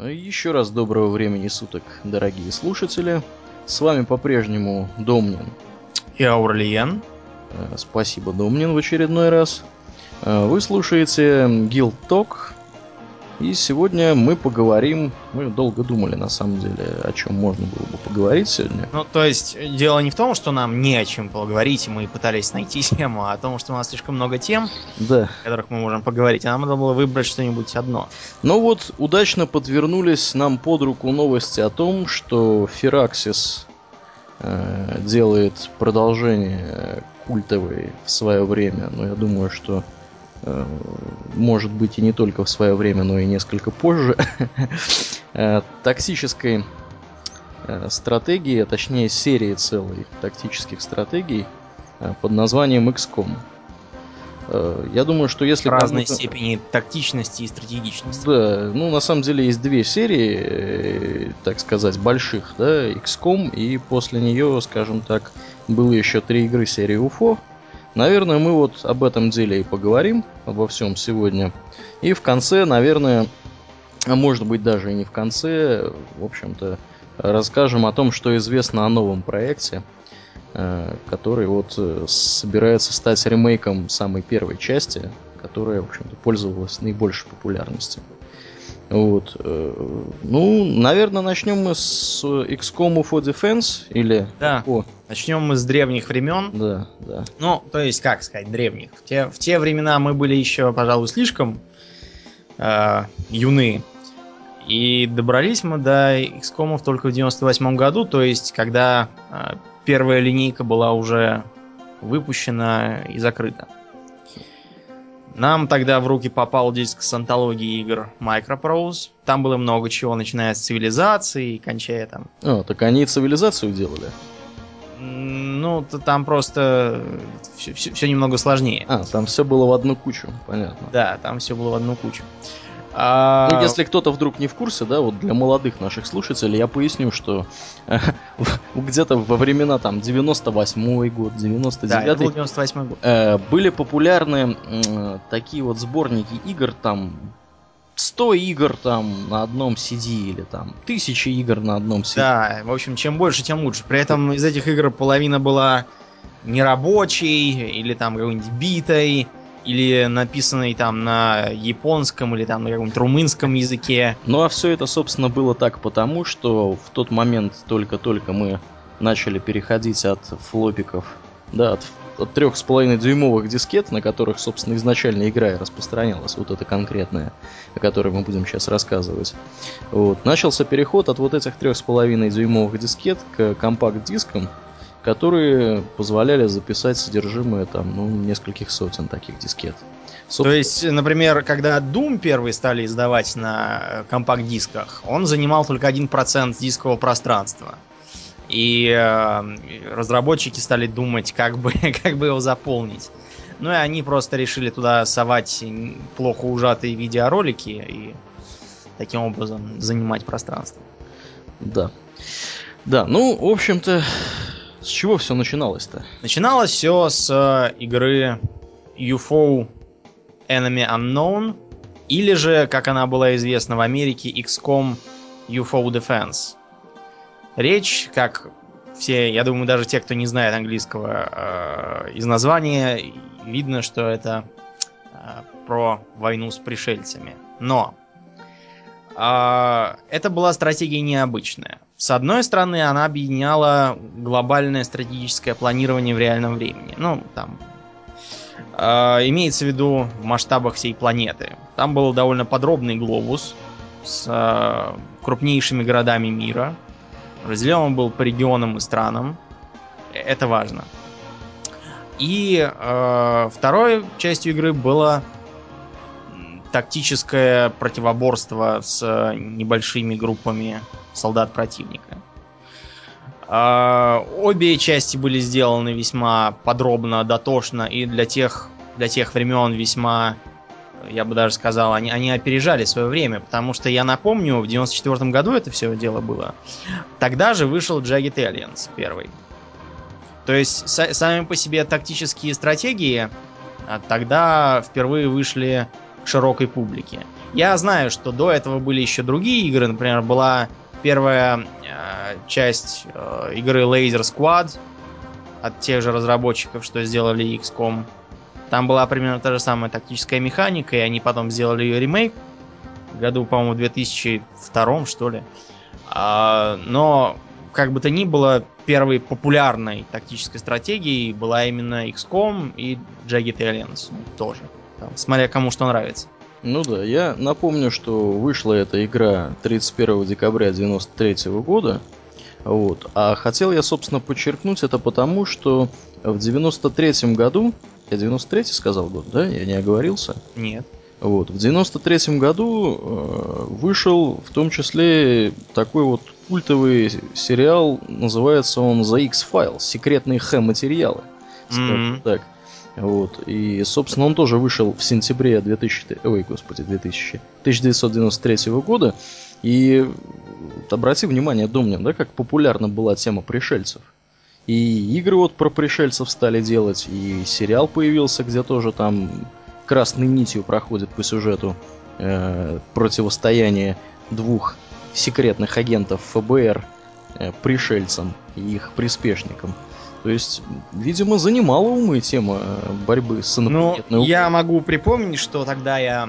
Еще раз доброго времени суток, дорогие слушатели. С вами по-прежнему Домнин. И Аурлиен. Спасибо, Домнин, в очередной раз. Вы слушаете Guild Talk. И сегодня мы поговорим. Мы долго думали, на самом деле, о чем можно было бы поговорить сегодня. Ну, то есть, дело не в том, что нам не о чем поговорить, и мы пытались найти тему, а о том, что у нас слишком много тем, да, о которых мы можем поговорить, а нам надо было выбрать что-нибудь одно. Ну вот, удачно подвернулись нам под руку новости о том, что Firaxis делает продолжение культовой в свое время. Но я думаю, что может быть и не только в свое время, но и несколько позже. Тактической стратегии, а точнее серии целой тактических стратегий под названием XCOM. Я думаю, что если разной степени тактичности и стратегичности. Да, ну на самом деле есть две серии, так сказать, больших, да, XCOM, и после нее, скажем так, было еще 3 игры серии UFO. Наверное, мы вот об этом деле и поговорим, обо всем сегодня. И в конце, наверное, а может быть даже и не в конце, в общем-то, расскажем о том, что известно о новом проекте, который вот собирается стать ремейком самой первой части, которая, в общем-то, пользовалась наибольшей популярностью. Вот. Ну, наверное, начнем мы с XCOM UFO Defense или... Да, начнем мы с древних времен. Да, да. Ну, то есть, как сказать, древних. В те времена мы были еще, пожалуй, слишком юны. И добрались мы до XCOM только в 98 году, то есть, когда первая линейка была уже выпущена и закрыта. Нам тогда в руки попал диск с антологией игр Microprose. Там было много чего, начиная с цивилизации и кончая там. Так они цивилизацию делали? Ну, там просто все немного сложнее. Там все было в одну кучу, понятно. Да, там все было в одну кучу. Ну, если кто-то вдруг не в курсе, да, вот для молодых наших слушателей я поясню, что где-то во времена там 98-й год, 99-й... Да, это был 98-й год. Были популярны такие вот сборники игр, там 100 игр там на одном CD или там 1000 игр на одном CD. Да, в общем, чем больше, тем лучше. При этом из этих игр половина была нерабочей или там какой-нибудь битой, или написанный там на японском или там на каком-нибудь румынском языке. Ну а все это, собственно, было так потому, что в тот момент только-только мы начали переходить от флопиков, да, от 3,5-дюймовых дискет, на которых, собственно, изначально игра и распространялась, вот эта конкретная, о которой мы будем сейчас рассказывать. Вот. Начался переход от вот этих 3,5-дюймовых дискет к компакт-дискам, которые позволяли записать содержимое там, ну, нескольких сотен таких дискет. То есть, например, когда Doom первый стали издавать на компакт-дисках, он занимал только 1% дискового пространства. И разработчики стали думать, как бы его заполнить. Ну и они просто решили туда совать плохо ужатые видеоролики и таким образом занимать пространство. Да. Да, ну, в общем-то, с чего все начиналось-то? Начиналось все с игры UFO Enemy Unknown, или же, как она была известна в Америке, XCOM UFO Defense. Речь, как все, я думаю, даже те, кто не знает английского, из названия, видно, что это про войну с пришельцами. Но это была стратегия необычная. С одной стороны, она объединяла глобальное стратегическое планирование в реальном времени. Ну, там имеется в виду в масштабах всей планеты. Там был довольно подробный глобус с крупнейшими городами мира. Разделен он был по регионам и странам. Это важно. И второй частью игры было тактическое противоборство с небольшими группами солдат противника. Обе части были сделаны весьма подробно, дотошно, и для тех времен весьма, я бы даже сказал, они опережали свое время, потому что, я напомню, в 94 году это все дело было. Тогда же вышел Jagged Alliance первый. То есть, сами по себе тактические стратегии тогда впервые вышли к широкой публике. Я знаю, что до этого были еще другие игры. Например, была первая часть игры Laser Squad от тех же разработчиков, что сделали XCOM. Там была примерно та же самая тактическая механика, и они потом сделали ее ремейк в году, по-моему, 2002, что ли. Но, как бы то ни было, первой популярной тактической стратегией была именно XCOM и Jagged Alliance тоже. Там, смотря кому что нравится. Ну да, я напомню, что вышла эта игра 31 декабря 1993 года. Вот. А хотел я, собственно, подчеркнуть это потому, что в 93-м году... Я 93-й сказал год, да? Я не оговорился? Нет. Вот. В 93-м году вышел в том числе такой вот культовый сериал, называется он The X-Files, секретные Х-материалы. Скажем так. Вот. И, собственно, он тоже вышел в сентябре 1993 года. И обрати внимание, Домнин, да, как популярна была тема пришельцев. И игры вот про пришельцев стали делать, и сериал появился, где тоже там красной нитью проходит по сюжету противостояние двух секретных агентов ФБР пришельцам и их приспешникам. То есть, видимо, занимала умы тема борьбы с инопланетной угрозой. Я могу припомнить, что тогда я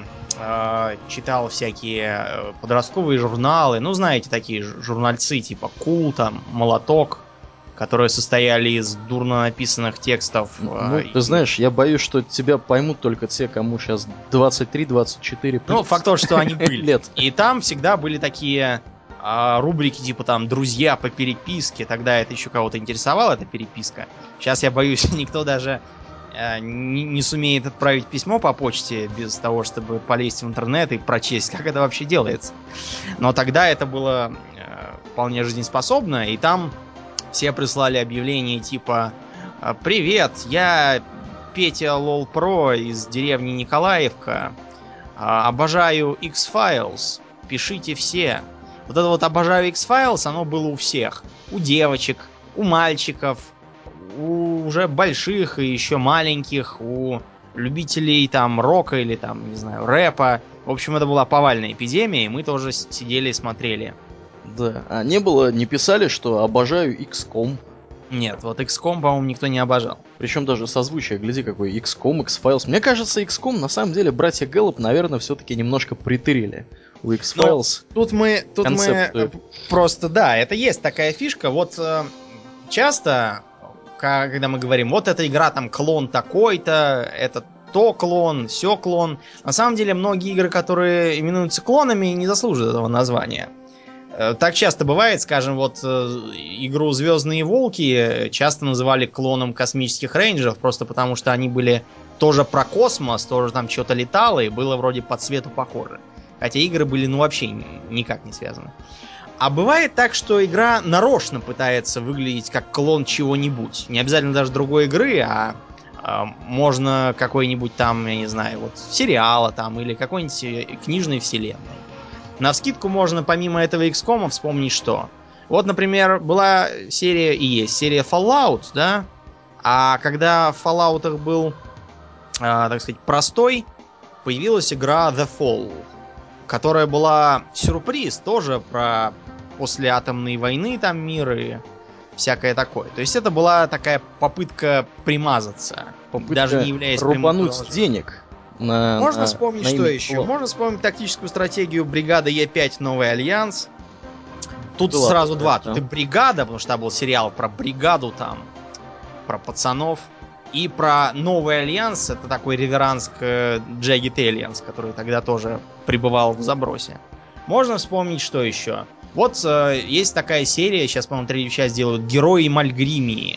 читал всякие подростковые журналы. Ну, знаете, такие журнальцы типа Кул, там, Молоток, которые состояли из дурно написанных текстов. Ну, ты знаешь, я боюсь, что тебя поймут только те, кому сейчас 23-24 плюс. Ну, факт то, что они были. Лет. И там всегда были такие рубрики типа там «Друзья по переписке». Тогда это еще кого-то интересовало, эта переписка. Сейчас, я боюсь, никто даже не сумеет отправить письмо по почте без того, чтобы полезть в интернет и прочесть, как это вообще делается. Но тогда это было вполне жизнеспособно, и там все прислали объявление типа «Привет, я Петя Лол Про из деревни Николаевка. Обожаю X-Files. Пишите все». Вот это вот «Обожаю X-Files», оно было у всех. У девочек, у мальчиков, у уже больших и еще маленьких, у любителей там рока или там, не знаю, рэпа. В общем, это была повальная эпидемия, и мы тоже сидели и смотрели. Да, а не писали, что обожаю XCOM. Нет, вот XCOM, по-моему, никто не обожал. Причем даже созвучие, гляди, какой XCOM, X-Files. Мне кажется, XCOM, на самом деле, братья Гэллоп, наверное, все-таки немножко притырили. У X-Files тут мы просто, да, это есть такая фишка. Вот часто, когда мы говорим, вот эта игра там клон такой-то, это то клон, сё клон. На самом деле, многие игры, которые именуются клонами, не заслуживают этого названия. Так часто бывает, скажем, вот игру «Звездные волки» часто называли клоном космических рейнджеров, просто потому что они были тоже про космос, тоже там что-то летало и было вроде по цвету похоже. Хотя игры были ну вообще никак не связаны. А бывает так, что игра нарочно пытается выглядеть как клон чего-нибудь. Не обязательно даже другой игры, а можно какой-нибудь там, я не знаю, вот сериала там или какой-нибудь книжной вселенной. Навскидку можно помимо этого XCOM вспомнить что. Вот, например, была серия и есть серия Fallout, да? А когда в Fallout'ах был, так сказать, простой, появилась игра The Fall, которая была сюрприз тоже про послеатомные войны там мир и всякое такое. То есть это была такая попытка примазаться, даже не являясь прямым рубануть денег. Можно вспомнить, что еще? Флот. Можно вспомнить тактическую стратегию бригада Е5 Новый Альянс. Тут была сразу такая, два. Тут и бригада, потому что там был сериал про бригаду там, про пацанов. И про Новый Альянс, это такой реверанс к Jagged Alliance, который тогда тоже пребывал в забросе. Можно вспомнить, что еще? Вот есть такая серия, сейчас, по-моему, третью часть делают, «Герои Мальгримии».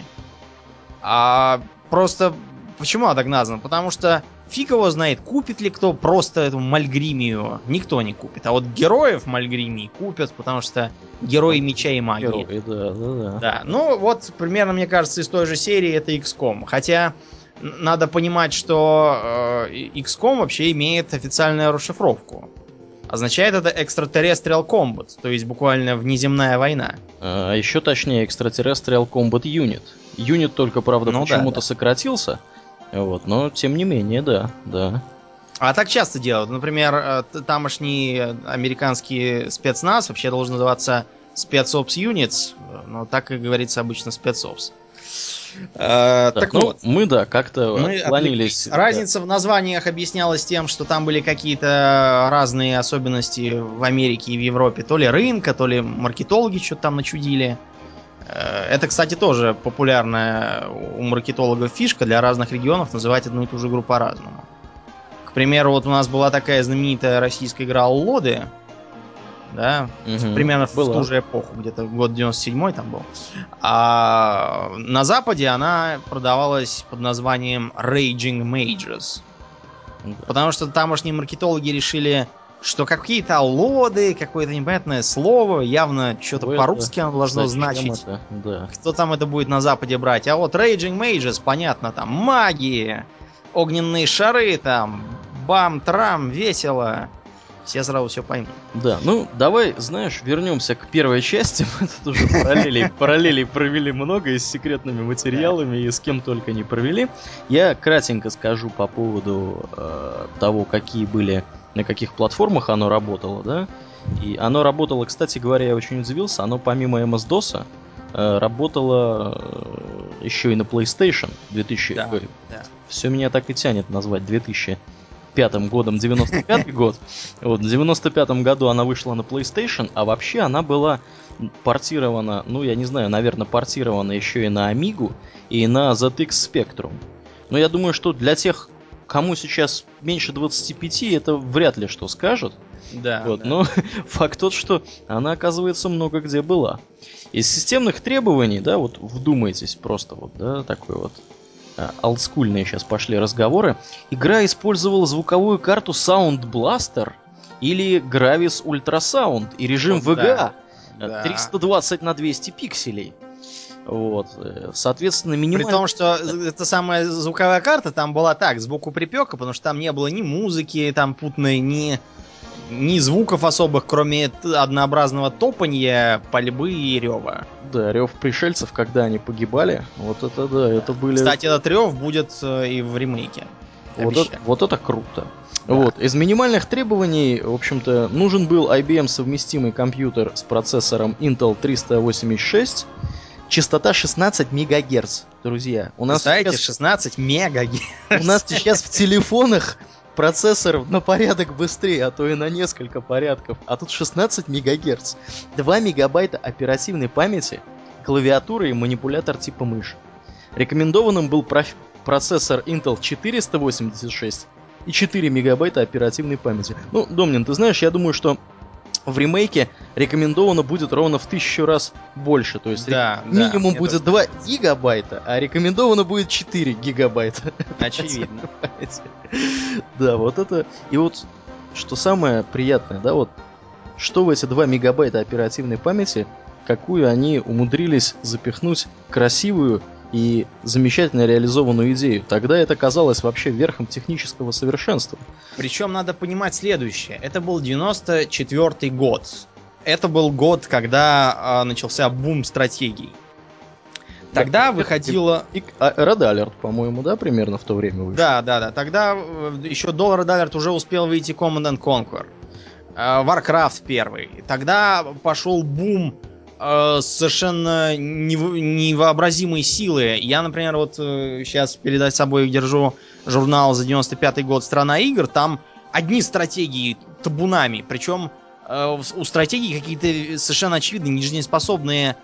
Просто почему она так названа? Потому что фиг его знает, купит ли кто просто эту Мальгримию. Никто не купит. А вот героев Мальгримии купят, потому что герои меча и магии. Герои, да. Да, ну вот примерно, мне кажется, из той же серии это XCOM. Хотя надо понимать, что XCOM вообще имеет официальную расшифровку. Означает это Extraterrestrial Combat, то есть буквально внеземная война. А еще точнее Extraterrestrial Combat Unit. Юнит только, правда, почему-то сократился. Вот, но тем не менее, да. А так часто делают. Например, тамошний американский спецназ вообще должен называться спецопс Units, но так и говорится обычно спецопс. Так Ну, вот. мы, да, как-то Мы отклонились. Разница в названиях объяснялась тем, что там были какие-то разные особенности в Америке и в Европе. То ли рынка, то ли маркетологи что-то там начудили. Это, кстати, тоже популярная у маркетологов фишка для разных регионов называть одну и ту же игру по-разному. К примеру, вот у нас была такая знаменитая российская игра «Аллоды», да, примерно в ту же эпоху, где-то год 97-й там был. А на Западе она продавалась под названием Raging Mages. Потому что тамошние маркетологи решили, что какие-то аллоды, какое-то непонятное слово, явно что-то по-русски оно должно значить. Это? Да. Кто там это будет на Западе брать? А вот Raging Mages, понятно, там магии, огненные шары, там, бам-трам, весело. Все сразу все поймут. Да, ну давай, знаешь, вернемся к первой части. Мы тут уже параллелей провели много и с секретными материалами, и с кем только не провели. Я кратенько скажу по поводу того, какие были, на каких платформах оно работало, да. И оно работало, кстати говоря, я очень удивился, оно помимо MS-DOS работало еще и на PlayStation 2000. Да. Все меня так и тянет назвать 2005 годом 95 год. Вот, в 95 году она вышла на PlayStation, а вообще она была портирована, ну я не знаю, наверное, портирована еще и на Amiga и на ZX Spectrum. Но я думаю, что для тех, кому сейчас меньше 25, это вряд ли что скажет. Да, вот, да. Но факт тот, что она, оказывается, много где была. Из системных требований, да, вот вдумайтесь просто, вот, да, такой вот олдскульные сейчас пошли разговоры. Игра использовала звуковую карту Sound Blaster или Gravis Ultrasound и режим VGA 320 на 200 пикселей. Вот, соответственно, минимально... При том, что эта самая звуковая карта там была так, сбоку припека, потому что там не было ни музыки там путной, ни звуков особых, кроме однообразного топанья, пальбы и рева. Да, рев пришельцев, когда они погибали, вот это да, это были... Кстати, этот рев будет и в ремейке. Вот это круто. Да. Вот. Из минимальных требований, в общем-то, нужен был IBM совместимый компьютер с процессором Intel 386, частота 16 МГц, друзья. У нас Представляете, сейчас... 16 МГц. У нас сейчас в телефонах процессор на порядок быстрее, а то и на несколько порядков. А тут 16 МГц. 2 мегабайта оперативной памяти, клавиатура и манипулятор типа мышь. Рекомендованным был процессор Intel 486 и 4 мегабайта оперативной памяти. Ну, Домнин, ты знаешь, я думаю, что в ремейке рекомендовано будет ровно в 1000 раз больше. То есть минимум будет 2 гигабайта, а рекомендовано будет 4 гигабайта. Очевидно. Да, вот это... И вот, что самое приятное, да, вот, что в эти 2 мегабайта оперативной памяти, какую они умудрились запихнуть красивую и замечательно реализованную идею. Тогда это казалось вообще верхом технического совершенства. Причем надо понимать следующее. Это был 94-й год. Это был год, когда начался бум стратегий. Тогда выходила... Red Alert, по-моему, да, примерно в то время вышел? Да. Тогда еще до Red Alert уже успел выйти Command & Conquer. Warcraft 1. Тогда пошел бум совершенно невообразимой силы. Я, например, вот сейчас перед собой держу журнал за 95-й год «Страна игр». Там одни стратегии табунами. Причем у стратегий какие-то совершенно очевидные, нежизнеспособные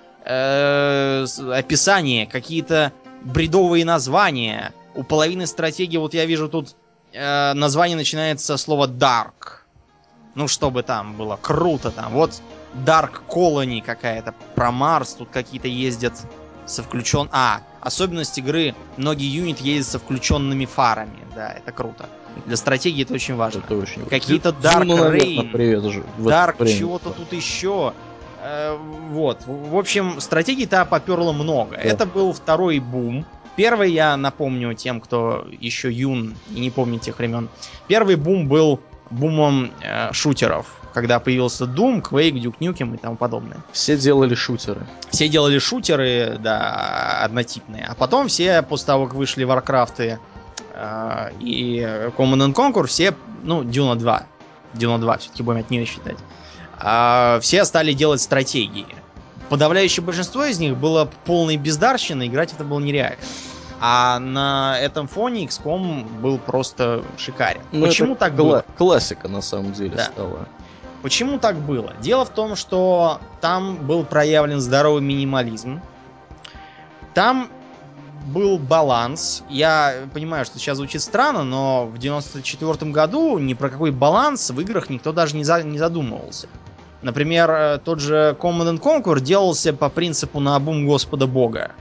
описания, какие-то бредовые названия. У половины стратегий, вот я вижу тут название начинается со слова «dark». Ну, чтобы там было круто там. Вот Dark Colony какая-то, про Марс, тут какие-то ездят со включен... особенность игры, многие юниты ездят со включенными фарами. Да, это круто. Для стратегии это очень важно. Это очень... Какие-то Dark Rain, Dark чего-то да. тут еще. Вот. В общем, стратегий-то поперло много. Да. Это был второй бум. Первый, я напомню тем, кто еще юн и не помнит тех времен. Первый бум был бумом шутеров. Когда появился Doom, Quake, Duke Nukem и тому подобное. Все делали шутеры. Все делали шутеры, да, однотипные. А потом все, после того, как вышли Warcraft и Command & Conquer все, ну, Dune 2. Dune 2 все-таки будем от нее считать. Все стали делать стратегии. Подавляющее большинство из них было полной бездарщиной, играть это было нереально. А на этом фоне XCOM был просто шикарен. Ну, почему это так было? Классика на самом деле Да. стала. Почему так было? Дело в том, что там был проявлен здоровый минимализм. Там был баланс. Я понимаю, что сейчас звучит странно, но в 94 году ни про какой баланс в играх никто даже не задумывался. Например, тот же Command & Conquer делался по принципу наобум Господа Бога.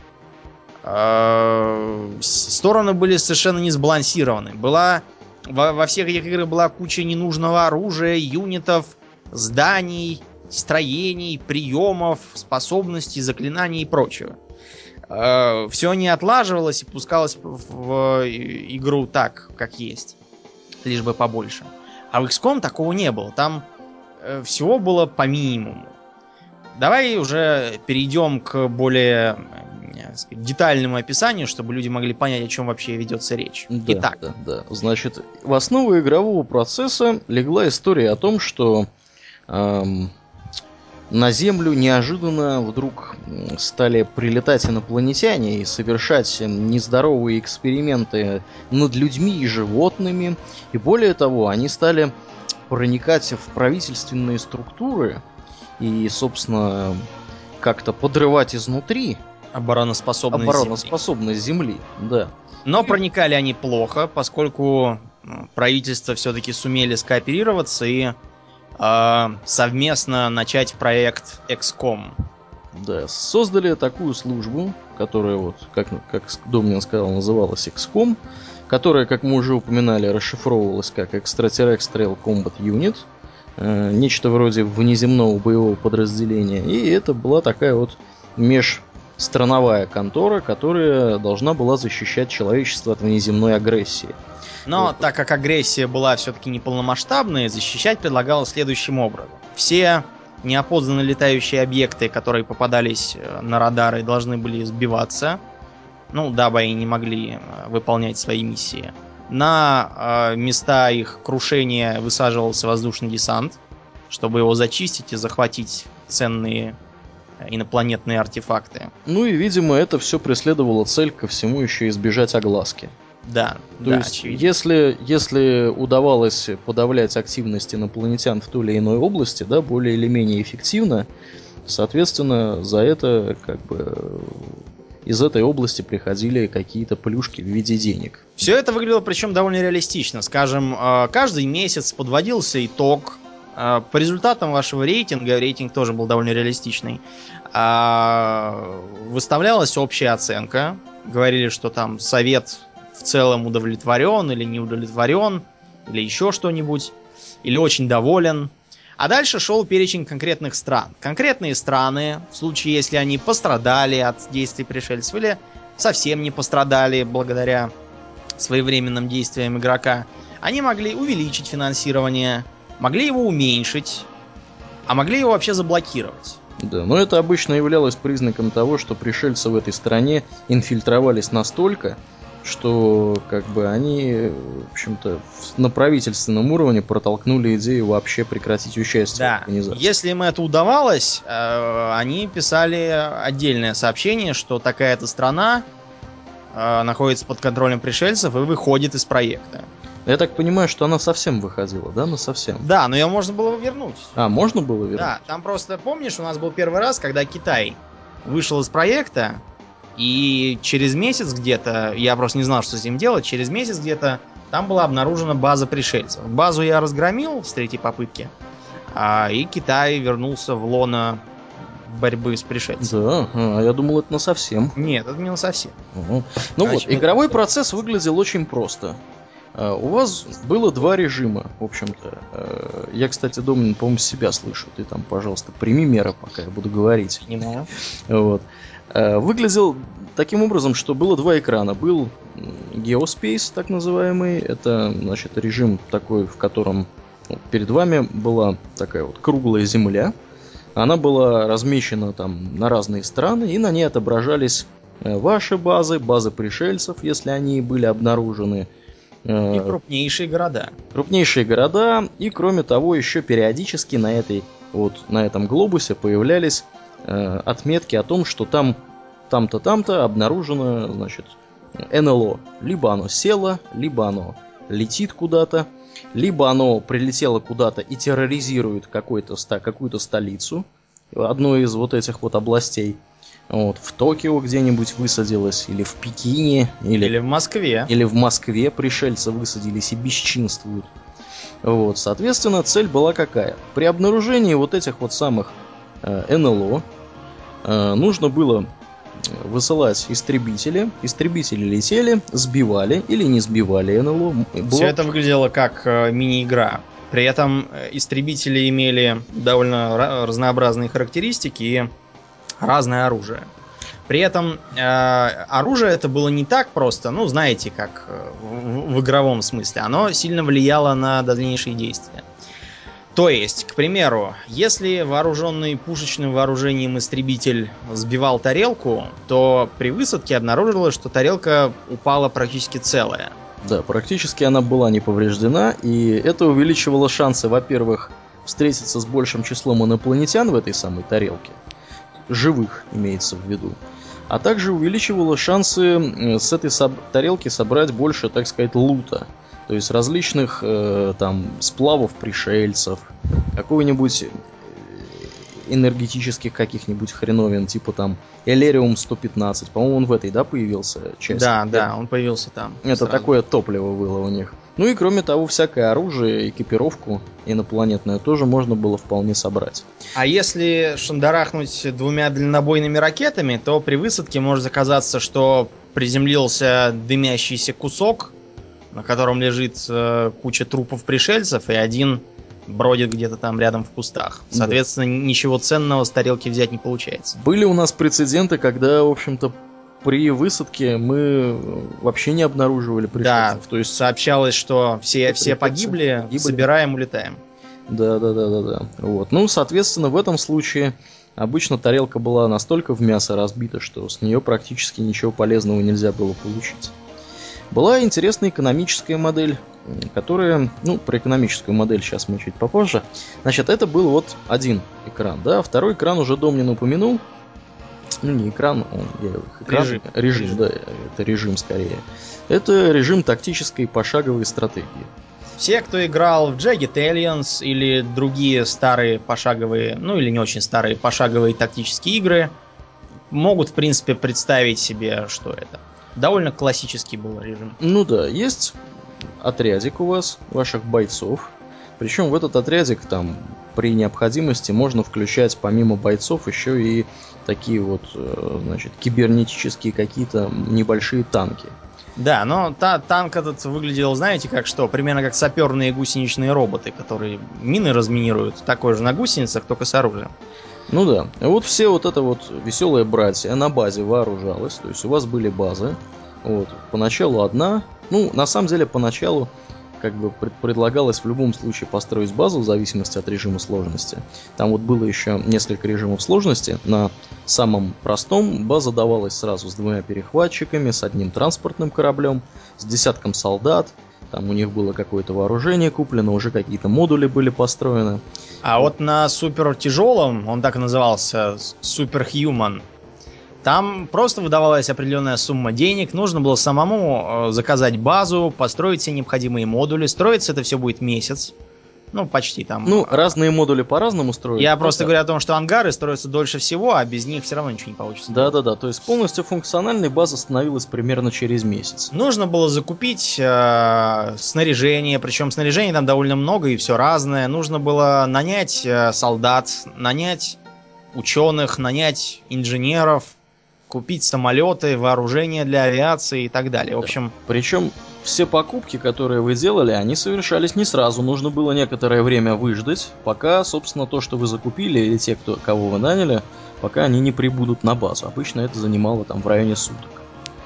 Стороны были совершенно не сбалансированы. Во всех этих играх была куча ненужного оружия, юнитов, зданий, строений, приемов, способностей, заклинаний и прочего. Все не отлаживалось и пускалось в игру так, как есть. Лишь бы побольше. А в XCOM такого не было. Там всего было по минимуму. Давай уже перейдем к более детальному описанию, чтобы люди могли понять, о чем вообще ведется речь. Да, Итак. да. Значит, в основу игрового процесса легла история о том, что на Землю неожиданно вдруг стали прилетать инопланетяне и совершать нездоровые эксперименты над людьми и животными. И более того, они стали проникать в правительственные структуры и, собственно, как-то подрывать изнутри обороноспособность Земли. Да. Но проникали они плохо, поскольку правительства все-таки сумели скооперироваться и совместно начать проект XCOM. Да, создали такую службу, которая, вот, как Домнин сказал, называлась XCOM, которая, как мы уже упоминали, расшифровывалась как Extraterrestrial Combat Unit, нечто вроде внеземного боевого подразделения. И это была такая вот межстрановая контора, которая должна была защищать человечество от внеземной агрессии. Но Вот. так как агрессия была все-таки неполномасштабная, защищать предлагалось следующим образом. Все неопознанные летающие объекты, которые попадались на радары, должны были сбиваться, ну, дабы они не могли выполнять свои миссии. На места их крушения высаживался воздушный десант, чтобы его зачистить и захватить ценные инопланетные артефакты. Ну и, видимо, это все преследовало цель ко всему еще избежать огласки. Да, То есть, если удавалось подавлять активность инопланетян в той или иной области, да, более или менее эффективно, соответственно, за это как бы из этой области приходили какие-то плюшки в виде денег. Все это выглядело причем довольно реалистично. Скажем, каждый месяц подводился итог. По результатам вашего рейтинга, рейтинг тоже был довольно реалистичный, выставлялась общая оценка. Говорили, что там совет в целом удовлетворен или не удовлетворен, или еще что-нибудь, или очень доволен. А дальше шел перечень конкретных стран. Конкретные страны, в случае, если они пострадали от действий пришельцев или совсем не пострадали благодаря своевременным действиям игрока, они могли увеличить финансирование, могли его уменьшить, а могли его вообще заблокировать. Да, но это обычно являлось признаком того, что пришельцы в этой стране инфильтровались настолько, что как бы они, в общем-то, на правительственном уровне протолкнули идею вообще прекратить участие в организации. Если им это удавалось, они писали отдельное сообщение, что такая-то страна находится под контролем пришельцев и выходит из проекта. Я так понимаю, что она совсем выходила, да? Ну совсем. Да, но ее можно было вернуть. А, можно было вернуть? Да, там просто, помнишь, у нас был первый раз, когда Китай вышел из проекта, и через месяц где-то, я просто не знал, что с ним делать, через месяц где-то там была обнаружена база пришельцев. Базу я разгромил с третьей попытки, и Китай вернулся в лоно борьбы с пришельцами. Да, я думал, это насовсем. Нет, это не на совсем. Угу. Ну вот, игровой процесс выглядел очень просто. У вас было два режима, в общем-то. Я, кстати, Домнин, по-моему, себя слышу. Ты там, пожалуйста, прими меры, пока я буду говорить. Понимаю. Вот. Выглядел таким образом, что было два экрана. Был Geospace, так называемый. Это, значит, режим такой, в котором перед вами была такая вот круглая земля. Она была размещена там на разные страны, и на ней отображались ваши базы, базы пришельцев, если они были обнаружены, И крупнейшие города. Крупнейшие города, и кроме того, еще периодически на этом глобусе появлялись отметки о том, что там-то, там-то обнаружено, значит, НЛО. Либо оно село, либо оно летит куда-то, либо оно прилетело куда-то и терроризирует какую-то столицу, одну из вот этих вот областей. Вот, в Токио где-нибудь высадилось, или в Пекине, или в Москве. Или в Москве пришельцы высадились и бесчинствуют. Вот, соответственно, цель была какая? При обнаружении вот этих вот самых НЛО нужно было высылать истребители. Истребители летели, сбивали или не сбивали НЛО. Все это выглядело как мини-игра. При этом истребители имели довольно разнообразные характеристики и разное оружие. При этом оружие это было не так просто, ну, знаете, как в игровом смысле. Оно сильно влияло на дальнейшие действия. То есть, к примеру, если вооруженный пушечным вооружением истребитель сбивал тарелку, то при высадке обнаружилось, что тарелка упала практически целая. Да, практически она была не повреждена, и это увеличивало шансы, во-первых, встретиться с большим числом инопланетян в этой самой тарелке. Живых, имеется в виду. А также увеличивало шансы с этой тарелки собрать больше, так сказать, лута. То есть различных там сплавов пришельцев, какого-нибудь энергетических каких-нибудь хреновин, типа там Элериум 115. По-моему, он в этой, да, появился часть? Да, он появился там. Это сразу. такое топливо было у них. Ну и кроме того, всякое оружие, экипировку инопланетную тоже можно было вполне собрать. А если шандарахнуть 2 дальнобойными ракетами, то при высадке может оказаться, что приземлился дымящийся кусок, на котором лежит куча трупов пришельцев, и один бродит где-то там рядом в кустах. Соответственно, ничего ценного с тарелки взять не получается. Были у нас прецеденты, когда, в общем-то, при высадке мы вообще не обнаруживали пришельцев. Да, то есть сообщалось, что все погибли, собираем, улетаем. Да. Вот. Ну, соответственно, в этом случае обычно тарелка была настолько в мясо разбита, что с нее практически ничего полезного нельзя было получить. Была интересная экономическая модель, которая... Ну, про экономическую модель сейчас мы чуть попозже. Значит, это был вот один экран, да? Второй экран уже Домнин упомянул. Ну, не экран, режим, да, это режим скорее. Это режим тактической пошаговой стратегии. Все, кто играл в Jagged Alliance или другие старые пошаговые, ну или не очень старые пошаговые тактические игры, могут, в принципе, представить себе, что это. Довольно классический был режим. Ну да, есть отрядик у вас, ваших бойцов. Причем в этот отрядик там при необходимости можно включать помимо бойцов еще и такие вот, значит, кибернетические какие-то небольшие танки. Да, но танк этот выглядел, знаете, как что? Примерно как саперные гусеничные роботы, которые мины разминируют. Такой же на гусеницах, только с оружием. Ну да, вот все вот это вот веселые братья на базе вооружалось. То есть у вас были базы. Вот, поначалу одна. Ну, на самом деле, поначалу как бы предлагалось в любом случае построить базу в зависимости от режима сложности. Там вот было еще несколько режимов сложности. На самом простом база давалась сразу с 2 перехватчиками, с 1 транспортным кораблем, с десятком солдат. Там у них было какое-то вооружение куплено, уже какие-то модули были построены. А вот на супер тяжелом, он так и назывался, Superhuman, там просто выдавалась определенная сумма денег, нужно было самому заказать базу, построить все необходимые модули. Строиться это все будет месяц. Ну, почти там. Ну, разные модули по-разному строят. Я просто говорю о том, что ангары строятся дольше всего, а без них все равно ничего не получится. Да. То есть полностью функциональной база становилась примерно через месяц. Нужно было закупить снаряжение, причем снаряжения там довольно много и все разное. Нужно было нанять солдат, нанять ученых, нанять инженеров, купить самолеты, вооружение для авиации и так далее. В общем... Причем все покупки, которые вы делали, они совершались не сразу. Нужно было некоторое время выждать, пока, собственно, то, что вы закупили, или те, кого вы наняли, пока они не прибудут на базу. Обычно это занимало там в районе суток.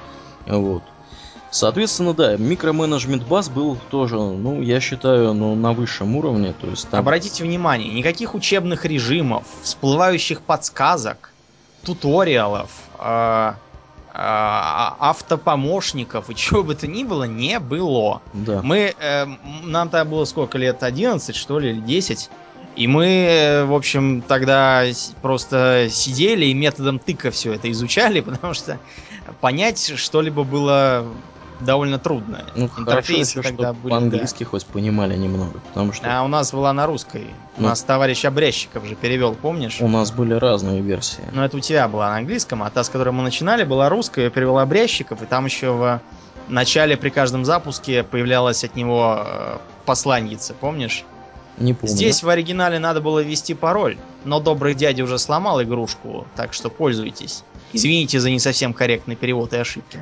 Вот. Соответственно, да, микроменеджмент баз был тоже, ну, я считаю, на высшем уровне. То есть там... Обратите внимание, никаких учебных режимов, всплывающих подсказок, туториалов, автопомощников и чего бы то ни было не было. Да. Нам тогда было сколько лет? 11, что ли, или 10? И мы, в общем, тогда просто сидели и методом тыка все это изучали, потому что понять что-либо было довольно трудно. Ну, Интерфейсы хорошо еще, тогда что были, по-английски хоть понимали немного, потому что А у нас была на русской. У Ну. нас товарищ Обрящиков же перевел, помнишь? у нас были разные версии. Но это у тебя была на английском, а та, с которой мы начинали, была русская, я перевел Обрящиков, и там еще в начале при каждом запуске появлялась от него посланница, помнишь? Не помню. Здесь в оригинале надо было ввести пароль, но добрый дядя уже сломал игрушку, так что пользуйтесь. Извините за не совсем корректный перевод и ошибки.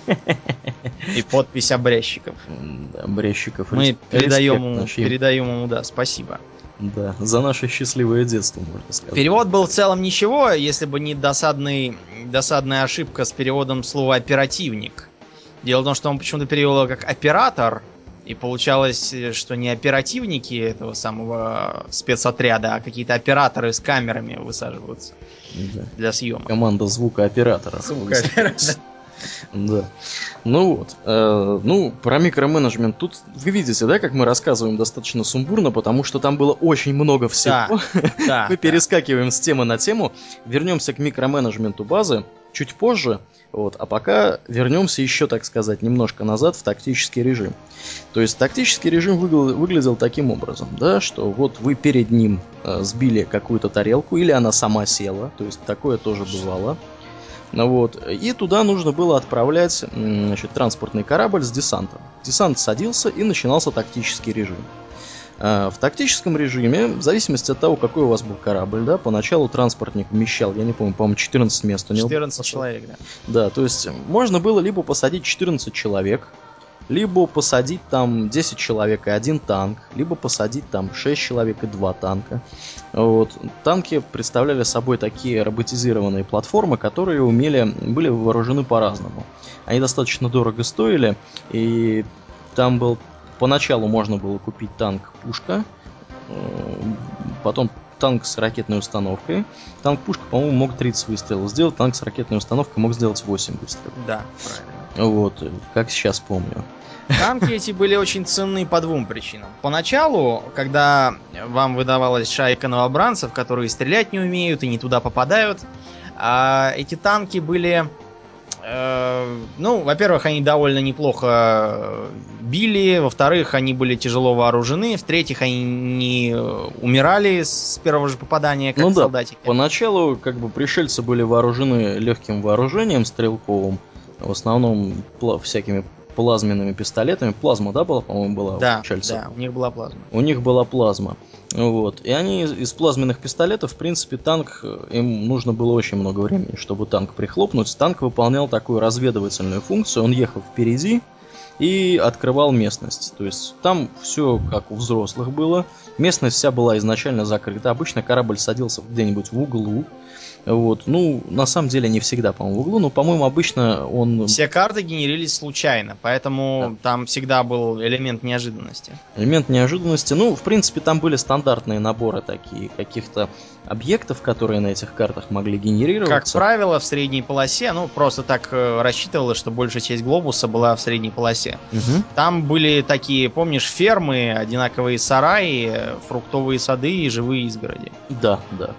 И подпись Обрящиков. Обрящиков. Мы передаем респект ему, да, спасибо. Да, за наше счастливое детство, можно сказать. Перевод был в целом ничего, если бы не досадная ошибка с переводом слова «оперативник». Дело в том, что он почему-то перевел его как «оператор», и получалось, что не оперативники этого самого спецотряда, а какие-то операторы с камерами высаживаются для съемок. Команда звукооператора. Звукооператор. Да. Ну вот. Про микроменеджмент тут вы видите, да, как мы рассказываем достаточно сумбурно, потому что там было очень много всего. Да. Мы перескакиваем с темы на тему. Вернемся к микроменеджменту базы чуть позже. Вот, а пока вернемся еще, так сказать, немножко назад в тактический режим. То есть тактический режим выглядел таким образом, да, что вот вы перед ним сбили какую-то тарелку, или она сама села, то есть такое тоже бывало. Вот, и туда нужно было отправлять, транспортный корабль с десантом. Десант садился, и начинался тактический режим. В тактическом режиме, в зависимости от того, какой у вас был корабль, да, поначалу транспортник вмещал, я не помню, по-моему, 14 мест у него. 14 человек, да. Да, то есть можно было либо посадить 14 человек, либо посадить там 10 человек и 1 танк, либо посадить там 6 человек и 2 танка. Вот. Танки представляли собой такие роботизированные платформы, которые были вооружены по-разному. Они достаточно дорого стоили, и там был поначалу можно было купить танк-пушка, потом танк с ракетной установкой. Танк-пушка, по-моему, мог 30 выстрелов сделать, танк с ракетной установкой мог сделать 8 выстрелов. Да, правильно. Вот, как сейчас помню. Танки эти были очень ценны по двум причинам. Поначалу, когда вам выдавалась шайка новобранцев, которые стрелять не умеют и не туда попадают, эти танки были... во-первых, они довольно неплохо били, во-вторых, они были тяжело вооружены, в-третьих, они не умирали с первого же попадания, как солдатики. Поначалу, пришельцы были вооружены легким вооружением стрелковым, в основном всякими плазменными пистолетами. Плазма, да, была, да, у пришельцев? Да, у них была плазма. У них была плазма. Вот. И они из плазменных пистолетов, в принципе, танк, им нужно было очень много времени, чтобы танк прихлопнуть. Танк выполнял такую разведывательную функцию, он ехал впереди и открывал местность. То есть там все как у взрослых было. Местность вся была изначально закрыта. Обычно корабль садился где-нибудь в углу. Вот. На самом деле не всегда, по-моему, в углу, но, по-моему, обычно он... Все карты генерились случайно, поэтому там всегда был элемент неожиданности. Элемент неожиданности. В принципе, там были стандартные наборы такие, каких-то объектов, которые на этих картах могли генерироваться. Как правило, в средней полосе, просто так рассчитывалось, что большая часть глобуса была в средней полосе. Угу. Там были такие, помнишь, фермы, одинаковые сараи, фруктовые сады и живые изгороди. Да.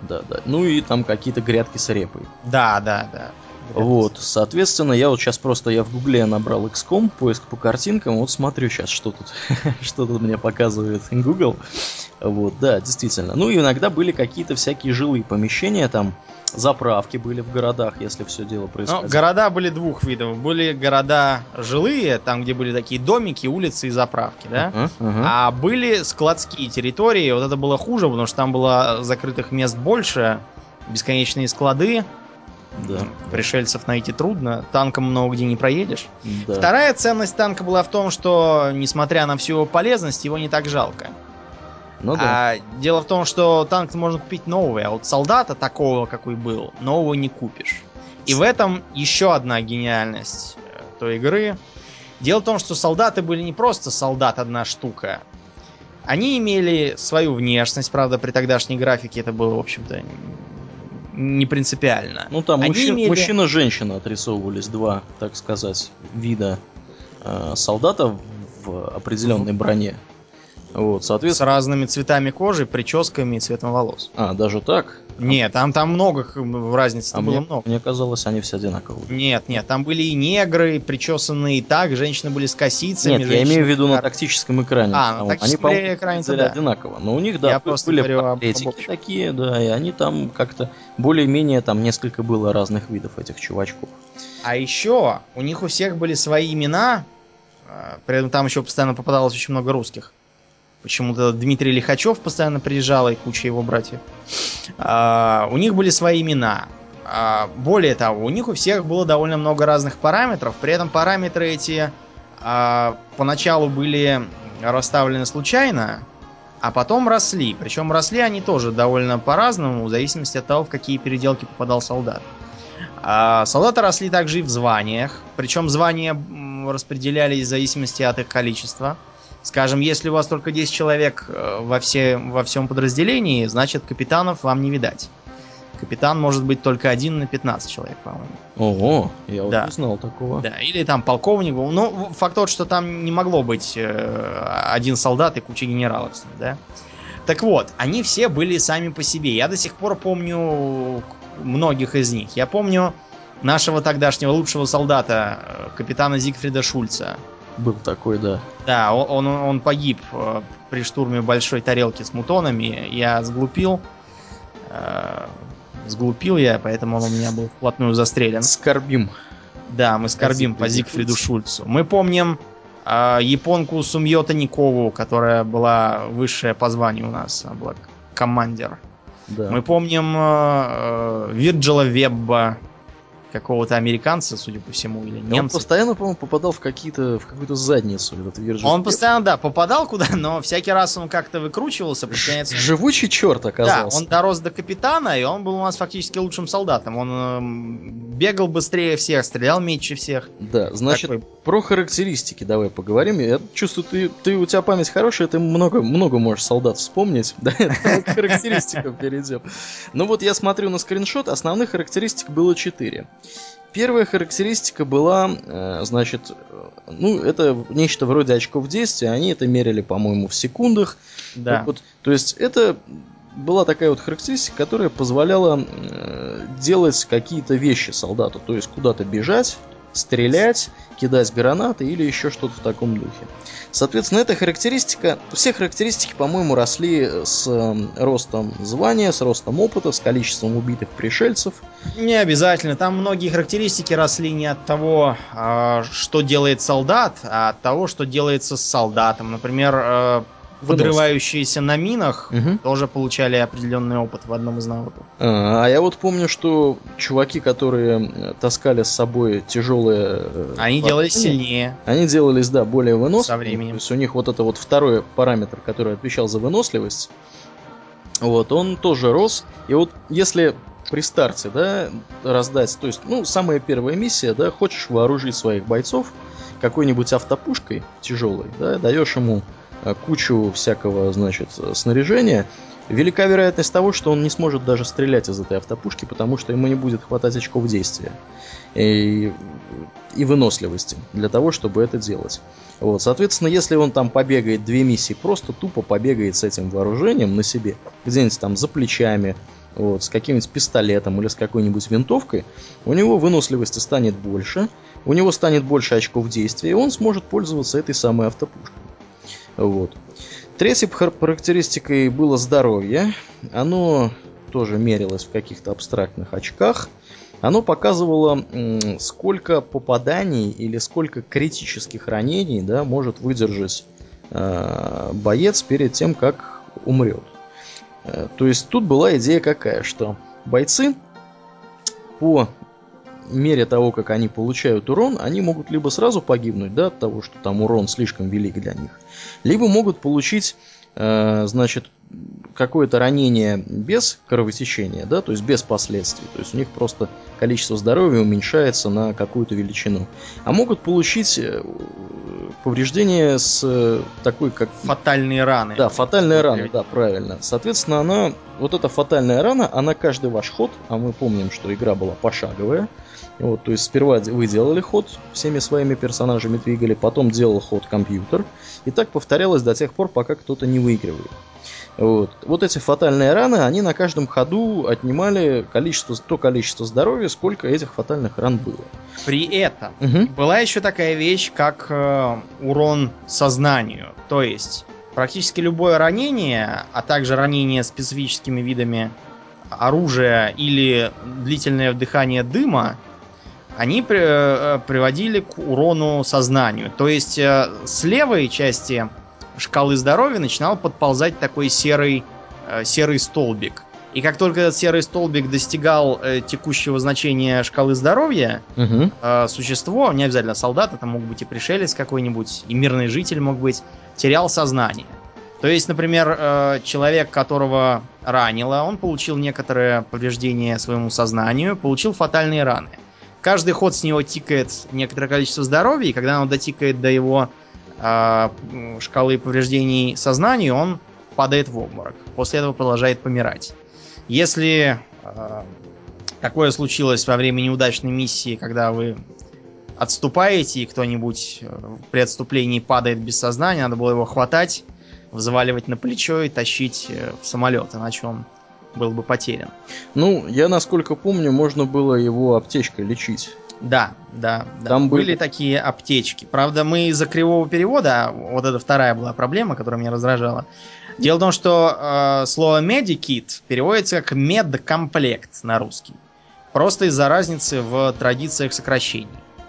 И там какие-то грядки с репой. Да. Вот, соответственно, я в гугле набрал XCOM, поиск по картинкам, вот смотрю сейчас, что тут мне показывает Google. Вот, да, действительно. Иногда были какие-то всякие жилые помещения, там заправки были в городах, если все дело происходило. Города были двух видов. Были города жилые, там, где были такие домики, улицы и заправки, да? А были складские территории, вот это было хуже, потому что там было закрытых мест больше, бесконечные склады. Да. Пришельцев найти трудно, танком много где не проедешь. Да. Вторая ценность танка была в том, что, несмотря на всю его полезность, его не так жалко. Да. Дело в том, что танк можно купить новый, а вот солдата такого, какой был, нового не купишь. И в этом еще одна гениальность той игры. Дело в том, что солдаты были не просто солдат одна штука. Они имели свою внешность, правда, при тогдашней графике это было, в общем-то, не принципиально. Ну там Они имели... мужчина и женщина отрисовывались, два, так сказать, вида солдата в определенной броне. Вот, соответственно... С разными цветами кожи, прическами и цветом волос. А, даже так? Нет, там много разницы было много. Мне казалось, они все одинаковые. Нет, там были и негры, причесанные так, женщины были с косицами. Нет, я имею в виду на тактическом экране. На тактическом экране, выглядели да. одинаково. Но у них, да, Я просто были говорю портретики такие, да, и они там как-то более-менее, там несколько было разных видов этих чувачков. А еще у них у всех были свои имена, при этом там еще постоянно попадалось очень много русских. Почему-то Дмитрий Лихачев постоянно приезжал, и куча его братьев. У них были свои имена. Более того, у них у всех было довольно много разных параметров. При этом параметры эти поначалу были расставлены случайно, а потом росли. Причем росли они тоже довольно по-разному, в зависимости от того, в какие переделки попадал солдат. Солдаты росли также и в званиях. Причем звания распределялись в зависимости от их количества. Скажем, если у вас только 10 человек во всем подразделении, значит капитанов вам не видать. Капитан может быть только 1 на 15 человек, по-моему. Ого, я вот не знал такого. Да, или там полковник. Ну, факт тот, что там не могло быть один солдат и куча генералов с ним, да. Так вот, они все были сами по себе. Я до сих пор помню многих из них. Я помню нашего тогдашнего лучшего солдата, капитана Зигфрида Шульца. Был такой, да. Да, он погиб при штурме большой тарелки с мутонами. Я сглупил. Сглупил я, поэтому он у меня был вплотную застрелен. Скорбим. Да, мы скорбим по Зигфриду Шульцу. Мы помним японку Сумьёта Никову, которая была высшая по званию у нас. Она была командир. Да. Мы помним Вирджила Вебба, какого-то американца, судя по всему, или немца. Он постоянно, по-моему, попадал в какую-то задницу, этот Вирджил. Он постоянно, да, попадал куда, но всякий раз он как-то выкручивался. Живучий черт оказался. Да, он дорос до капитана, и он был у нас фактически лучшим солдатом. Он бегал быстрее всех, стрелял меньше всех. Да, значит, про характеристики давай поговорим. Я чувствую, у тебя память хорошая, ты много можешь солдат вспомнить. Да, к характеристикам перейдем. Ну вот я смотрю на скриншот, основных характеристик было 4. Первая характеристика была, значит, это нечто вроде очков действия. Они это мерили, по-моему, в секундах. Да. Вот, то есть это была такая вот характеристика, которая позволяла делать какие-то вещи солдату. То есть куда-то бежать, стрелять, кидать гранаты или еще что-то в таком духе. Соответственно, эта характеристика, все характеристики, по-моему, росли с ростом звания, с ростом опыта, с количеством убитых пришельцев. Не обязательно. Там многие характеристики росли не от того, что делает солдат, а от того, что делается с солдатом. Например, подрывающиеся на минах тоже получали определенный опыт в одном из навыков. А я вот помню, что чуваки, которые таскали с собой тяжелые... Они делались сильнее. Они делались, да, более выносливыми. Со временем. То есть у них вот это вот второй параметр, который отвечал за выносливость, вот, он тоже рос. И вот если при старте, да, раздать, то есть, самая первая миссия, да, хочешь вооружить своих бойцов какой-нибудь автопушкой тяжелой, да, даешь ему кучу всякого, значит, снаряжения, велика вероятность того, что он не сможет даже стрелять из этой автопушки, потому что ему не будет хватать очков действия и выносливости для того, чтобы это делать. Вот, соответственно, если он там побегает 2 миссии, просто тупо побегает с этим вооружением на себе, где-нибудь там за плечами, вот, с каким-нибудь пистолетом или с какой-нибудь винтовкой, у него выносливости станет больше, у него станет больше очков действия, и он сможет пользоваться этой самой автопушкой. Вот. Третьей характеристикой было здоровье. Оно тоже мерилось в каких-то абстрактных очках. Оно показывало, сколько попаданий или сколько критических ранений, да, может выдержать боец перед тем, как умрет. То есть тут была идея какая, что бойцы по мере того, как они получают урон, они могут либо сразу погибнуть, да, от того, что там урон слишком велик для них, либо могут получить значит, какое-то ранение без кровотечения, да, то есть без последствий. То есть у них просто количество здоровья уменьшается на какую-то величину. А могут получить повреждения с такой, как... Фатальные раны. Да, фатальная рана, да, правильно. Соответственно, вот эта фатальная рана, она каждый ваш ход, а мы помним, что игра была пошаговая, вот, то есть сперва вы делали ход, всеми своими персонажами двигали, потом делал ход компьютер, и так повторялось до тех пор, пока кто-то не выигрывает. Вот эти фатальные раны, они на каждом ходу отнимали то количество здоровья, сколько этих фатальных ран было. При этом была еще такая вещь, как урон сознанию. То есть практически любое ранение, а также ранение специфическими видами оружия или длительное вдыхание дыма, они приводили к урону сознанию. То есть с левой части шкалы здоровья начинал подползать такой серый столбик. И как только этот серый столбик достигал текущего значения шкалы здоровья, существо, не обязательно солдат, это мог быть и пришелец какой-нибудь, и мирный житель мог быть, терял сознание. То есть, например, человек, которого ранило, он получил некоторое повреждение своему сознанию, получил фатальные раны. Каждый ход с него тикает некоторое количество здоровья, и когда оно дотикает до его шкалы повреждений сознанию, он падает в обморок. После этого продолжает помирать. Если такое случилось во время неудачной миссии, когда вы отступаете, и кто-нибудь при отступлении падает без сознания, надо было его хватать, взваливать на плечо и тащить в самолет, иначе он был бы потерян. Ну, я насколько помню, можно было его аптечкой лечить. Да. Там были такие аптечки. Правда, мы из-за кривого перевода, вот это вторая была проблема, которая меня раздражала. Дело в том, что слово medikit переводится как медкомплект на русский. Просто из-за разницы в традициях сокращений.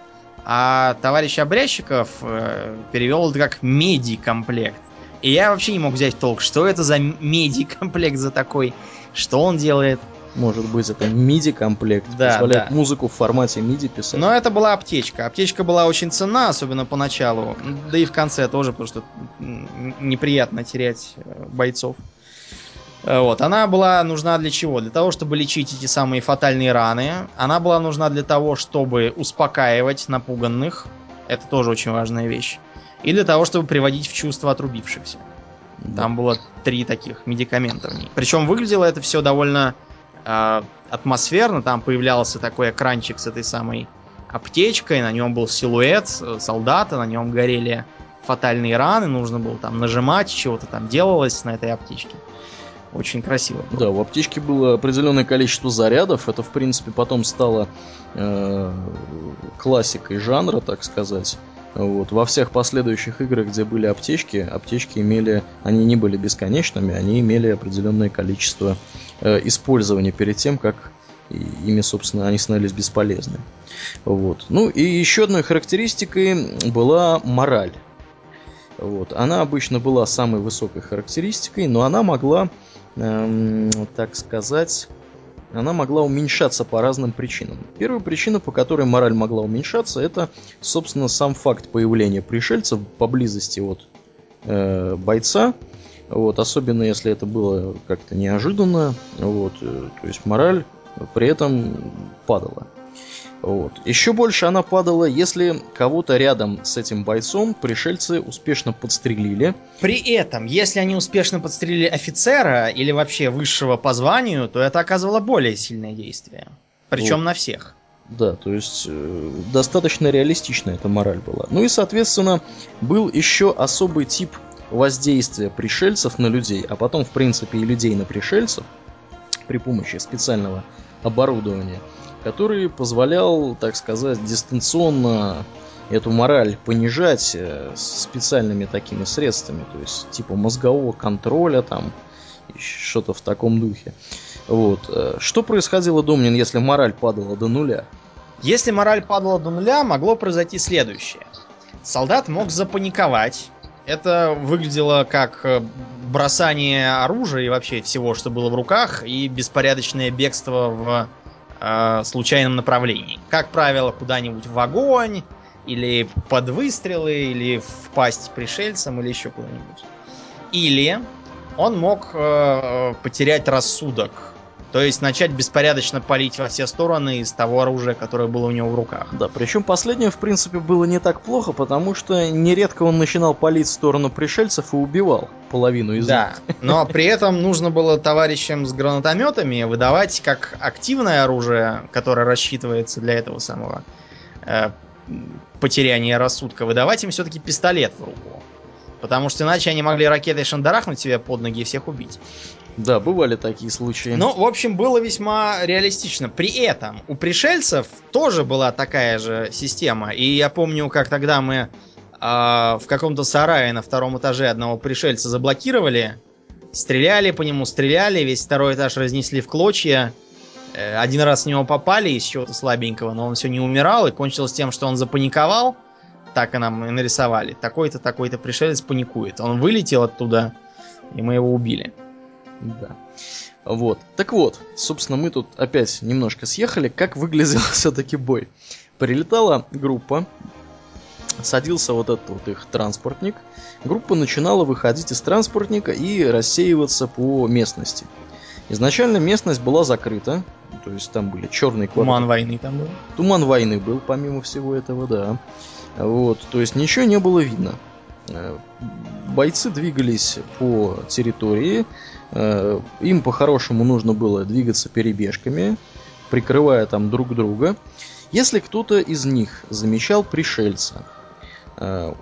А товарищ Обрядчиков перевел это как медикомплект. И я вообще не мог взять в толк, что это за медикомплект за такой, что он делает. Может быть, это MIDI-комплект, позволяет музыку в формате MIDI писать. Но это была аптечка. Аптечка была очень ценна, особенно поначалу. Да и в конце тоже, потому что неприятно терять бойцов. Вот. Она была нужна для чего? Для того, чтобы лечить эти самые фатальные раны. Она была нужна для того, чтобы успокаивать напуганных. Это тоже очень важная вещь. И для того, чтобы приводить в чувство отрубившихся. Да. Там было 3 таких медикамента в ней. Причем выглядело это все довольно атмосферно. Там появлялся такой экранчик с этой самой аптечкой. На нем был силуэт солдата. На нем горели фатальные раны. Нужно было там нажимать, чего-то там делалось на этой аптечке. Очень красиво было. Да, у аптечки было определенное количество зарядов. Это, в принципе, потом стало классикой жанра, так сказать. Вот. Во всех последующих играх, где были аптечки имели, они не были бесконечными, они имели определенное количество использования перед тем, как ими, собственно, они становились бесполезны. Вот. Ну и еще одной характеристикой была мораль. Вот. Она обычно была самой высокой характеристикой, но она могла, так сказать, она могла уменьшаться по разным причинам. Первая причина, по которой мораль могла уменьшаться, это, собственно, сам факт появления пришельцев поблизости от бойца. Вот, особенно если это было как-то неожиданно. Вот, то есть мораль при этом падала. Вот. Еще больше она падала, если кого-то рядом с этим бойцом пришельцы успешно подстрелили. При этом, если они успешно подстрелили офицера или вообще высшего по званию, то это оказывало более сильное действие. Причем вот. На всех. Да, то есть достаточно реалистичная эта мораль была. Ну и, соответственно, был еще особый тип воздействия пришельцев на людей, а потом, в принципе, и людей на пришельцев при помощи специального оборудования, который позволял, так сказать, дистанционно эту мораль понижать специальными такими средствами, то есть типа мозгового контроля, там, что-то в таком духе. Вот. Что происходило, Домнин, если мораль падала до нуля? Если мораль падала до нуля, могло произойти следующее. Солдат мог запаниковать. Это выглядело как бросание оружия и вообще всего, что было в руках, и беспорядочное бегство в случайном направлении. Как правило, куда-нибудь в огонь, или под выстрелы, или в пасть пришельцам, или еще куда-нибудь. Или он мог потерять рассудок. То есть начать беспорядочно палить во все стороны из того оружия, которое было у него в руках. Да, причем последнее, в принципе, было не так плохо, потому что нередко он начинал палить в сторону пришельцев и убивал половину из них. Да, но при этом нужно было товарищам с гранатометами выдавать как активное оружие, которое рассчитывается для этого самого потеряния рассудка, выдавать им все-таки пистолет в руку. Потому что иначе они могли ракетой шандарахнуть себе под ноги и всех убить. Да, бывали такие случаи. Ну, в общем, было весьма реалистично. При этом у пришельцев тоже была такая же система. И я помню, как тогда мы в каком-то сарае на втором этаже одного пришельца заблокировали. Стреляли по нему, стреляли. Весь второй этаж разнесли в клочья. Один раз в него попали из чего-то слабенького, но он все не умирал. И кончилось тем, что он запаниковал. Так и нам и нарисовали. Такой-то, такой-то пришелец паникует. Он вылетел оттуда, и мы его убили. Да. Вот. Так вот, собственно, мы тут опять немножко съехали. Как выглядел все-таки бой? Прилетала группа, садился вот этот вот их транспортник. Группа начинала выходить из транспортника и рассеиваться по местности. Изначально местность была закрыта, то есть там были черные квадраты. Туман войны там был. Туман войны был, помимо всего этого, да. Вот, то есть ничего не было видно. Бойцы двигались по территории. Им по-хорошему нужно было двигаться перебежками, прикрывая там друг друга. Если кто-то из них замечал пришельца в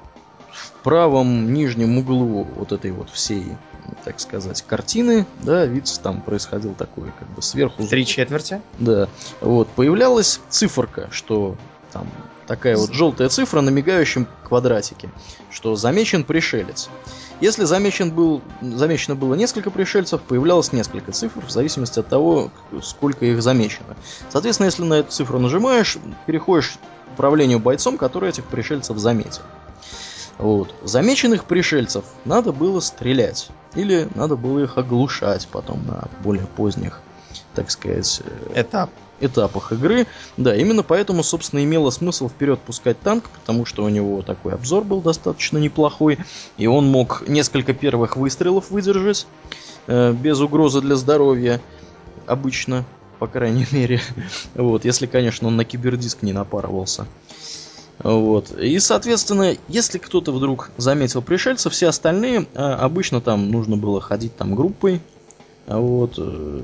правом нижнем углу вот этой вот всей, так сказать, картины, да, видите, там происходил такой как бы сверху... 3/4? Да, вот, появлялась циферка, что там такая вот желтая цифра на мигающем квадратике, что замечен пришелец. Если замечено было несколько пришельцев, появлялось несколько цифр в зависимости от того, сколько их замечено. Соответственно, если на эту цифру нажимаешь, переходишь к управлению бойцом, который этих пришельцев заметил. Вот. Замеченных пришельцев надо было стрелять. Или надо было их оглушать потом на более поздних, так сказать, этапах игры. Да, именно поэтому, собственно, имело смысл вперед пускать танк, потому что у него такой обзор был достаточно неплохой, и он мог несколько первых выстрелов выдержать без угрозы для здоровья, обычно, по крайней мере. Вот, если, конечно, он на кибердиск не напарывался. Вот. И, соответственно, если кто-то вдруг заметил пришельцев, все остальные, обычно там нужно было ходить там группой, вот,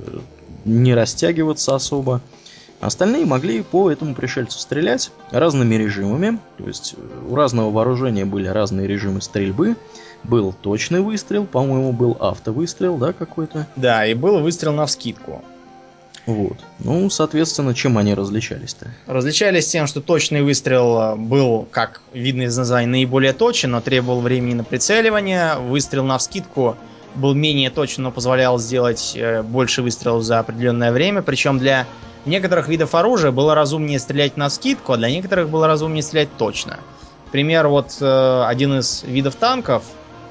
не растягиваться особо. Остальные могли по этому пришельцу стрелять разными режимами. То есть у разного вооружения были разные режимы стрельбы. Был точный выстрел, по-моему, был автовыстрел, да, какой-то? Да, и был выстрел навскидку. Вот. Ну, соответственно, чем они различались-то? Различались тем, что точный выстрел был, как видно из названия, наиболее точен, но требовал времени на прицеливание. Выстрел навскидку был менее точен, но позволял сделать больше выстрелов за определенное время. Причем для некоторых видов оружия было разумнее стрелять навскидку, а для некоторых было разумнее стрелять точно. Например, вот один из видов танков,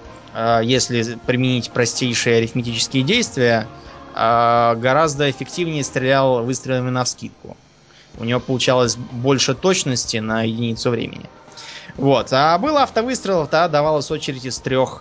если применить простейшие арифметические действия, гораздо эффективнее стрелял выстрелами навскидку. У него получалось больше точности на единицу времени. Вот. А был автовыстрел, тогда давалась очередь из трех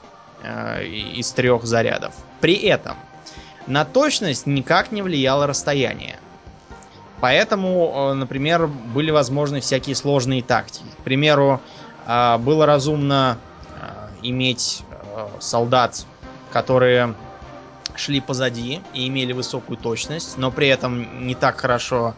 зарядов. При этом на точность никак не влияло расстояние. Поэтому, например, были возможны всякие сложные тактики. К примеру, было разумно иметь солдат, которые шли позади и имели высокую точность, но при этом не так хорошо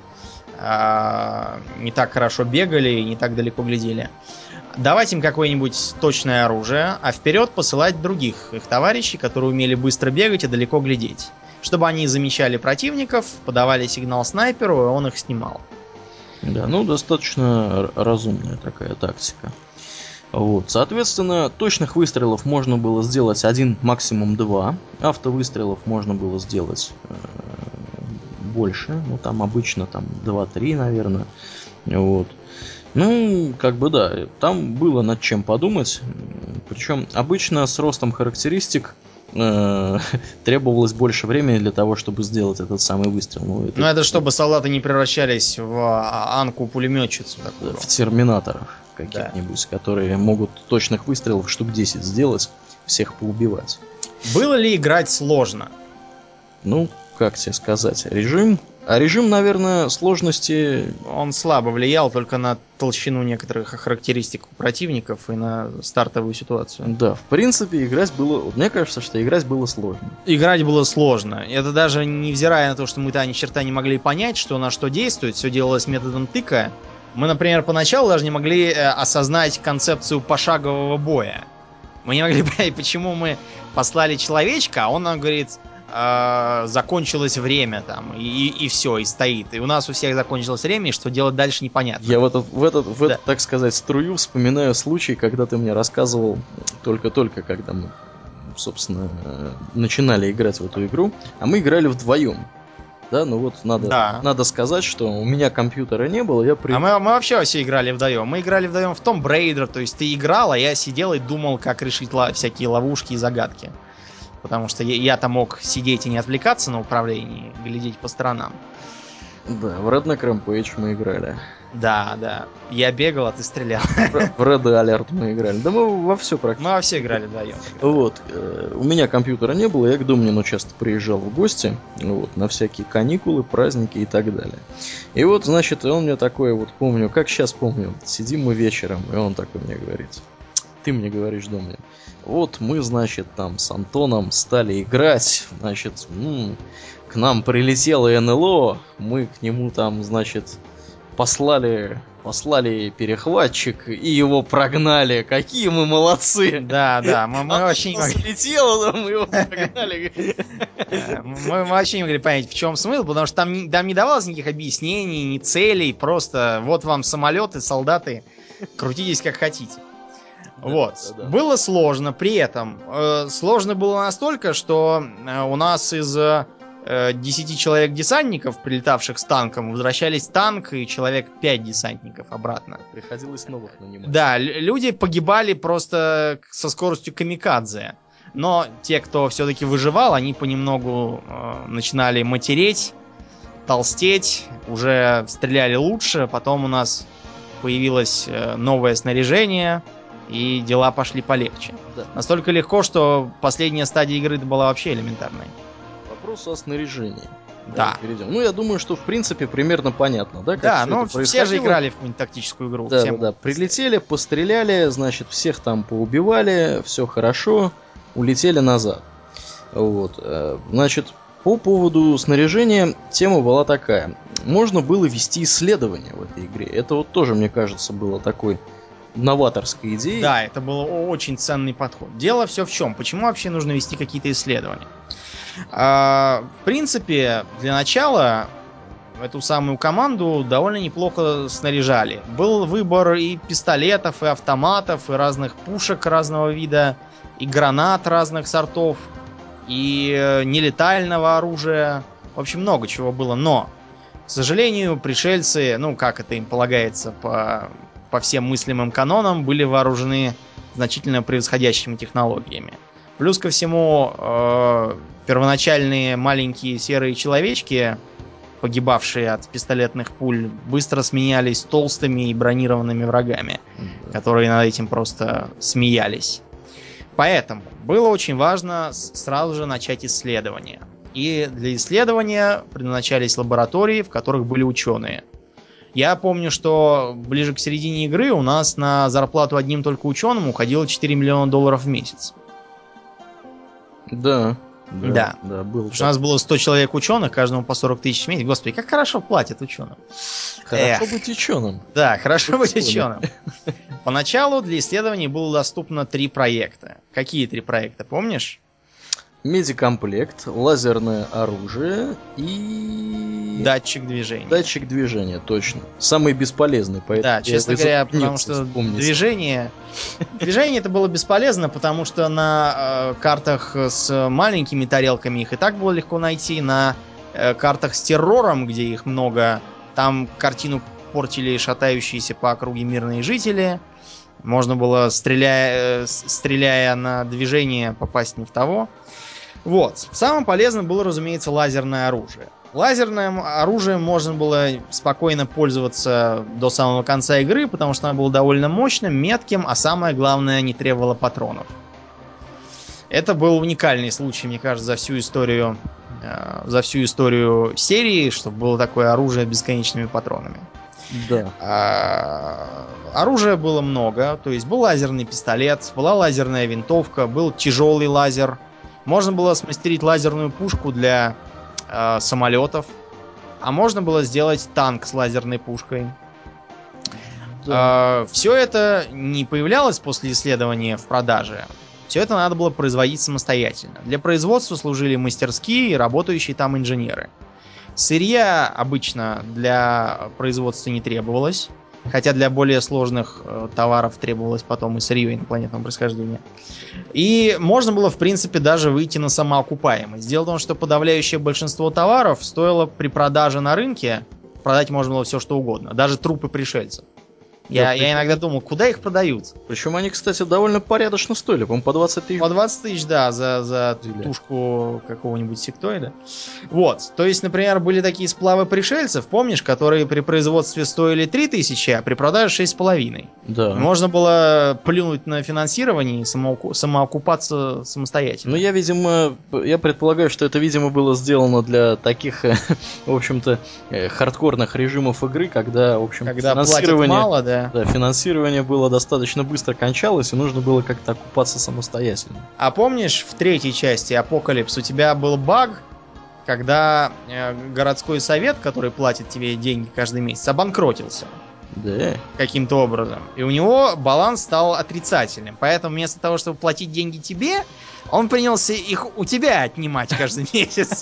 бегали и не так далеко глядели. Давать им какое-нибудь точное оружие, а вперед посылать других их товарищей, которые умели быстро бегать и далеко глядеть. Чтобы они замечали противников, подавали сигнал снайперу, и он их снимал. Да, ну достаточно разумная такая тактика. Вот. Соответственно, точных выстрелов можно было сделать 1, максимум 2. Автовыстрелов можно было сделать больше. Ну, там обычно там 2-3, наверное. Вот. Ну, как бы да, там было над чем подумать. Причем обычно с ростом характеристик требовалось больше времени для того, чтобы сделать этот самый выстрел. Ну, это чтобы солдаты не превращались в Анку-пулеметчицу такую. В терминаторов каких-нибудь, да, которые могут точных выстрелов штук 10 сделать, всех поубивать. Было ли играть сложно? Ну, как тебе сказать, режим... А режим, наверное, сложности... Он слабо влиял только на толщину некоторых характеристик у противников и на стартовую ситуацию. Да, в принципе, играть было... Мне кажется, что играть было сложно. Играть было сложно. Это даже невзирая на то, что мы-то ни черта не могли понять, что на что действует. Все делалось методом тыка. Мы, например, поначалу даже не могли осознать концепцию пошагового боя. Мы не могли понять, почему мы послали человечка, а он нам говорит... закончилось время там, и все, и стоит. И у нас у всех закончилось время, и что делать дальше непонятно. Я в эту, так сказать, струю вспоминаю случай, когда ты мне рассказывал только-только, когда мы, собственно, начинали играть в эту игру, а мы играли вдвоем. Да, ну вот надо сказать, что у меня компьютера не было, А мы вообще все играли вдвоем. Мы играли вдвоем в Tomb Raider, то есть ты играл, а я сидел и думал, как решить всякие ловушки и загадки. Потому что я-то мог сидеть и не отвлекаться на управлении, глядеть по сторонам. Да, в Redneck Rampage мы играли. Да. Я бегал, а ты стрелял. В Red Alert мы играли. Да мы во все практически. Мы во все играли вдвоем. Вот. У меня компьютера не было, я к Домнину часто приезжал в гости. Вот, на всякие каникулы, праздники и так далее. И вот, значит, он мне такой, вот помню, как сейчас помню, сидим мы вечером, и он такой мне говорит: ты мне говоришь, Домнин, вот мы, значит, там с Антоном стали играть, значит, к нам прилетело НЛО, мы к нему там, значит, послали перехватчик и его прогнали. Какие мы молодцы! Да, мы вообще не могли. Слетело, мы его прогнали. Мы вообще не могли понять, в чем смысл, потому что там не давалось никаких объяснений, ни целей, просто вот вам самолеты, солдаты, крутитесь как хотите. Вот. Да. Было сложно, при этом сложно было настолько, что у нас из 10 человек десантников, прилетавших с танком, возвращались танк и человек 5 десантников обратно. Приходилось новых нанимать. Да, люди погибали просто со скоростью камикадзе. Но те, кто все-таки выживал, они понемногу начинали матереть, толстеть, уже стреляли лучше, потом у нас появилось новое снаряжение, и дела пошли полегче. Да. Настолько легко, что последняя стадия игры была вообще элементарной. Вопрос о снаряжении. Да. Перейдем. Ну, я думаю, что в принципе примерно понятно, да? Как да, ну все же играли в какую-нибудь тактическую игру. Да. Прилетели, постреляли, значит, всех там поубивали, все хорошо, улетели назад. Вот. Значит, по поводу снаряжения тема была такая. Можно было вести исследования в этой игре. Это вот тоже, мне кажется, было такой новаторской идеей. Да, это был очень ценный подход. Дело все в чем? Почему вообще нужно вести какие-то исследования? В принципе, для начала эту самую команду довольно неплохо снаряжали. Был выбор и пистолетов, и автоматов, и разных пушек разного вида, и гранат разных сортов, и нелетального оружия. В общем, много чего было. Но, к сожалению, пришельцы, ну, как это им полагается по всем мыслимым канонам, были вооружены значительно превосходящими технологиями. Плюс ко всему, первоначальные маленькие серые человечки, погибавшие от пистолетных пуль, быстро сменялись толстыми и бронированными врагами, которые над этим просто смеялись. Поэтому было очень важно сразу же начать исследования. И для исследования предназначались лаборатории, в которых были ученые. Я помню, что ближе к середине игры у нас на зарплату одним только ученым уходило $4 миллиона в месяц. Да. Было. Потому что у нас было 100 человек ученых, каждому по 40 тысяч в месяц. Господи, как хорошо платят ученым. Хорошо быть ученым. Да, хорошо быть ученым. Поначалу для исследований было доступно 3 проекта. Какие 3 проекта, помнишь? Медикомплект, лазерное оружие и... Датчик движения. Датчик движения, точно. Самый бесполезный. Да, честно говоря, потому что движение это было бесполезно, потому что на картах с маленькими тарелками их и так было легко найти. На картах с террором, где их много, там картину портили шатающиеся по округе мирные жители. Можно было, стреляя на движение, попасть не в того. Вот. Самым полезным было, разумеется, лазерное оружие. Лазерным оружием можно было спокойно пользоваться до самого конца игры, потому что оно было довольно мощным, метким, а самое главное, не требовало патронов. Это был уникальный случай, мне кажется, за всю историю серии, чтобы было такое оружие с бесконечными патронами. Да. Оружия было много, то есть был лазерный пистолет, была лазерная винтовка, был тяжелый лазер. Можно было смастерить лазерную пушку для самолетов, а можно было сделать танк с лазерной пушкой. Да. Все это не появлялось после исследования в продаже. Все это надо было производить самостоятельно. Для производства служили мастерские и работающие там инженеры. Сырья обычно для производства не требовалось, хотя для более сложных товаров требовалось потом и сырье инопланетного происхождения. И можно было, в принципе, даже выйти на самоокупаемость. Дело в том, что подавляющее большинство товаров стоило при продаже на рынке, продать можно было все что угодно, даже трупы пришельцев. Я иногда думал, куда их продают? Причем они, кстати, довольно порядочно стоили, по-моему, по 20 тысяч. По 20 тысяч, да, за тушку какого-нибудь сектоида. Вот, то есть, например, были такие сплавы пришельцев, помнишь, которые при производстве стоили 3000, а при продаже 6,5. Да. Можно было плюнуть на финансирование и самоокупаться самостоятельно. Ну, я предполагаю, что это, видимо, было сделано для таких, в общем-то, хардкорных режимов игры, когда, в общем, когда платят мало, да. Да, финансирование было достаточно быстро кончалось, и нужно было как-то окупаться самостоятельно. А помнишь, в третьей части Апокалипс у тебя был баг, когда городской совет, который платит тебе деньги каждый месяц, обанкротился. Да. Каким-то образом. И у него баланс стал отрицательным. Поэтому вместо того, чтобы платить деньги тебе, он принялся их у тебя отнимать каждый месяц.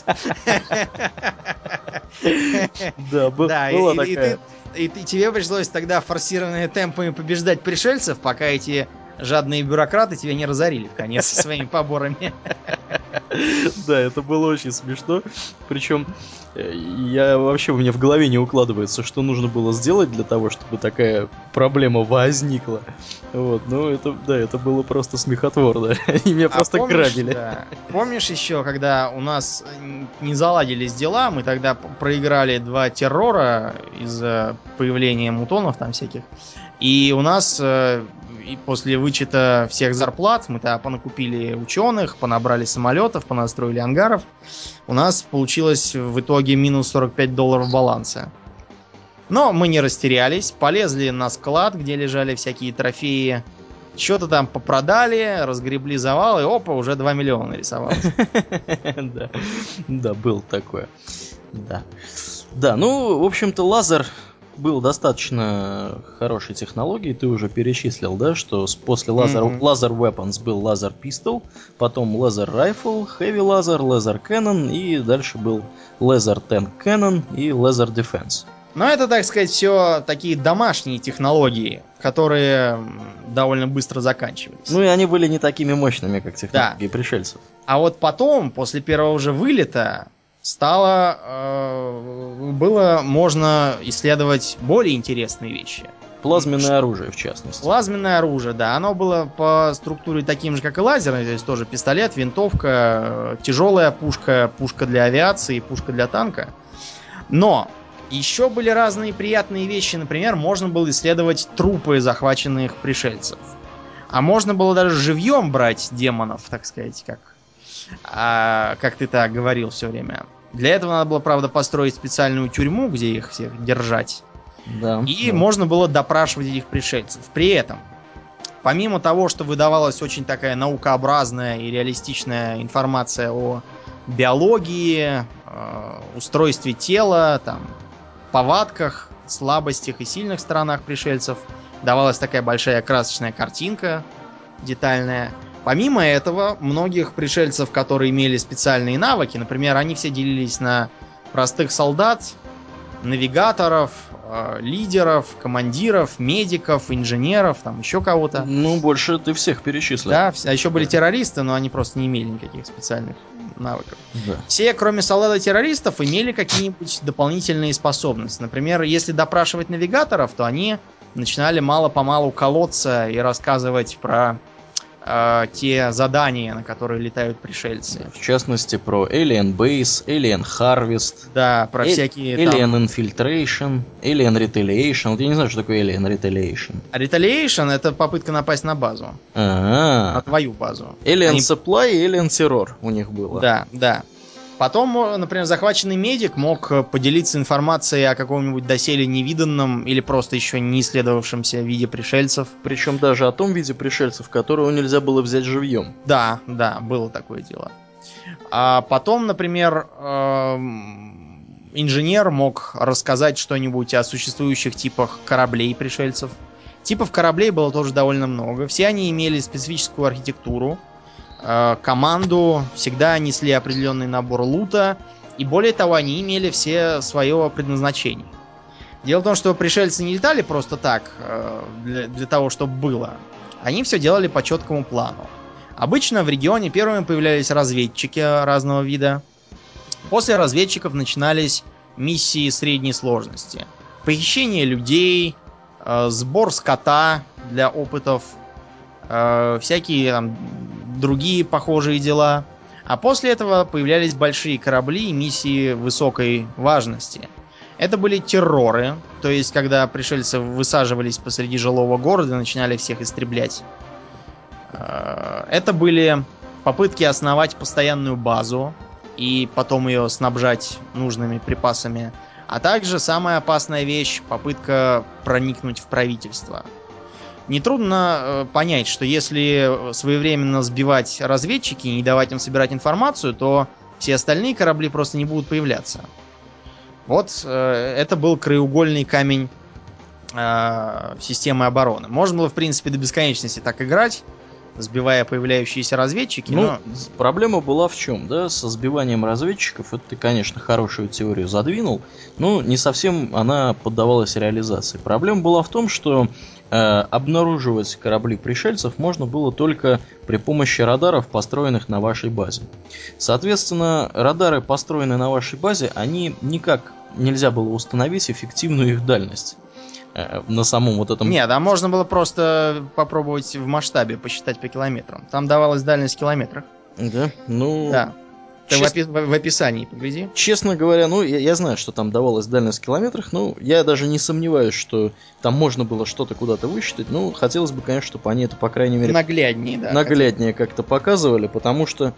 Да, была такая. И тебе пришлось тогда форсированными темпами побеждать пришельцев, пока эти жадные бюрократы тебя не разорили в конец со своими поборами. Да, это было очень смешно. Причем мне в голове не укладывается, что нужно было сделать для того, чтобы такая проблема возникла. Вот, ну это было просто смехотворно. Они меня просто грабили. Да. Помнишь еще, когда у нас не заладились дела, мы тогда проиграли 2 террора из-за появления мутонов там всяких. И у нас после вычета всех зарплат мы тогда понакупили ученых, понабрали самолетов, понастроили ангаров. У нас получилось в итоге минус $45 в балансе. Но мы не растерялись, полезли на склад, где лежали всякие трофеи. Что-то там попродали, разгребли завал, и опа, уже 2 миллиона нарисовалось. Да, был такое. Да, ну, в общем-то, лазер был достаточно хорошей технологией. Ты уже перечислил, да, что после Laser Weapons был Laser Pistol, потом Laser Rifle, Heavy Laser, Laser Cannon, и дальше был Laser Tank Cannon и Laser Defense. Но это, так сказать, все такие домашние технологии, которые довольно быстро заканчивались. Ну и они были не такими мощными, как технологии пришельцев. А вот потом, после первого же вылета, было можно исследовать более интересные вещи. Плазменное оружие, в частности. Плазменное оружие, да. Оно было по структуре таким же, как и лазерное. То есть тоже пистолет, винтовка, тяжелая пушка, пушка для авиации, пушка для танка. Но еще были разные приятные вещи. Например, можно было исследовать трупы захваченных пришельцев. А можно было даже живьем брать демонов, так сказать, как ты так говорил все время. Для этого надо было, правда, построить специальную тюрьму, где их всех держать. Да. И можно было допрашивать этих пришельцев. При этом, помимо того, что выдавалась очень такая наукообразная и реалистичная информация о биологии, устройстве тела, там, повадках, слабостях и сильных сторонах пришельцев, давалась такая большая красочная картинка, детальная. Помимо этого, многих пришельцев, которые имели специальные навыки, например, они все делились на простых солдат, навигаторов, лидеров, командиров, медиков, инженеров, там еще кого-то. Ну, больше ты всех перечислил. Да, а еще были террористы, но они просто не имели никаких специальных навыков. Да. Все, кроме солдат и террористов, имели какие-нибудь дополнительные способности. Например, если допрашивать навигаторов, то они начинали мало-помалу колоться и рассказывать про те задания, на которые летают пришельцы. В частности, про Alien Base, Alien Harvest. Да, про всякие Alien там... Infiltration, Alien Retaliation. Вот я не знаю, что такое Alien Retaliation. Retaliation — это попытка напасть на базу. А-а-а. На твою базу. Alien Supply и Alien Terror у них было. Да, да. Потом, например, захваченный медик мог поделиться информацией о каком-нибудь доселе невиданном или просто еще не исследовавшемся виде пришельцев. Причем даже о том виде пришельцев, которого нельзя было взять живьем. Да, да, было такое дело. А потом, например, инженер мог рассказать что-нибудь о существующих типах кораблей пришельцев. Типов кораблей было тоже довольно много. Все они имели специфическую архитектуру, команду, всегда несли определенный набор лута, и более того, они имели все свое предназначение. Дело в том, что пришельцы не летали просто так, для того, чтобы было. Они все делали по четкому плану. Обычно в регионе первыми появлялись разведчики разного вида. После разведчиков начинались миссии средней сложности. Похищение людей, сбор скота для опытов, всякие там другие похожие дела. А после этого появлялись большие корабли и миссии высокой важности. Это были терроры, то есть когда пришельцы высаживались посреди жилого города и начинали всех истреблять. Это были попытки основать постоянную базу и потом ее снабжать нужными припасами. А также самая опасная вещь — попытка проникнуть в правительство. Нетрудно понять, что если своевременно сбивать разведчики и не давать им собирать информацию, то все остальные корабли просто не будут появляться. Вот это был краеугольный камень системы обороны. Можно было, в принципе, до бесконечности так играть, сбивая появляющиеся разведчики. Но проблема была в чем, да? Со сбиванием разведчиков, это ты, конечно, хорошую теорию задвинул, но не совсем она поддавалась реализации. Проблема была в том, что обнаруживать корабли пришельцев можно было только при помощи радаров, построенных на вашей базе. Соответственно, радары, построенные на вашей базе, они никак нельзя было установить эффективную их дальность на самом вот этом... Нет, а можно было просто попробовать в масштабе посчитать по километрам. Там давалась дальность в километрах. Да? Ну... Да. Ты в описании погляди. Честно говоря, ну, я знаю, что там давалась дальность в километрах, но я даже не сомневаюсь, что там можно было что-то куда-то высчитать. Ну, хотелось бы, конечно, чтобы они это, по крайней мере... Нагляднее, да. Нагляднее как-то показывали, потому что...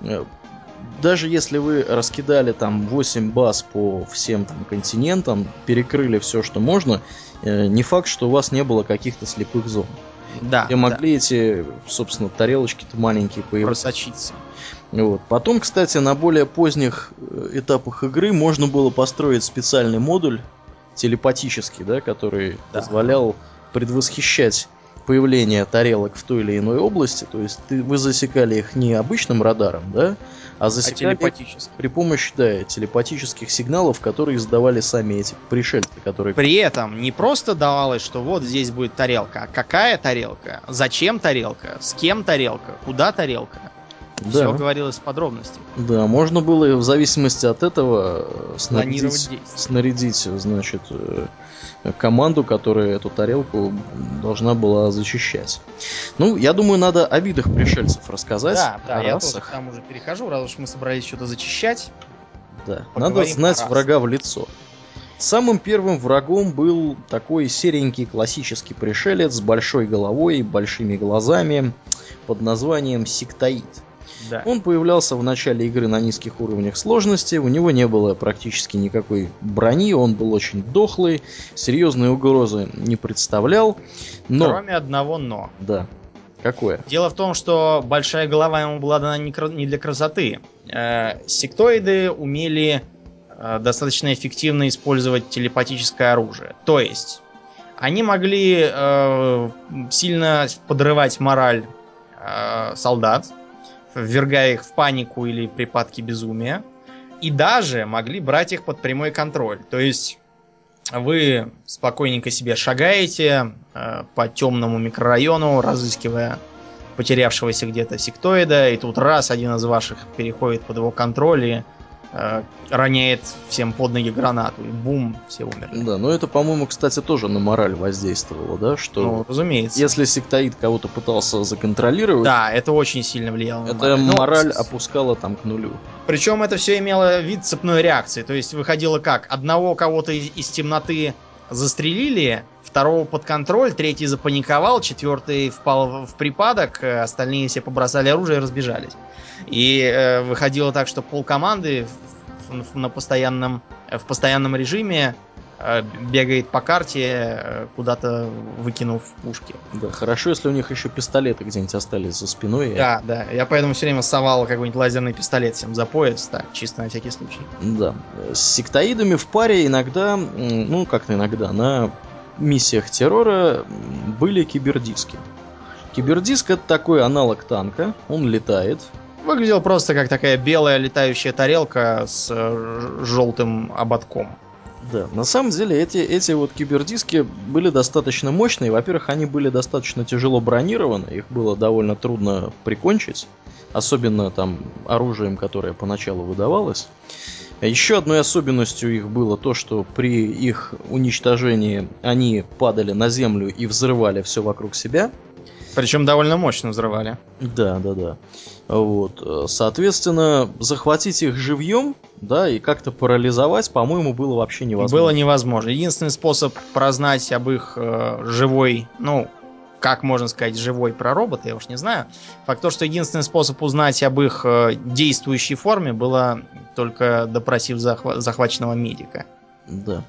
Даже если вы раскидали там 8 баз по всем там континентам, перекрыли все, что можно, не факт, что у вас не было каких-то слепых зон. Да. Где могли эти, собственно, тарелочки-то маленькие появиться. Просочиться. Вот. Потом, кстати, на более поздних этапах игры можно было построить специальный модуль телепатический, да, который позволял предвосхищать появление тарелок в той или иной области. То есть вы засекали их не обычным радаром, да, а засекали при помощи телепатических сигналов, которые издавали сами эти пришельцы, которые... При этом не просто давалось, что вот здесь будет тарелка, а какая тарелка, зачем тарелка, с кем тарелка, куда тарелка. Да. Все говорилось в подробностях. Да, можно было в зависимости от этого снарядить, значит, команду, которая эту тарелку должна была защищать. Ну, я думаю, надо о видах пришельцев рассказать. Да, я тоже к тому же перехожу, раз уж мы собрались что-то зачищать. Да, надо знать врага в лицо. Самым первым врагом был такой серенький классический пришелец с большой головой и большими глазами под названием сектоид. Да. Он появлялся в начале игры на низких уровнях сложности, у него не было практически никакой брони, он был очень дохлый, серьезной угрозы не представлял. Но... Кроме одного «но». Да. Какое? Дело в том, что большая голова ему была дана не для красоты. Сектоиды умели достаточно эффективно использовать телепатическое оружие. То есть они могли сильно подрывать мораль солдат, ввергая их в панику или припадки безумия, и даже могли брать их под прямой контроль. То есть вы спокойненько себе шагаете по темному микрорайону, разыскивая потерявшегося где-то сектоида, и тут раз один из ваших переходит под его контроль и роняет всем под ноги гранату, и бум, все умерли. Да, но это, по-моему, кстати, тоже на мораль воздействовало, да, что Ну, разумеется. если сектоид кого-то пытался законтролировать, Да, это очень сильно влияло на это мораль. Ну, мораль опускала там к нулю. причем это все имело вид цепной реакции. То есть выходило как? Одного кого-то из темноты застрелили, второго под контроль, третий запаниковал, четвертый впал в припадок, остальные все побросали оружие и разбежались. И выходило так, что полкоманды в постоянном режиме бегает по карте, куда-то выкинув пушки. Да, хорошо, если у них еще пистолеты где-нибудь остались за спиной. Да, да. Я поэтому все время совал какой-нибудь лазерный пистолет всем за пояс, так, чисто на всякий случай. Да. С сектоидами в паре иногда, ну как-то иногда, на миссиях террора были кибердиски. Кибердиск — это такой аналог танка, он летает. Выглядел просто как такая белая летающая тарелка с желтым ободком. Да, на самом деле эти вот кибердиски были достаточно мощные. Во-первых, они были достаточно тяжело бронированы, их было довольно трудно прикончить, особенно там оружием, которое поначалу выдавалось. Еще одной особенностью их было то, что при их уничтожении они падали на землю и взрывали все вокруг себя. Причем довольно мощно взрывали. Да. Вот. Соответственно, захватить их живьем, да, и как-то парализовать, по-моему, было вообще невозможно. Было невозможно. Единственный способ прознать об их живой, ну, как можно сказать, живой проработ, я уж не знаю. Факт то, что единственный способ узнать об их действующей форме было только допросив захваченного медика. Да.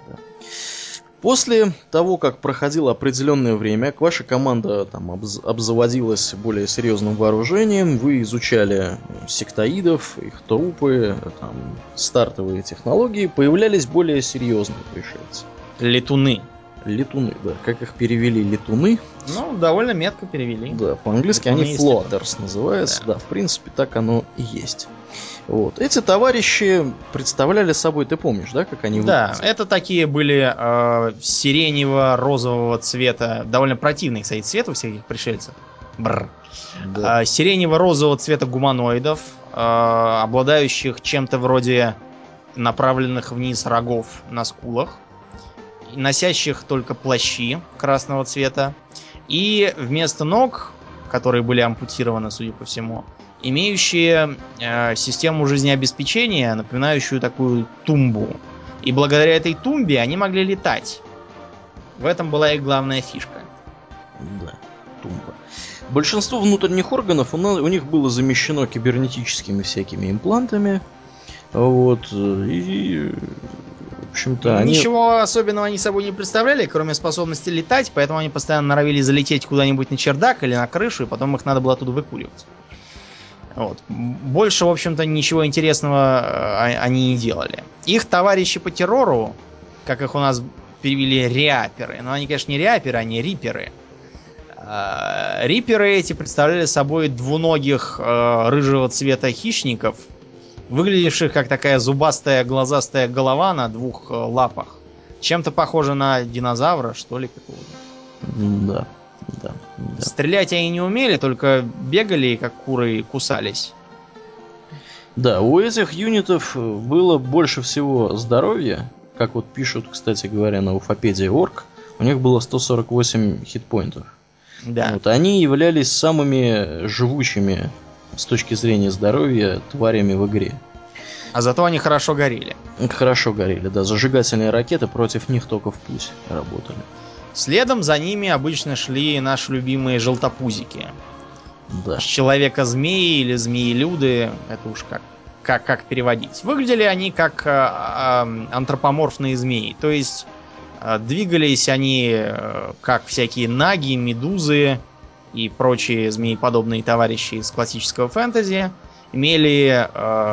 После того, как проходило определенное время, ваша команда там обзаводилась более серьезным вооружением, вы изучали сектоидов, их трупы, там, стартовые технологии, появлялись более серьезные пришельцы. Летуны. Летуны, да. Как их перевели летуны? Ну, довольно метко перевели. Да, по-английски Летуны они есть floaters называются. Да. Да, в принципе, так оно и есть. Вот. Эти товарищи представляли собой, ты помнишь, да, как они Да, выглядели? это такие были сиренево-розового цвета. Довольно противный, кстати, цвет у всех этих пришельцев. Бррр. Да. Сиренево-розового цвета гуманоидов, обладающих чем-то вроде направленных вниз рогов на скулах, носящих только плащи красного цвета, и вместо ног, которые были ампутированы, судя по всему, имеющие систему жизнеобеспечения, напоминающую такую тумбу. И благодаря этой тумбе они могли летать. В этом была их главная фишка. Да, тумба. Большинство внутренних органов у них было замещено кибернетическими всякими имплантами. Вот. И, в общем-то, они... Ничего особенного они собой не представляли, кроме способности летать, поэтому они постоянно норовили залететь куда-нибудь на чердак или на крышу, и потом их надо было оттуда выкуривать. Вот. Больше, в общем-то, ничего интересного они не делали. Их товарищи по террору, как их у нас перевели, реаперы. Но они, конечно, не реаперы, они риперы. Риперы эти представляли собой двуногих рыжего цвета хищников, выглядевших как такая зубастая глазастая голова на двух лапах. Чем-то похоже на динозавра, что ли, какого-то. Да. Стрелять они не умели, только бегали, как куры, и кусались. Да, у этих юнитов было больше всего здоровья. Как вот пишут, кстати говоря, на ufopedia.org, у них было 148 хитпоинтов. Да. Вот, они являлись самыми живучими с точки зрения здоровья тварями в игре. А зато они хорошо горели. Хорошо горели, да. Зажигательные ракеты против них только в путь работали. Следом за ними обычно шли наши любимые желтопузики. Да. Человека-змеи или змеи-люды, это уж как переводить. Выглядели они как антропоморфные змеи. То есть двигались они как всякие наги, медузы и прочие змееподобные товарищи из классического фэнтези. Имели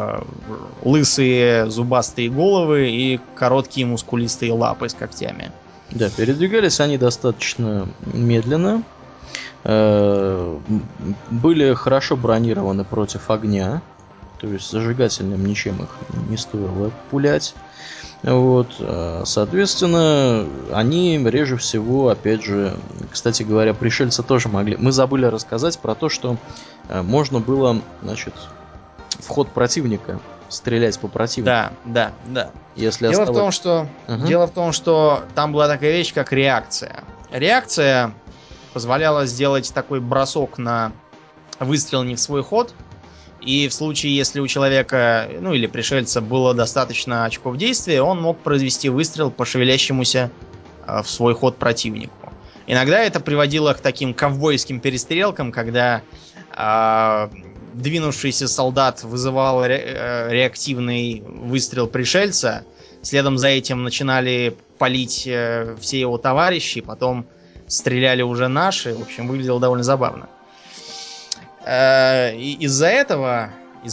лысые зубастые головы и короткие мускулистые лапы с когтями. Да, передвигались они достаточно медленно. Были хорошо бронированы против огня. То есть зажигательным ничем их не стоило пулять. Вот, соответственно, они реже всего, опять же, кстати говоря, пришельцы тоже могли. Мы забыли рассказать про то, что можно было, значит, вход противника стрелять по противнику. Да. Если Дело в том, что там была такая вещь, как реакция. Реакция позволяла сделать такой бросок на выстрел не в свой ход. И в случае, если у человека, ну или пришельца, было достаточно очков действия, он мог произвести выстрел по шевелящемуся в свой ход противнику. Иногда это приводило к таким ковбойским перестрелкам, когда двинувшийся солдат вызывал реактивный выстрел пришельца, следом за этим начинали палить все его товарищи, потом стреляли уже наши. В общем, выглядело довольно забавно. И из-за этого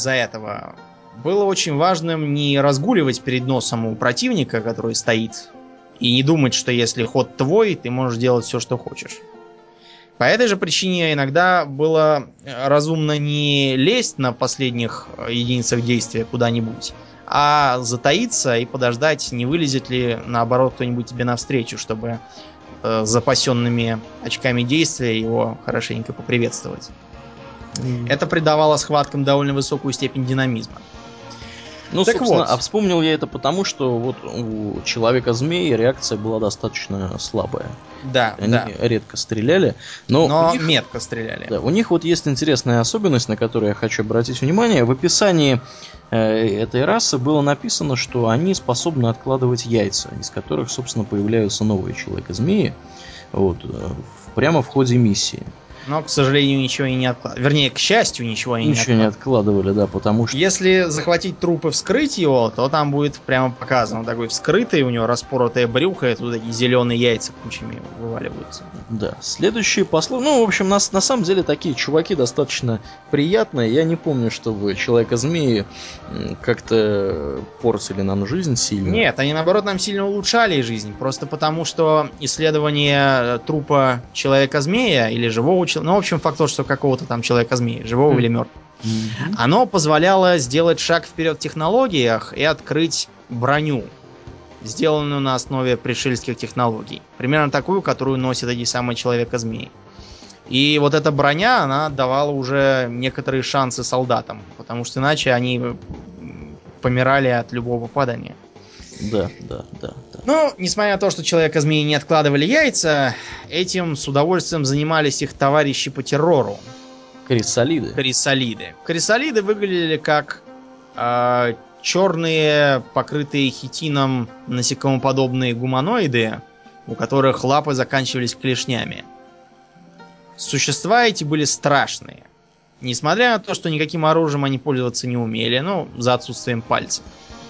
было очень важным не разгуливать перед носом у противника, который стоит, и не думать, что если ход твой, ты можешь делать все, что хочешь. По этой же причине иногда было разумно не лезть на последних единицах действия куда-нибудь, а затаиться и подождать, не вылезет ли, наоборот, кто-нибудь тебе навстречу, чтобы с запасенными очками действия его хорошенько поприветствовать. Это придавало схваткам довольно высокую степень динамизма. Ну, так собственно, вот. а вспомнил я это потому, что вот у Человека-змеи реакция была достаточно слабая. Да, Они редко стреляли, но у них, метко стреляли. Да, у них вот есть интересная особенность, на которую я хочу обратить внимание. В описании этой расы было написано, что они способны откладывать яйца, из которых, собственно, появляются новые Человека-змеи, вот, прямо в ходе миссии. Но, к сожалению, ничего и не откладывали. Вернее, к счастью, ничего и не откладывали, да, потому что... Если захватить труп и вскрыть его, то там будет прямо показано. Такой вскрытый, у него распоротое брюхо, и тут такие зеленые яйца кучами вываливаются. Да, следующие послы... Ну, в общем, на самом деле такие чуваки достаточно приятные. Я не помню, чтобы Человека-змеи как-то портили нам жизнь сильно. Нет, они, наоборот, нам сильно улучшали жизнь. Просто потому, что исследование трупа Человека-змея или живого человека... Ну, в общем, факт то, что какого-то там Человека-змея, живого или мертвого, оно позволяло сделать шаг вперед в технологиях и открыть броню, сделанную на основе пришельских технологий. Примерно такую, которую носят эти самые Человека-змеи. И вот эта броня, она давала уже некоторые шансы солдатам, потому что иначе они помирали от любого попадания. Да. Но, несмотря на то, что Человека-змеи не откладывали яйца, этим с удовольствием занимались их товарищи по террору. Крисалиды. Крисалиды выглядели как черные, покрытые хитином насекомоподобные гуманоиды, у которых лапы заканчивались клешнями. Существа эти были страшные. Несмотря на то, что никаким оружием они пользоваться не умели, за отсутствием пальцев.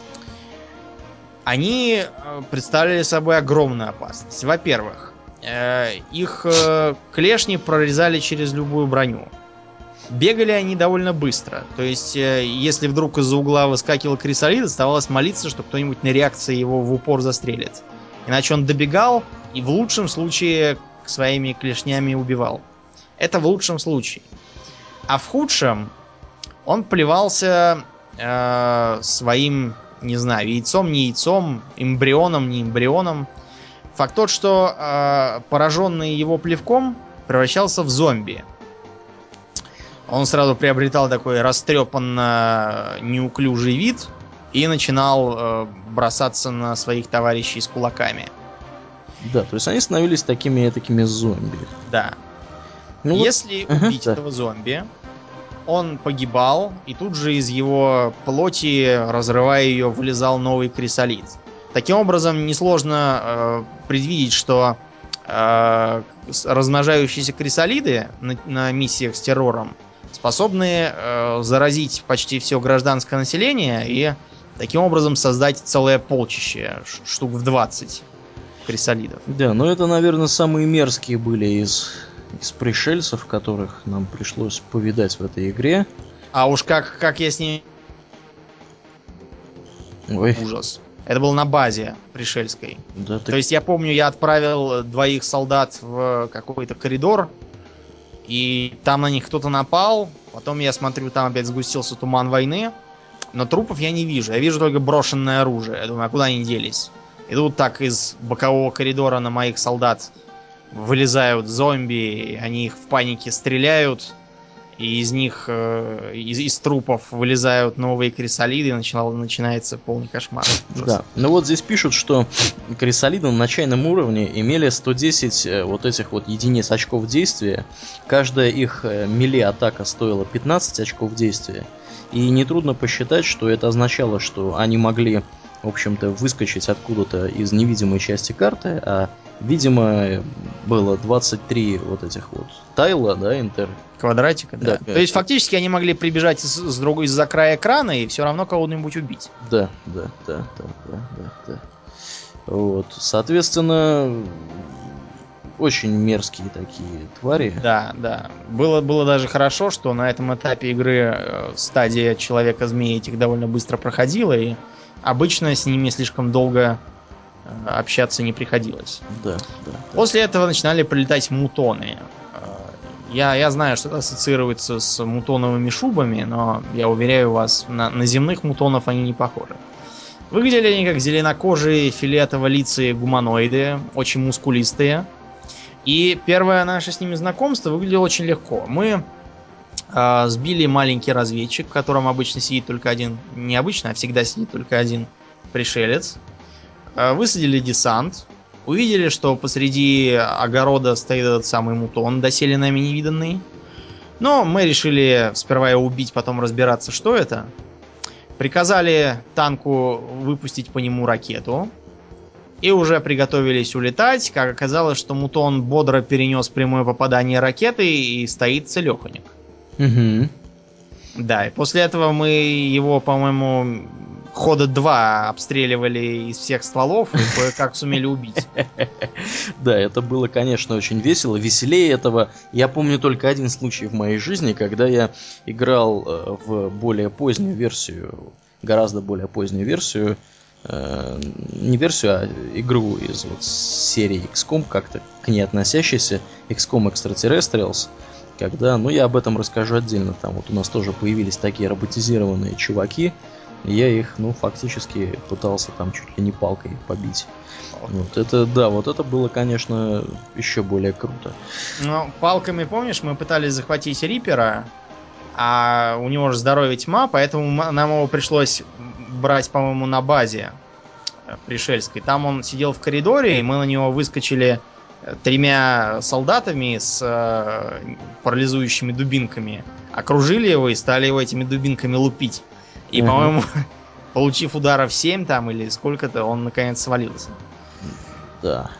Они представляли собой огромную опасность. Во-первых, их клешни прорезали через любую броню. Бегали они довольно быстро. То есть, если вдруг из-за угла выскакивал крисалид, оставалось молиться, что кто-нибудь на реакции его в упор застрелит. Иначе он добегал и в лучшем случае своими клешнями убивал. Это в лучшем случае. А в худшем он плевался своим, не знаю, яйцом, не яйцом, эмбрионом, не эмбрионом. Факт тот, что пораженный его плевком превращался в зомби. Он сразу приобретал такой растрепанно неуклюжий вид и начинал бросаться на своих товарищей с кулаками. Да, то есть они становились такими зомби. Да. Если убить этого зомби, он погибал, и тут же из его плоти, разрывая ее, вылезал новый крисалид. Таким образом, несложно предвидеть, что размножающиеся крисалиды на миссиях с террором способны заразить почти все гражданское население и таким образом создать целое полчище, штук в 20 крисалидов. Да, но это, наверное, самые мерзкие были из пришельцев, которых нам пришлось повидать в этой игре. А уж как я с ними... Ой. Ужас. Это было на базе пришельской. Да, То есть я помню, я отправил 2 солдат в какой-то коридор, и там на них кто-то напал. Потом я смотрю, там опять сгустился туман войны. Но трупов я не вижу. Я вижу только брошенное оружие. Я думаю, а куда они делись? И тут так из бокового коридора на моих солдат вылезают зомби. Они их в панике стреляют. и из них, из трупов вылезают новые крисолиды, и начинается полный кошмар. Да, ну вот здесь пишут, что крисолиды на начальном уровне имели 110 вот этих вот единиц очков действия. Каждая их миле-атака стоила 15 очков действия. И нетрудно посчитать, что это означало, что они могли, в общем-то, выскочить откуда-то из невидимой части карты, а, видимо, было 23 вот этих вот тайла, да, Квадратика, да. Да. То есть фактически они могли прибежать из-за края экрана и все равно кого-нибудь убить. Да. Вот, соответственно, очень мерзкие такие твари. Да. Было даже хорошо, что на этом этапе игры стадия Человека-змеи этих довольно быстро проходила, и обычно с ними слишком долго общаться не приходилось. Да. После этого начинали прилетать мутоны. Я знаю, что это ассоциируется с мутоновыми шубами, но я уверяю вас, на земных мутонов они не похожи. Выглядели они как зеленокожие фиолетово-лицые гуманоиды, очень мускулистые. И первое наше с ними знакомство выглядело очень легко. Мы сбили маленький разведчик, в котором обычно сидит только один, не обычно, а всегда сидит только один пришелец. Высадили десант. Увидели, что посреди огорода стоит этот самый мутон, доселе нами невиданный. Но мы решили сперва его убить, потом разбираться, что это. Приказали танку выпустить по нему ракету. И уже приготовились улетать. Как оказалось, что мутон бодро перенес прямое попадание ракеты и стоит целеханик. Угу. Да, и после этого мы его, по-моему, хода 2 обстреливали из всех стволов и кое-как сумели убить. Да, это было, конечно, очень весело. Веселее этого я помню только один случай в моей жизни, когда я играл в более позднюю версию, гораздо более позднюю версию, не версию, а игру из вот серии XCOM, как-то к ней относящейся, XCOM Extraterrestrials, когда, ну я об этом расскажу отдельно, там вот у нас тоже появились такие роботизированные чуваки, и я их, ну, фактически пытался там чуть ли не палкой побить. Вот это, да, вот это было, конечно, еще более круто. Ну, палками, помнишь, мы пытались захватить Рипера, а у него же здоровье тьма, поэтому нам его пришлось брать, по-моему, на базе пришельской. Там он сидел в коридоре, и мы на него выскочили 3 солдатами с парализующими дубинками. Окружили его и стали его этими дубинками лупить. И, по-моему, получив ударов 7 там или сколько-то, он наконец свалился. Да.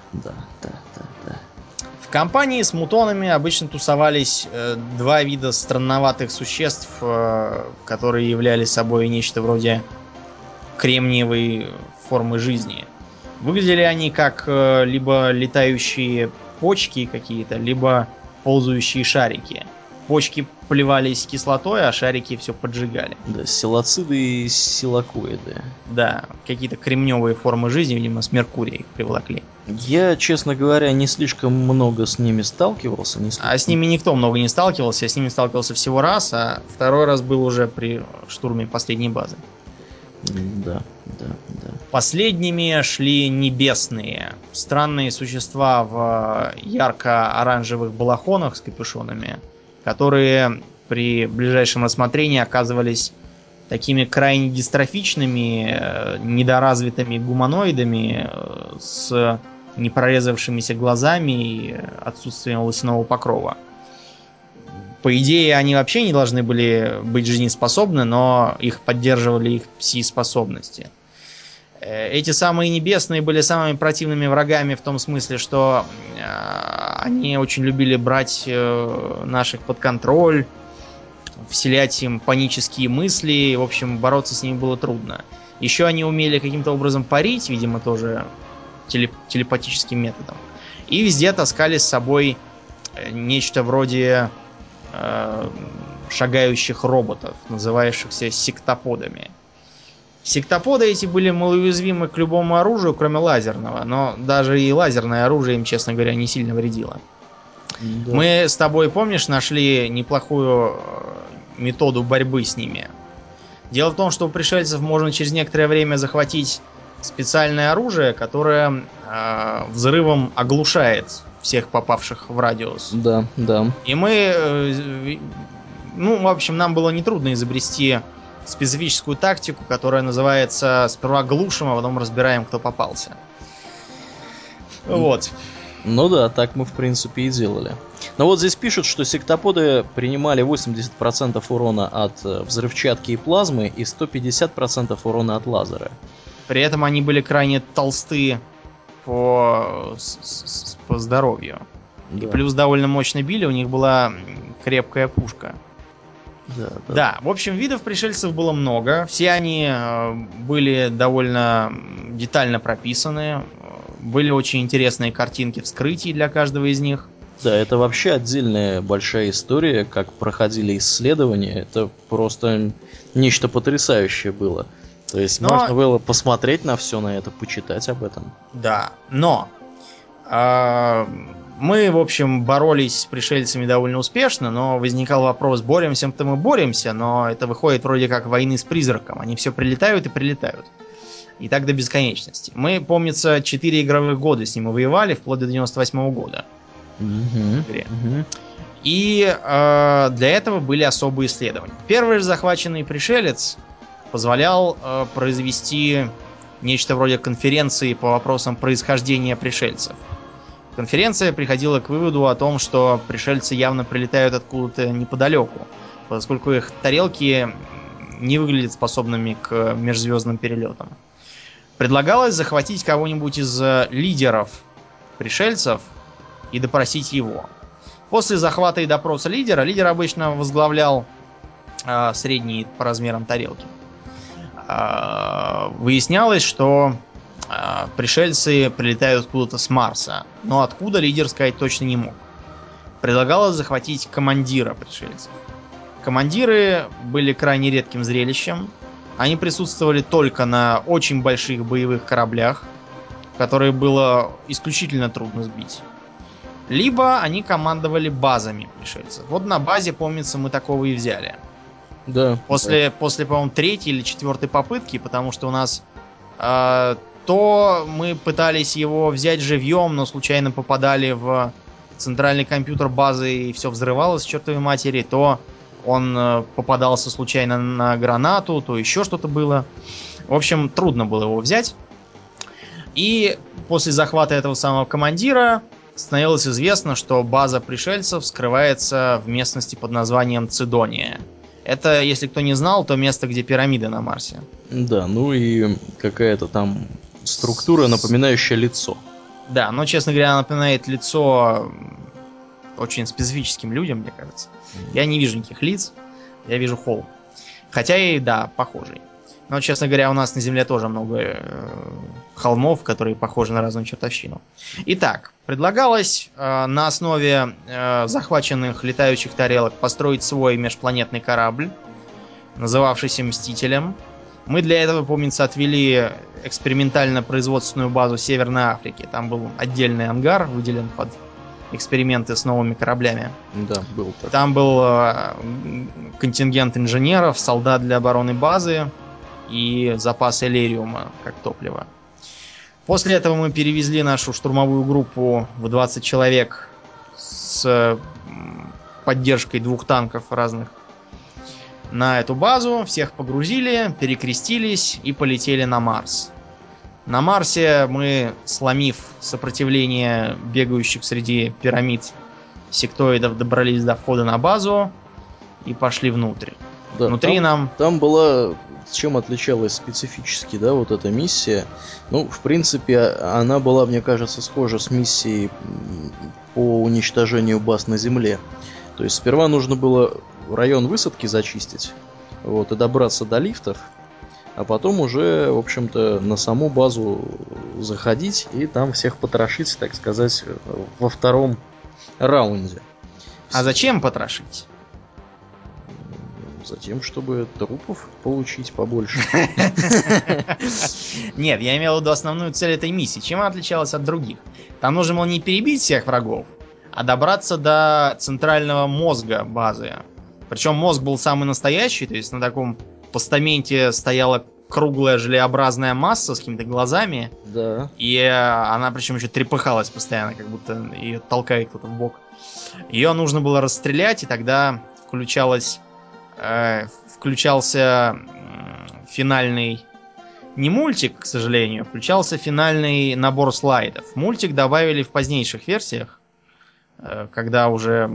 В компании с мутонами обычно тусовались 2 вида странноватых существ, которые являли собой нечто вроде кремниевой формы жизни. Выглядели они как либо летающие почки какие-то, либо ползающие шарики. Почки плевались кислотой, а шарики все поджигали. Да, силоциды и силакоиды. Да, какие-то кремневые формы жизни, видимо, с Меркурия их приволокли. Я, честно говоря, не слишком много с ними сталкивался. А с ними никто много не сталкивался. Я с ними сталкивался всего раз, а второй раз был уже при штурме последней базы. Да. Последними шли небесные. Странные существа в ярко-оранжевых балахонах с капюшонами, которые при ближайшем рассмотрении оказывались такими крайне дистрофичными, недоразвитыми гуманоидами с непрорезавшимися глазами и отсутствием волосяного покрова. По идее, они вообще не должны были быть жизнеспособны, но их поддерживали их пси-способности. Эти самые небесные были самыми противными врагами в том смысле, что они очень любили брать наших под контроль, вселять им панические мысли. В общем, бороться с ними было трудно. Еще они умели каким-то образом парить, видимо, тоже телепатическим методом. И везде таскали с собой нечто вроде шагающих роботов, называющихся сектоподами. Сектоподы эти были малоуязвимы к любому оружию, кроме лазерного, но даже и лазерное оружие им, честно говоря, не сильно вредило. Да. Мы с тобой, помнишь, нашли неплохую методу борьбы с ними. Дело в том, что у пришельцев можно через некоторое время захватить специальное оружие, которое взрывом оглушает всех попавших в радиус. Да. И мы Ну, в общем, нам было нетрудно изобрести специфическую тактику, которая называется «сперва глушим, а потом разбираем, кто попался». Вот. Ну да, так мы в принципе и делали. Но вот здесь пишут, что сектоподы принимали 80% урона от взрывчатки и плазмы и 150% урона от лазера. При этом они были крайне толсты по здоровью. Да. И плюс довольно мощно били, у них была крепкая пушка. Да, да. Да, в общем, видов пришельцев было много. Все они были довольно детально прописаны. Были очень интересные картинки вскрытий для каждого из них. Да, это вообще отдельная большая история, как проходили исследования. Это просто нечто потрясающее было. То есть можно было посмотреть на все на это, почитать об этом. Да, но мы, в общем, боролись с пришельцами довольно успешно, но возникал вопрос, боремся-то мы боремся, но это выходит вроде как войны с призраком. Они все прилетают и прилетают. И так до бесконечности. Мы, помнится, 4 игровых года с ним воевали, вплоть до 98 года. И для этого были особые исследования. Первый же захваченный пришелец позволял произвести нечто вроде конференции по вопросам происхождения пришельцев. Конференция приходила к выводу о том, что пришельцы явно прилетают откуда-то неподалеку, поскольку их тарелки не выглядят способными к межзвездным перелетам. Предлагалось захватить кого-нибудь из лидеров пришельцев и допросить его. После захвата и допроса лидера, лидер обычно возглавлял средние по размерам тарелки. Выяснялось, что пришельцы прилетают откуда-то с Марса. Но откуда, лидер сказать точно не мог. Предлагалось захватить командира пришельцев. Командиры были крайне редким зрелищем. Они присутствовали только на очень больших боевых кораблях, которые было исключительно трудно сбить. Либо они командовали базами пришельцев. Вот на базе, помнится, мы такого и взяли. Да. После, по-моему, 3-й или 4-й попытки, потому что у нас то мы пытались его взять живьем, но случайно попадали в центральный компьютер базы и все взрывалось, чертовой матери, то он попадался случайно на гранату, то еще что-то было. В общем, трудно было его взять. И после захвата этого самого командира становилось известно, что база пришельцев скрывается в местности под названием Цидония. Это, если кто не знал, то место, где пирамиды на Марсе. Да, ну и какая-то там структура, напоминающая лицо. Да, но, честно говоря, напоминает лицо очень специфическим людям, мне кажется. Я не вижу никаких лиц, я вижу холм. Хотя и, да, похожий. Но, честно говоря, у нас на Земле тоже много холмов, которые похожи на разную чертовщину. Итак, предлагалось на основе захваченных летающих тарелок построить свой межпланетный корабль, называвшийся Мстителем. Мы для этого, помнится, отвели экспериментально-производственную базу Северной Африки. Там был отдельный ангар, выделен под эксперименты с новыми кораблями. Да, был так. Там был контингент инженеров, солдат для обороны базы и запас элериума как топлива. После этого мы перевезли нашу штурмовую группу в 20 человек с поддержкой 2 танков разных на эту базу, всех погрузили, перекрестились и полетели на Марс. На Марсе мы, сломив сопротивление бегающих среди пирамид сектоидов, добрались до входа на базу и пошли внутрь. Да, Внутри там была, чем отличалась специфически, да, вот эта миссия. Ну, в принципе, она была, мне кажется, схожа с миссией по уничтожению баз на Земле. То есть сперва нужно было район высадки зачистить, вот, и добраться до лифтов, а потом уже, в общем-то, на саму базу заходить и там всех потрошить, так сказать, во втором раунде. А зачем потрошить? Затем, чтобы трупов получить побольше. Нет, я имел в виду основную цель этой миссии. Чем она отличалась от других? Там нужно было не перебить всех врагов, а добраться до центрального мозга базы. Причем мозг был самый настоящий, то есть на таком постаменте стояла круглая желеобразная масса с какими-то глазами. Да. И она причем еще трепыхалась постоянно, как будто ее толкает кто-то в бок. Ее нужно было расстрелять, и тогда включался финальный... Не мультик, к сожалению, включался финальный набор слайдов. Мультик добавили в позднейших версиях, когда уже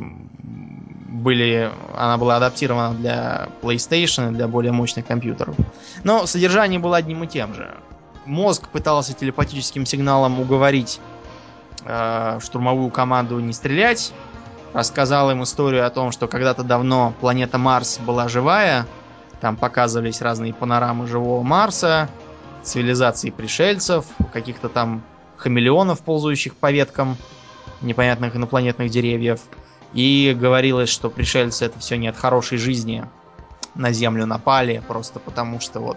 она была адаптирована для PlayStation и для более мощных компьютеров. Но содержание было одним и тем же. Мозг пытался телепатическим сигналом уговорить штурмовую команду не стрелять. Рассказал им историю о том, что когда-то давно планета Марс была живая. Там показывались разные панорамы живого Марса, цивилизации пришельцев, каких-то там хамелеонов, ползающих по веткам непонятных инопланетных деревьев. И говорилось, что пришельцы это все не от хорошей жизни на Землю напали, просто потому что вот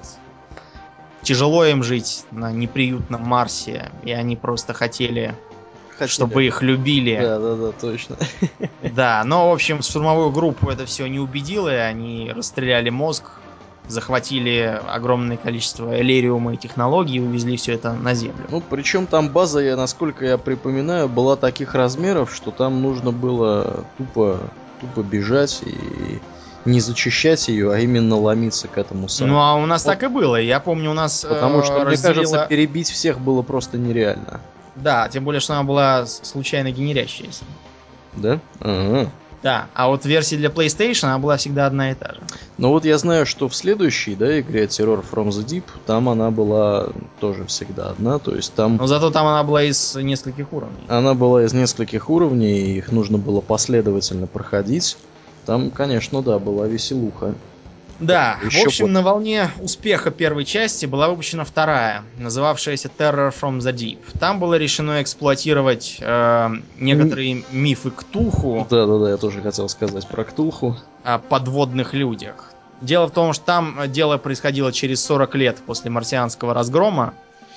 тяжело им жить на неприютном Марсе, и они просто хотели, чтобы их любили. Да, точно. Да, но, в общем, штурмовую группу это все не убедило, и они расстреляли мозг, захватили огромное количество элериума и технологий и увезли все это на Землю. Ну, причем там база, насколько я припоминаю, была таких размеров, что там нужно было тупо бежать и не зачищать ее, а именно ломиться к этому самому. Ну, а у нас так и было. Я помню, у нас Потому что, мне кажется, перебить всех было просто нереально. Да, тем более, что она была случайно генерящаяся. Да? Ага. Да, а вот версия для PlayStation, она была всегда одна и та же. Но вот я знаю, что в следующей, игре Terror from the Deep, там она была тоже всегда одна, то есть там... Но зато там она была из нескольких уровней. Она была из нескольких уровней, и их нужно было последовательно проходить. Там, конечно, да, была веселуха. Да, Еще в общем, на волне успеха первой части была выпущена вторая, называвшаяся Terror from the Deep. Там было решено эксплуатировать некоторые мифы Ктулху. Да, я тоже хотел сказать про Ктулху. О подводных людях. Дело в том, что там дело происходило через 40 лет после марсианского разгрома,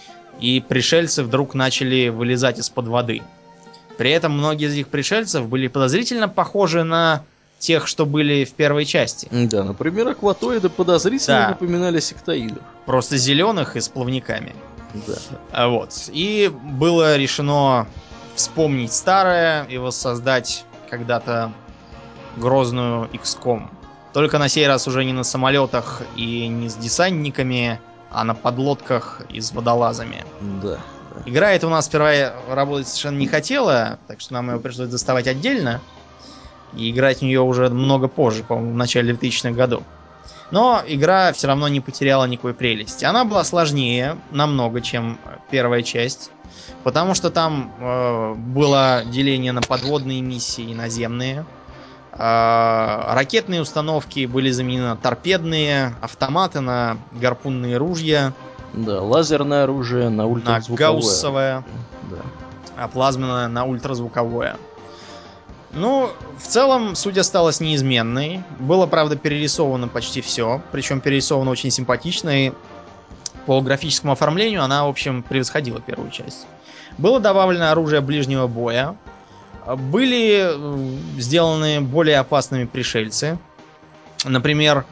и пришельцы вдруг начали вылезать из-под воды. При этом многие из этих пришельцев были подозрительно похожи на тех, что были в первой части. Да, например, акватоиды подозрительно напоминали сектоидов. Просто зеленых и с плавниками. Да. Вот. И было решено вспомнить старое и воссоздать когда-то грозную XCOM. Только на сей раз уже не на самолетах и не с десантниками, а на подлодках и с водолазами. Да. Игра эта у нас сперва работать совершенно не хотела, так что нам ее пришлось доставать отдельно. И играть в нее уже много позже, по-моему, в начале 2000-х годов. Но игра все равно не потеряла никакой прелести. Она была сложнее намного, чем первая часть. Потому что там было деление на подводные миссии и наземные. Ракетные установки были заменены на торпедные, автоматы на гарпунные ружья. Да, лазерное оружие на ультразвуковое. На гауссовое. Да. А плазменное на ультразвуковое. Ну, в целом, суть осталась неизменной. Было, правда, перерисовано почти все. Причем перерисовано очень симпатично. И по графическому оформлению она, в общем, превосходила первую часть. Было добавлено оружие ближнего боя. Были сделаны более опасными пришельцы. Например,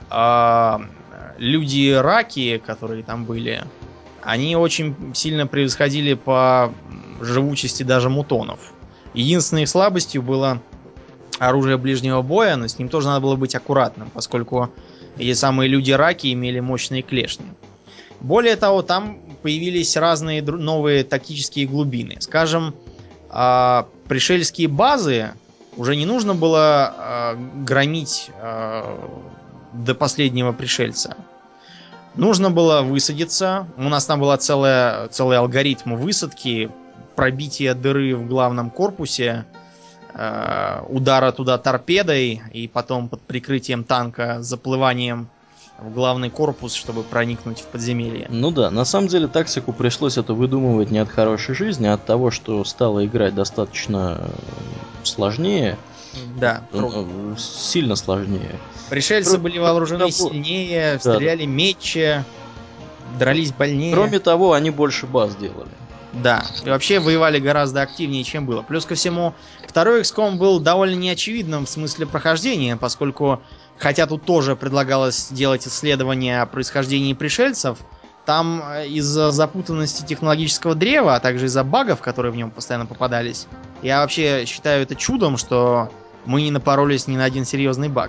люди-раки, которые там были, они очень сильно превосходили по живучести даже мутонов. Единственной их слабостью было оружие ближнего боя, но с ним тоже надо было быть аккуратным, поскольку эти самые люди-раки имели мощные клешни. Более того, там появились разные новые тактические глубины. Скажем, пришельские базы уже не нужно было громить до последнего пришельца. Нужно было высадиться. У нас там был целый алгоритм высадки, пробития дыры в главном корпусе, удара туда торпедой и потом под прикрытием танка заплыванием в главный корпус, чтобы проникнуть в подземелье. Ну да, на самом деле тактику пришлось это выдумывать не от хорошей жизни, а от того, что стало играть достаточно сложнее. Да, сильно сложнее. Пришельцы были вооружены сильнее, стреляли метче, дрались больнее. Кроме того, они больше баз делали. Да, и вообще воевали гораздо активнее, чем было. Плюс ко всему, второй XCOM был довольно неочевидным в смысле прохождения, поскольку, хотя тут тоже предлагалось делать исследования о происхождении пришельцев, там из-за запутанности технологического древа, а также из-за багов, которые в нем постоянно попадались, я вообще считаю это чудом, что мы не напоролись ни на один серьезный баг.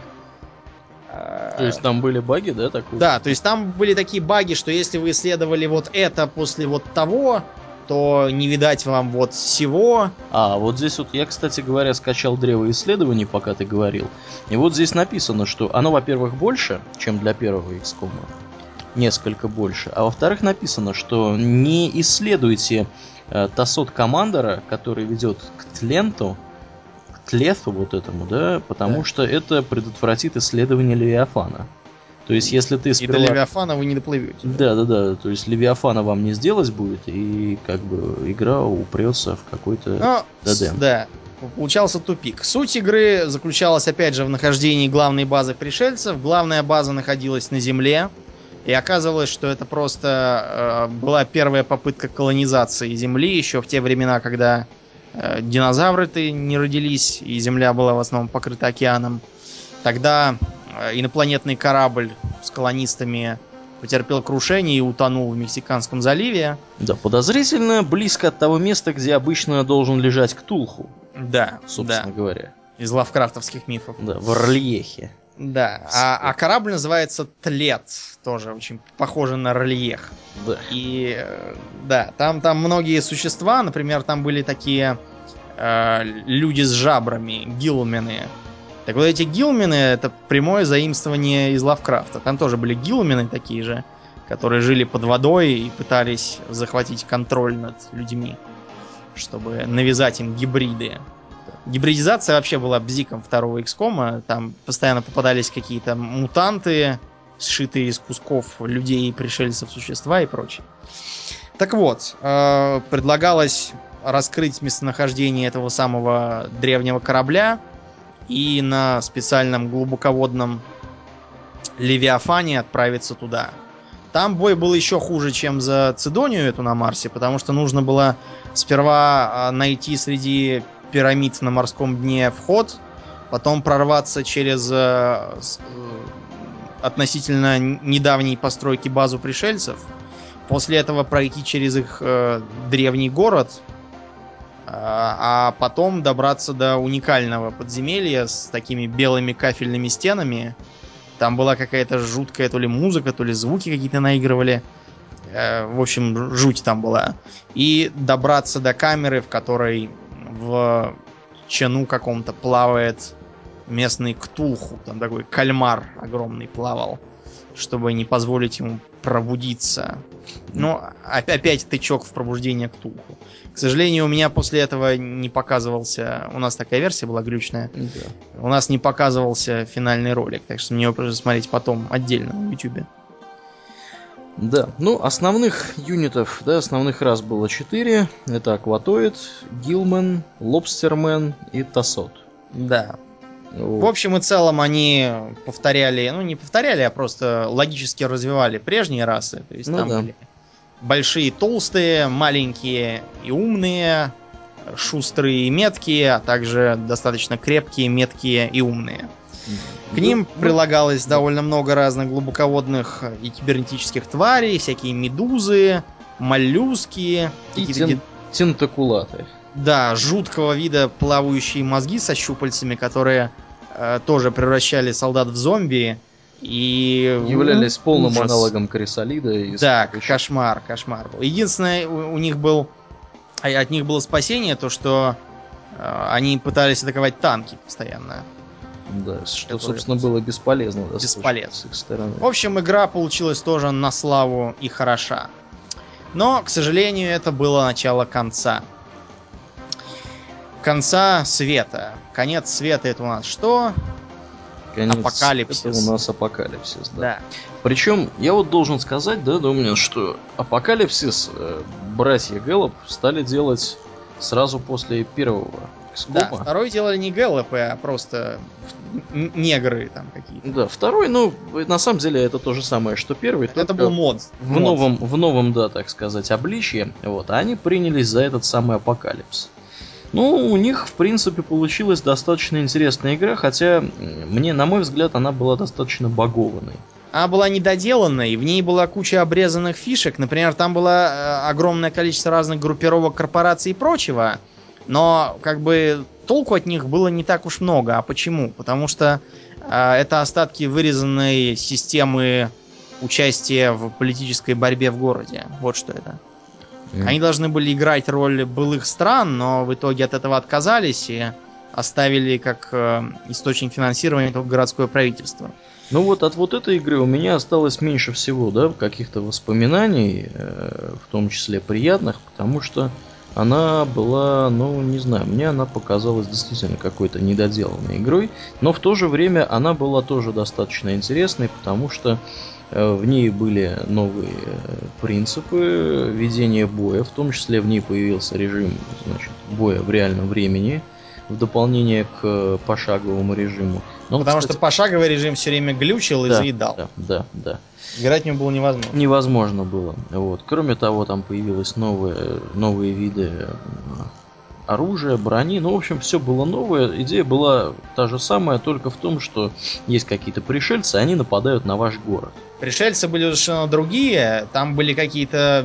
То есть там были баги, да, такого? Да, то есть там были такие баги, что если вы исследовали вот это после вот того, то не видать вам вот всего. А, вот здесь вот я, кстати говоря, скачал древо исследований, пока ты говорил. И вот здесь написано, что оно, во-первых, больше, чем для первого XCOM. Несколько больше. А во-вторых, написано, что не исследуйте Тосот Командера, который ведет к Тленту, к Тлефу вот этому, да, потому что это предотвратит исследование Левиафана. То есть, если ты И до Левиафана вы не доплывете. Да. То есть, Левиафана вам не сделать будет, и как бы игра упрется в какой-то ДД. Да, получался тупик. Суть игры заключалась, опять же, в нахождении главной базы пришельцев. Главная база находилась на Земле. И оказывалось, что это просто была первая попытка колонизации Земли еще в те времена, когда динозавры-то не родились, и Земля была в основном покрыта океаном. Тогда инопланетный корабль с колонистами потерпел крушение и утонул в Мексиканском заливе. Да, подозрительно близко от того места, где обычно должен лежать Ктулху. Да, собственно говоря. Из лавкрафтовских мифов. Да, в Орльехе. Да, а корабль называется Тлет, тоже очень похоже на Рельех. Да. И да, там многие существа, например, там были такие люди с жабрами, гилмены. Так вот эти гилмены — это прямое заимствование из Лавкрафта. Там тоже были гилмены такие же, которые жили под водой и пытались захватить контроль над людьми, чтобы навязать им гибриды. Гибридизация вообще была бзиком второго XCOM. Там постоянно попадались какие-то мутанты, сшитые из кусков людей, пришельцев, существа и прочее. Так вот, предлагалось раскрыть местонахождение этого самого древнего корабля и на специальном глубоководном Левиафане отправиться туда. Там бой был еще хуже, чем за Цидонию эту на Марсе, потому что нужно было сперва найти среди пирамид на морском дне вход, потом прорваться через относительно недавней постройки базу пришельцев, после этого пройти через их древний город, а потом добраться до уникального подземелья с такими белыми кафельными стенами. Там была какая-то жуткая то ли музыка, то ли звуки какие-то наигрывали. В общем, жуть там была. И добраться до камеры, в которой в чану каком-то плавает местный Ктулху. Там такой кальмар огромный плавал, чтобы не позволить ему пробудиться. Ну, опять тычок в пробуждение Ктулху. К сожалению, у меня после этого не показывался... У нас такая версия была глючная. Да. У нас не показывался финальный ролик, так что мне его придется смотреть потом отдельно на YouTube. Да, ну, основных юнитов, да, основных рас было 4. Это Акватоид, Гилмен, Лобстермен и Тосот. Да. В общем и целом они повторяли, ну не повторяли, а просто логически развивали прежние расы. То есть там были большие толстые, маленькие и умные, шустрые и меткие, а также достаточно крепкие, меткие и умные. К ним прилагалось довольно много разных глубоководных и кибернетических тварей, всякие медузы, моллюски и тентакулаты. Да, жуткого вида плавающие мозги со щупальцами, которые тоже превращали солдат в зомби и являлись полным аналогом крисолида. Да, кошмар был. Единственное, у них был от них было спасение, то что они пытались атаковать танки постоянно. Да, что, собственно, было бесполезно. Бесполезно. С их стороны. В общем, игра получилась тоже на славу и хороша. Но, к сожалению, это было начало конца. Конца света. Конец света — это у нас что? Конец апокалипсис. Это у нас апокалипсис, да. Да. Причем, я вот должен сказать, да, Домнин, что апокалипсис братья Гэллоп стали делать сразу после первого XCOM. Да, второй делали не Гэллопы, а просто негры там какие-то. Да, второй, ну, на самом деле, это то же самое, что первый. Это был мод. В новом, да, так сказать, обличье. Вот, а они принялись за этот самый апокалипсис. Ну, у них, в принципе, получилась достаточно интересная игра, хотя, на мой взгляд, она была достаточно багованной. Она была недоделанной, в ней была куча обрезанных фишек. Например, там было огромное количество разных группировок, корпораций и прочего. Но, как бы, толку от них было не так уж много. А почему? Потому что это остатки вырезанной системы участия в политической борьбе в городе. Вот что это. Они должны были играть роль былых стран, но в итоге от этого отказались и оставили как источник финансирования только городское правительство. Ну вот от вот этой игры у меня осталось меньше всего, да, каких-то воспоминаний, в том числе приятных, потому что она была, ну не знаю, мне она показалась действительно какой-то недоделанной игрой, но в то же время она была тоже достаточно интересной, потому что в ней были новые принципы ведения боя, в том числе в ней появился режим, значит, боя в реальном времени, в дополнение к пошаговому режиму. Но, Потому кстати, что пошаговый режим все время глючил и заедал. Да. Играть в него было невозможно. Невозможно было. Вот. Кроме того, там появились новые виды оружия, брони. Ну, в общем, все было новое. Идея была та же самая, только в том, что есть какие-то пришельцы, они нападают на ваш город. Пришельцы были совершенно другие. Там были какие-то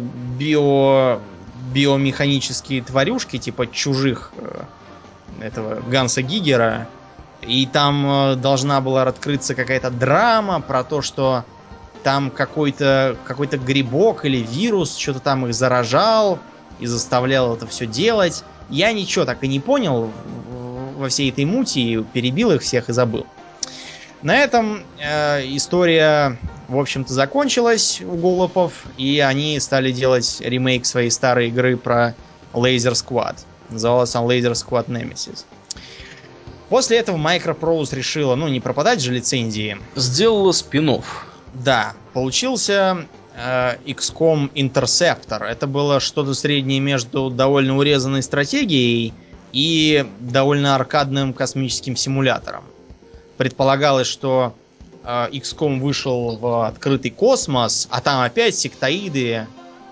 биомеханические тварюшки, типа чужих этого Ганса Гигера. И там должна была открыться какая-то драма про то, что там какой-то грибок или вирус что-то там их заражал и заставлял это все делать. Я ничего так и не понял во всей этой мути, и перебил их всех и забыл. На этом история, в общем-то, закончилась у Голлопов, и они стали делать ремейк своей старой игры про Laser Squad. Называлась она Laser Squad Nemesis. После этого Microprose решила, не пропадать же лицензии. Сделала спин-офф. Да, получился XCOM Interceptor. Это было что-то среднее между довольно урезанной стратегией и довольно аркадным космическим симулятором. Предполагалось, что XCOM вышел в открытый космос, а там опять сектоиды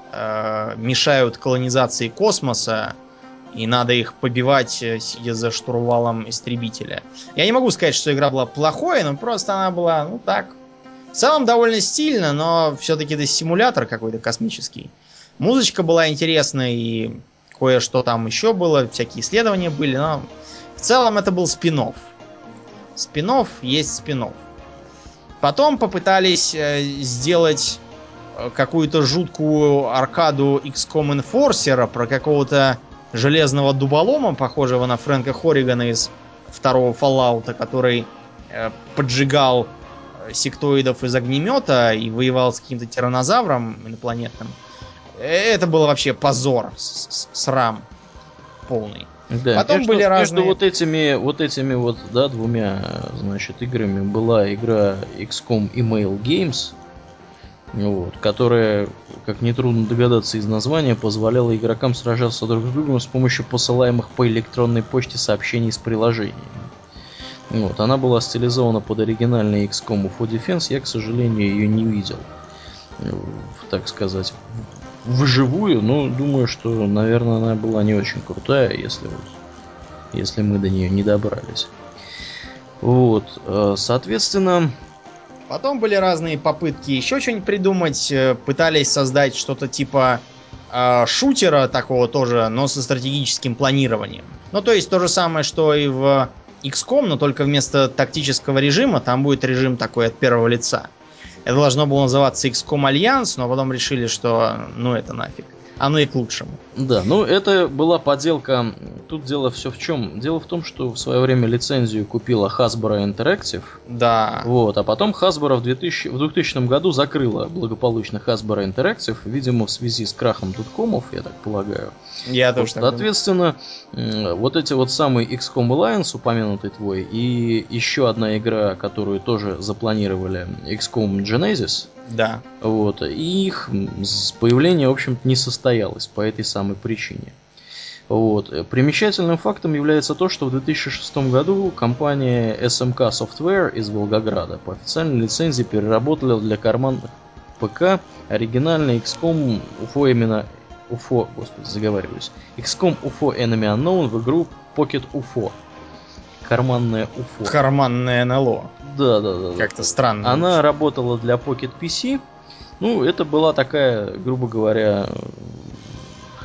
мешают колонизации космоса, и надо их побивать, сидя за штурвалом истребителя. Я не могу сказать, что игра была плохой, но просто она была, так. В целом довольно стильно, но все-таки это симулятор какой-то космический. Музычка была интересная, и кое-что там еще было, всякие исследования были, но в целом это был спин-офф. Спин-офф есть спин-офф. Потом попытались сделать какую-то жуткую аркаду XCOM Enforcer про какого-то железного дуболома, похожего на Фрэнка Хорригана из второго Fallout, который поджигал сектоидов из огнемета и воевал с каким-то тираннозавром инопланетным. Это было вообще позор, срам полный. Да, потом были разные... Между этими двумя, значит, играми была игра XCOM Email Games, которая, как нетрудно догадаться из названия, позволяла игрокам сражаться друг с другом с помощью посылаемых по электронной почте сообщений с приложениями. Она была стилизована под оригинальный XCOM UFO Defense, я, к сожалению, ее не видел, так сказать, вживую, но думаю, что, наверное, она была не очень крутая, если мы до нее не добрались. Соответственно... Потом были разные попытки еще что-нибудь придумать. Пытались создать что-то типа шутера такого тоже, но со стратегическим планированием. То есть то же самое, что и в XCOM, но только вместо тактического режима там будет режим такой от первого лица. Это должно было называться XCOM Альянс, но потом решили, что это нафиг. Оно и к лучшему. Да, это была подделка. Тут дело все в чем? Дело в том, что в свое время лицензию купила Hasbro Interactive. Да. А потом Hasbro в 2000 году закрыла благополучно Hasbro Interactive, видимо, в связи с крахом доткомов, я так полагаю. Я тоже так думаю. Соответственно, эти самые XCOM Alliance, упомянутый твой, и еще одна игра, которую тоже запланировали, XCOM Genesis. Да. И их появление, в общем-то, не состоялось по этой самой причине. Примечательным фактом является то, что в 2006 году компания SMK Software из Волгограда по официальной лицензии переработала для карманных ПК оригинальный XCOM XCOM UFO Enemy Unknown в игру Pocket UFO. Карманное UFO. Карманное НЛО. Да. Как-то странно. Она работала для Pocket PC. Это была такая, грубо говоря,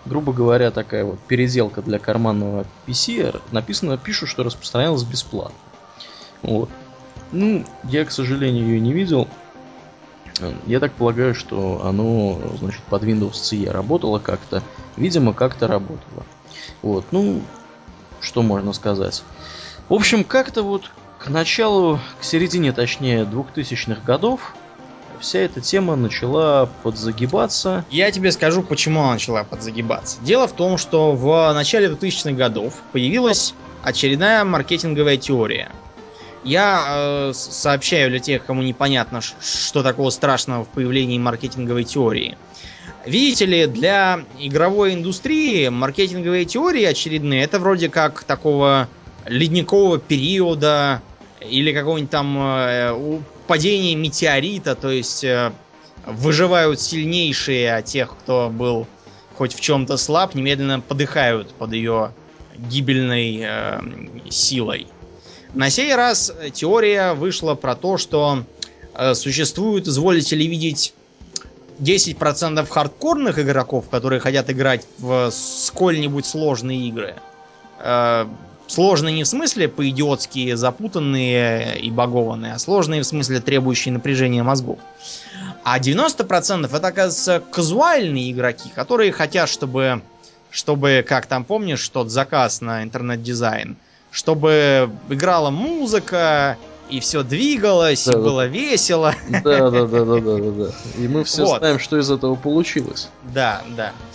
грубо говоря, такая вот переделка для карманного PC, пишут, что распространялась бесплатно. Вот. Ну, я, к сожалению, ее не видел. Я так полагаю, что оно, значит, под Windows CE работало как-то. Видимо, как-то работало. Вот, ну, что можно сказать. В общем, как-то вот к середине, точнее, 2000-х годов вся эта тема начала подзагибаться. Я тебе скажу, почему она начала подзагибаться. Дело в том, что в начале 2000-х годов появилась очередная маркетинговая теория. Я сообщаю для тех, кому непонятно, что такого страшного в появлении маркетинговой теории. Видите ли, для игровой индустрии маркетинговые теории очередные, это вроде как такого ледникового периода или какого-нибудь там падения метеорита, то есть выживают сильнейшие, а тех, кто был хоть в чем-то слаб, немедленно подыхают под ее гибельной силой. На сей раз теория вышла про то, что существует, изволите ли видеть, 10% хардкорных игроков, которые хотят играть в сколь-нибудь сложные игры. Сложные не в смысле по-идиотски запутанные и багованные, а сложные в смысле требующие напряжения мозгов. А 90% это, оказывается, казуальные игроки, которые хотят, чтобы как там помнишь, тот заказ на интернет-дизайн, чтобы играла музыка, и все двигалось, Да, и было весело. Да. И мы все Вот. знаем, что из этого получилось. Да.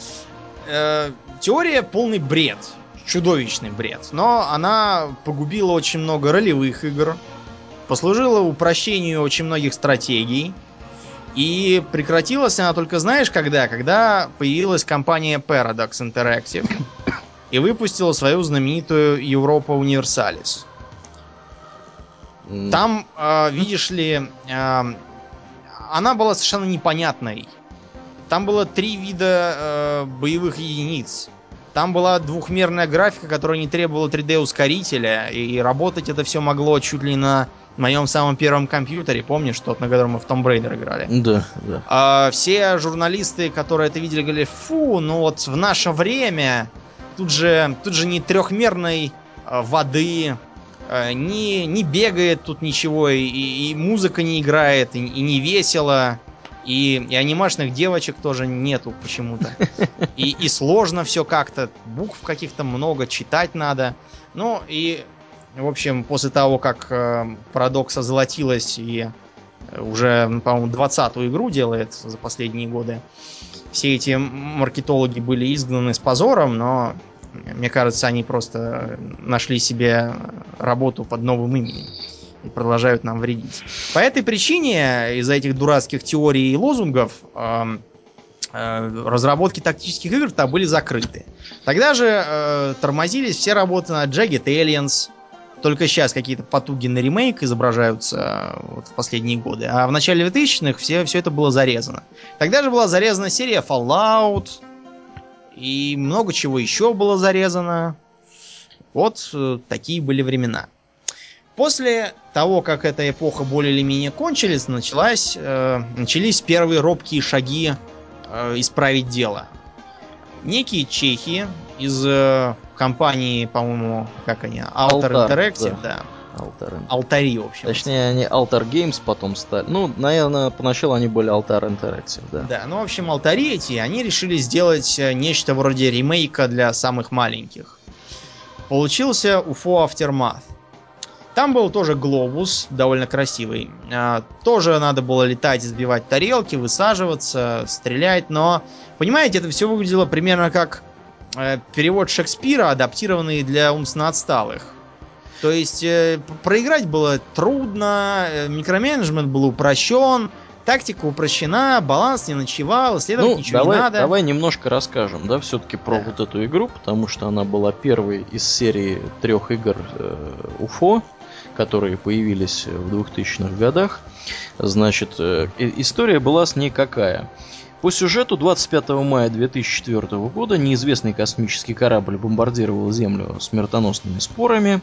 Теория полный бред. Чудовищный бред. Но она погубила очень много ролевых игр, послужила упрощению очень многих стратегий. И прекратилась она только знаешь когда? Когда появилась компания Paradox Interactive и выпустила свою знаменитую Europa Universalis. Там, видишь ли, она была совершенно непонятной. Там было 3 вида боевых единиц. Там была двухмерная графика, которая не требовала 3D-ускорителя, и работать это все могло чуть ли на моем самом первом компьютере, помнишь, тот, на котором мы в Tomb Raider играли? Да. Все журналисты, которые это видели, говорили: фу, ну вот в наше время тут же не трехмерной воды, не бегает тут ничего, и музыка не играет, и не весело, и анимашных девочек тоже нету почему-то. И сложно все как-то, букв каких-то много, читать надо. Ну и, в общем, после того, как Paradox озолотилась и уже, по-моему, 20-ю игру делает за последние годы, все эти маркетологи были изгнаны с позором, но мне кажется, они просто нашли себе работу под новым именем и продолжают нам вредить. По этой причине, из-за этих дурацких теорий и лозунгов, разработки тактических игр-то были закрыты. Тогда же тормозились все работы над Jagged Aliens. Только сейчас какие-то потуги на ремейк изображаются вот в последние годы. А в начале 2000-х все это было зарезано. Тогда же была зарезана серия Fallout. И много чего еще было зарезано. Вот такие были времена. После того, как эта эпоха более или менее кончилась, начались первые робкие шаги исправить дело. Некие чехи из компании, по-моему, как они, Altar Interactive, да. Алтари, в общем. Точнее, они Altar Games потом стали. Ну, наверное, поначалу они были Altar Interactive, да. Да, ну, в общем, Алтари эти, они решили сделать нечто вроде ремейка для самых маленьких. Получился UFO Aftermath. Там был тоже глобус, довольно красивый. Тоже надо было летать, сбивать тарелки, высаживаться, стрелять, но, понимаете, это все выглядело примерно как перевод Шекспира, адаптированный для умственно отсталых. То есть проиграть было трудно, микроменеджмент был упрощен, тактика упрощена, баланс не ночевал, исследовать ничего не надо. Давай немножко расскажем, да, все-таки про вот эту игру, потому что она была первой из серии 3 игр UFO, которые появились в 2000-х годах. Значит, история была с ней какая? По сюжету 25 мая 2004 года неизвестный космический корабль бомбардировал Землю смертоносными спорами,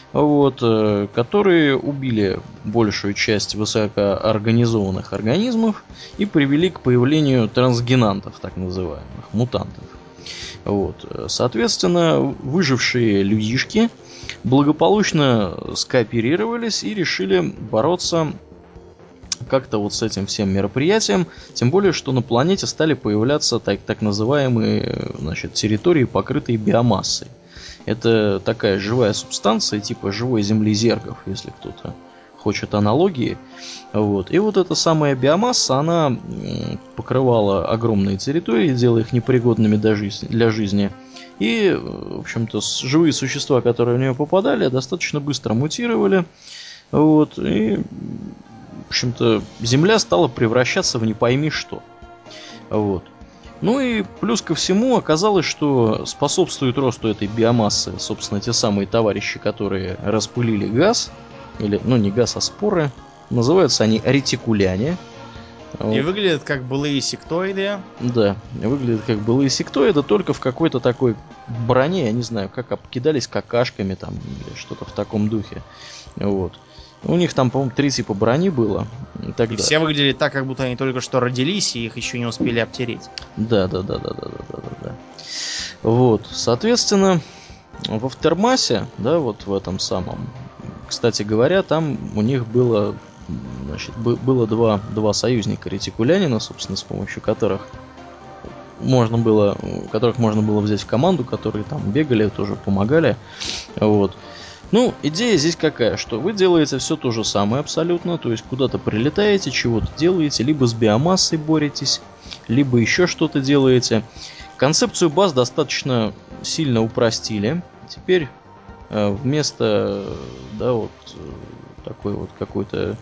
которые убили большую часть высокоорганизованных организмов и привели к появлению трансгенантов, так называемых, мутантов. Вот. Соответственно, выжившие людишки благополучно скооперировались и решили бороться как-то вот с этим всем мероприятием, тем более, что на планете стали появляться так называемые, значит, территории, покрытые биомассой. Это такая живая субстанция, типа живой земли зергов, если кто-то хочет аналогии. Вот. И вот эта самая биомасса, она покрывала огромные территории, делая их непригодными для жизни. И, в общем-то, живые существа, которые в нее попадали, достаточно быстро мутировали. Вот. И, в общем-то, Земля стала превращаться в не пойми что. Вот. Ну и плюс ко всему оказалось, что способствует росту этой биомассы, собственно, те самые товарищи, которые распылили газ, или, ну, не газ, а споры. Называются они ретикуляне. И выглядят как былые сектоиды. Да, выглядят как былые сектоиды, только в какой-то такой броне, я не знаю, как обкидались какашками там, или что-то в таком духе. Вот. У них там, по-моему, 3 типа брони было. И все выглядели так, как будто они только что родились, и их еще не успели обтереть. Да. Вот, соответственно, в Афтермасе, да, вот в этом самом, кстати говоря, там у них было, значит, было два союзника ретикулянина, собственно, с помощью которых можно было взять в команду, которые там бегали, тоже помогали. Вот. Ну, идея здесь какая, что вы делаете все то же самое абсолютно, то есть куда-то прилетаете, чего-то делаете, либо с биомассой боретесь, либо еще что-то делаете. Концепцию баз достаточно сильно упростили. Теперь вместо, да, вот такой вот какой-то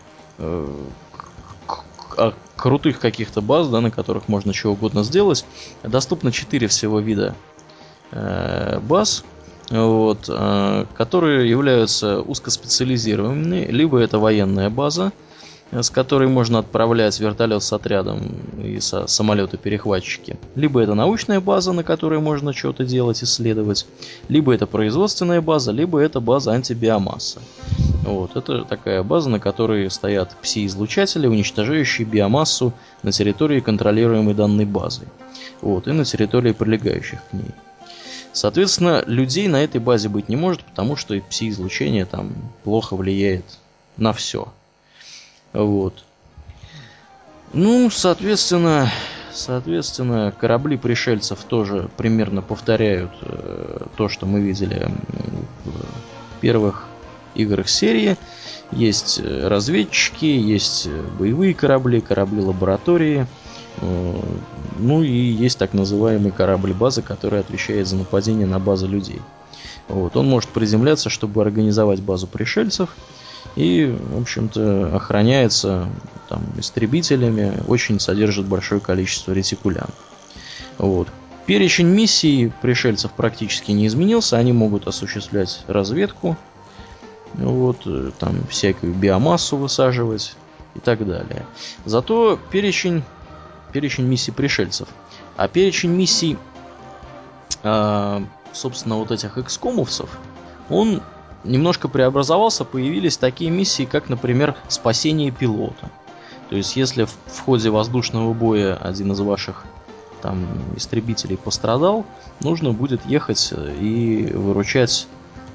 крутых каких-то баз, да, на которых можно чего угодно сделать, доступно 4 всего вида баз, вот, которые являются узкоспециализированными. Либо это военная база, с которой можно отправлять вертолет с отрядом и самолеты-перехватчики. Либо это научная база, на которой можно что-то делать, исследовать. Либо это производственная база, либо это база антибиомасса. Вот, это такая база, на которой стоят пси-излучатели, уничтожающие биомассу на территории, контролируемой данной базой. Вот, и на территории, прилегающих к ней. Соответственно, людей на этой базе быть не может, потому что пси-излучение там плохо влияет на все. Вот. Ну, соответственно, корабли пришельцев тоже примерно повторяют то, что мы видели в первых играх серии. Есть разведчики, есть боевые корабли, корабли-лаборатории. Ну и есть так называемый корабль-база, который отвечает за нападение на базы людей. Вот. Он может приземляться, чтобы организовать базу пришельцев. И, в общем-то, охраняется там истребителями, очень содержит большое количество ретикулян. Вот. Перечень миссий пришельцев практически не изменился, они могут осуществлять разведку, вот, там всякую биомассу высаживать и так далее. Зато перечень миссий пришельцев. А перечень миссий, собственно, вот этих экскомовцев, он немножко преобразовался, появились такие миссии, как, например, спасение пилота. То есть, если в ходе воздушного боя один из ваших там истребителей пострадал, нужно будет ехать и выручать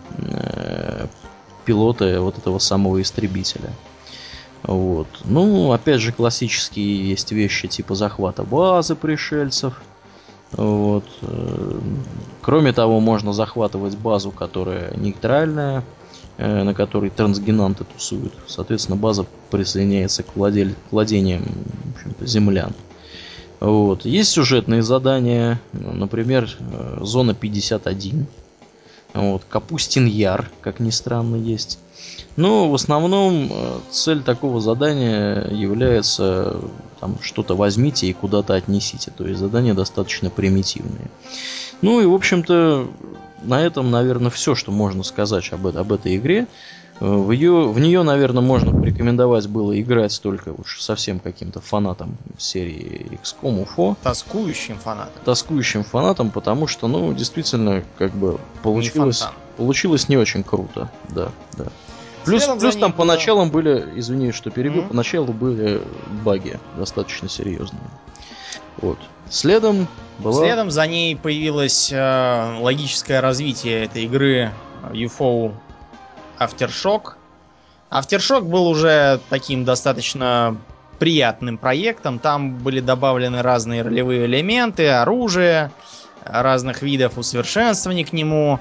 пилота вот этого самого истребителя. Вот. Ну, опять же, классические есть вещи типа захвата базы пришельцев. Вот. Кроме того, можно захватывать базу, которая нейтральная, на которой трансгенанты тусуют. Соответственно, база присоединяется к владениям, в общем-то, землян. Вот. Есть сюжетные задания, например, зона 51. Вот. Капустин Яр, как ни странно, есть. Но в основном цель такого задания является там, что-то возьмите и куда-то отнесите. То есть задания достаточно примитивные. Ну и, в общем-то, на этом, наверное, все, что можно сказать об этой игре. В нее, наверное, можно порекомендовать было играть только уж совсем каким-то фанатам серии XCOM, UFO. Тоскующим фанатам, потому что, ну, действительно, как бы получилось не очень круто. Да. Плюс там поначалу были, извини, что перебил, поначалу были баги достаточно серьезные. Вот. Следом за ней появилось логическое развитие этой игры UFO Aftershock. Aftershock был уже таким достаточно приятным проектом. Там были добавлены разные ролевые элементы, оружие, разных видов усовершенствований к нему,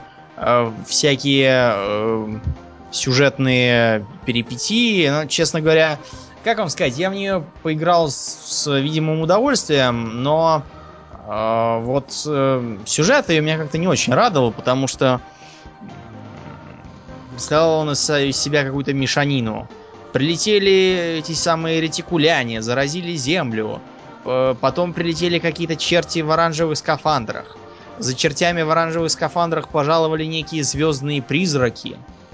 всякие сюжетные перипетии. Но, честно говоря, как вам сказать, я в нее поиграл с видимым удовольствием, но сюжет ее меня как-то не очень радовал, потому что представлял он из себя какую-то мешанину. Прилетели эти самые ретикуляне, заразили землю. Потом прилетели какие-то черти в оранжевых скафандрах. За чертями в оранжевых скафандрах пожаловали некие звездные призраки.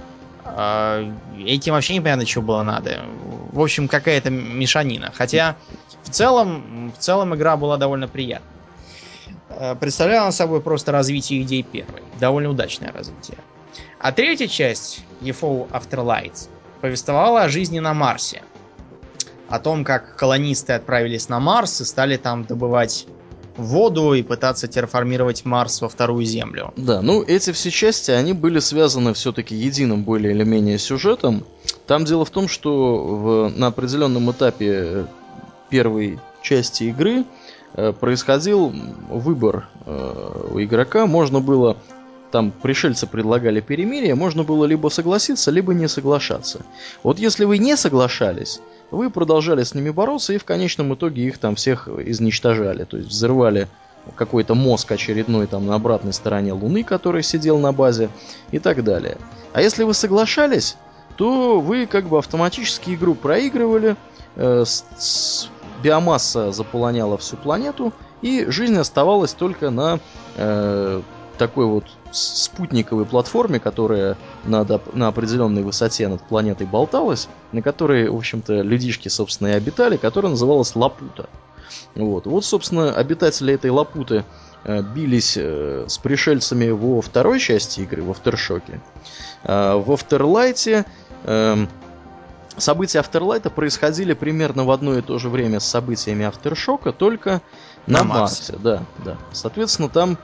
Этим вообще непонятно, что было надо. В общем, какая-то мешанина. Хотя в целом игра была довольно приятной. Представляла собой просто развитие идей первой. Довольно удачное развитие. А третья часть, UFO Afterlight, повествовала о жизни на Марсе. О том, как колонисты отправились на Марс и стали там добывать воду и пытаться терраформировать Марс во вторую Землю. Да, ну эти все части, они были связаны все-таки единым более или менее сюжетом. Там дело в том, что на определенном этапе первой части игры происходил выбор у игрока. Можно было, там пришельцы предлагали перемирие, можно было либо согласиться, либо не соглашаться. Вот если вы не соглашались, вы продолжали с ними бороться и в конечном итоге их там всех изничтожали. То есть взрывали какой-то мозг очередной там на обратной стороне Луны, который сидел на базе и так далее. А если вы соглашались, то вы как бы автоматически игру проигрывали, биомасса заполоняла всю планету, и жизнь оставалась только на такой вот спутниковой платформе, которая на определенной высоте над планетой болталась, на которой, в общем-то, людишки, собственно, и обитали, которая называлась Лапута. Вот, собственно, обитатели этой Лапуты бились с пришельцами во второй части игры, во Aftershock'е. В Afterlight'е события Afterlight'а происходили примерно в одно и то же время с событиями Aftershock'а, только на Марсе. Да. Соответственно, там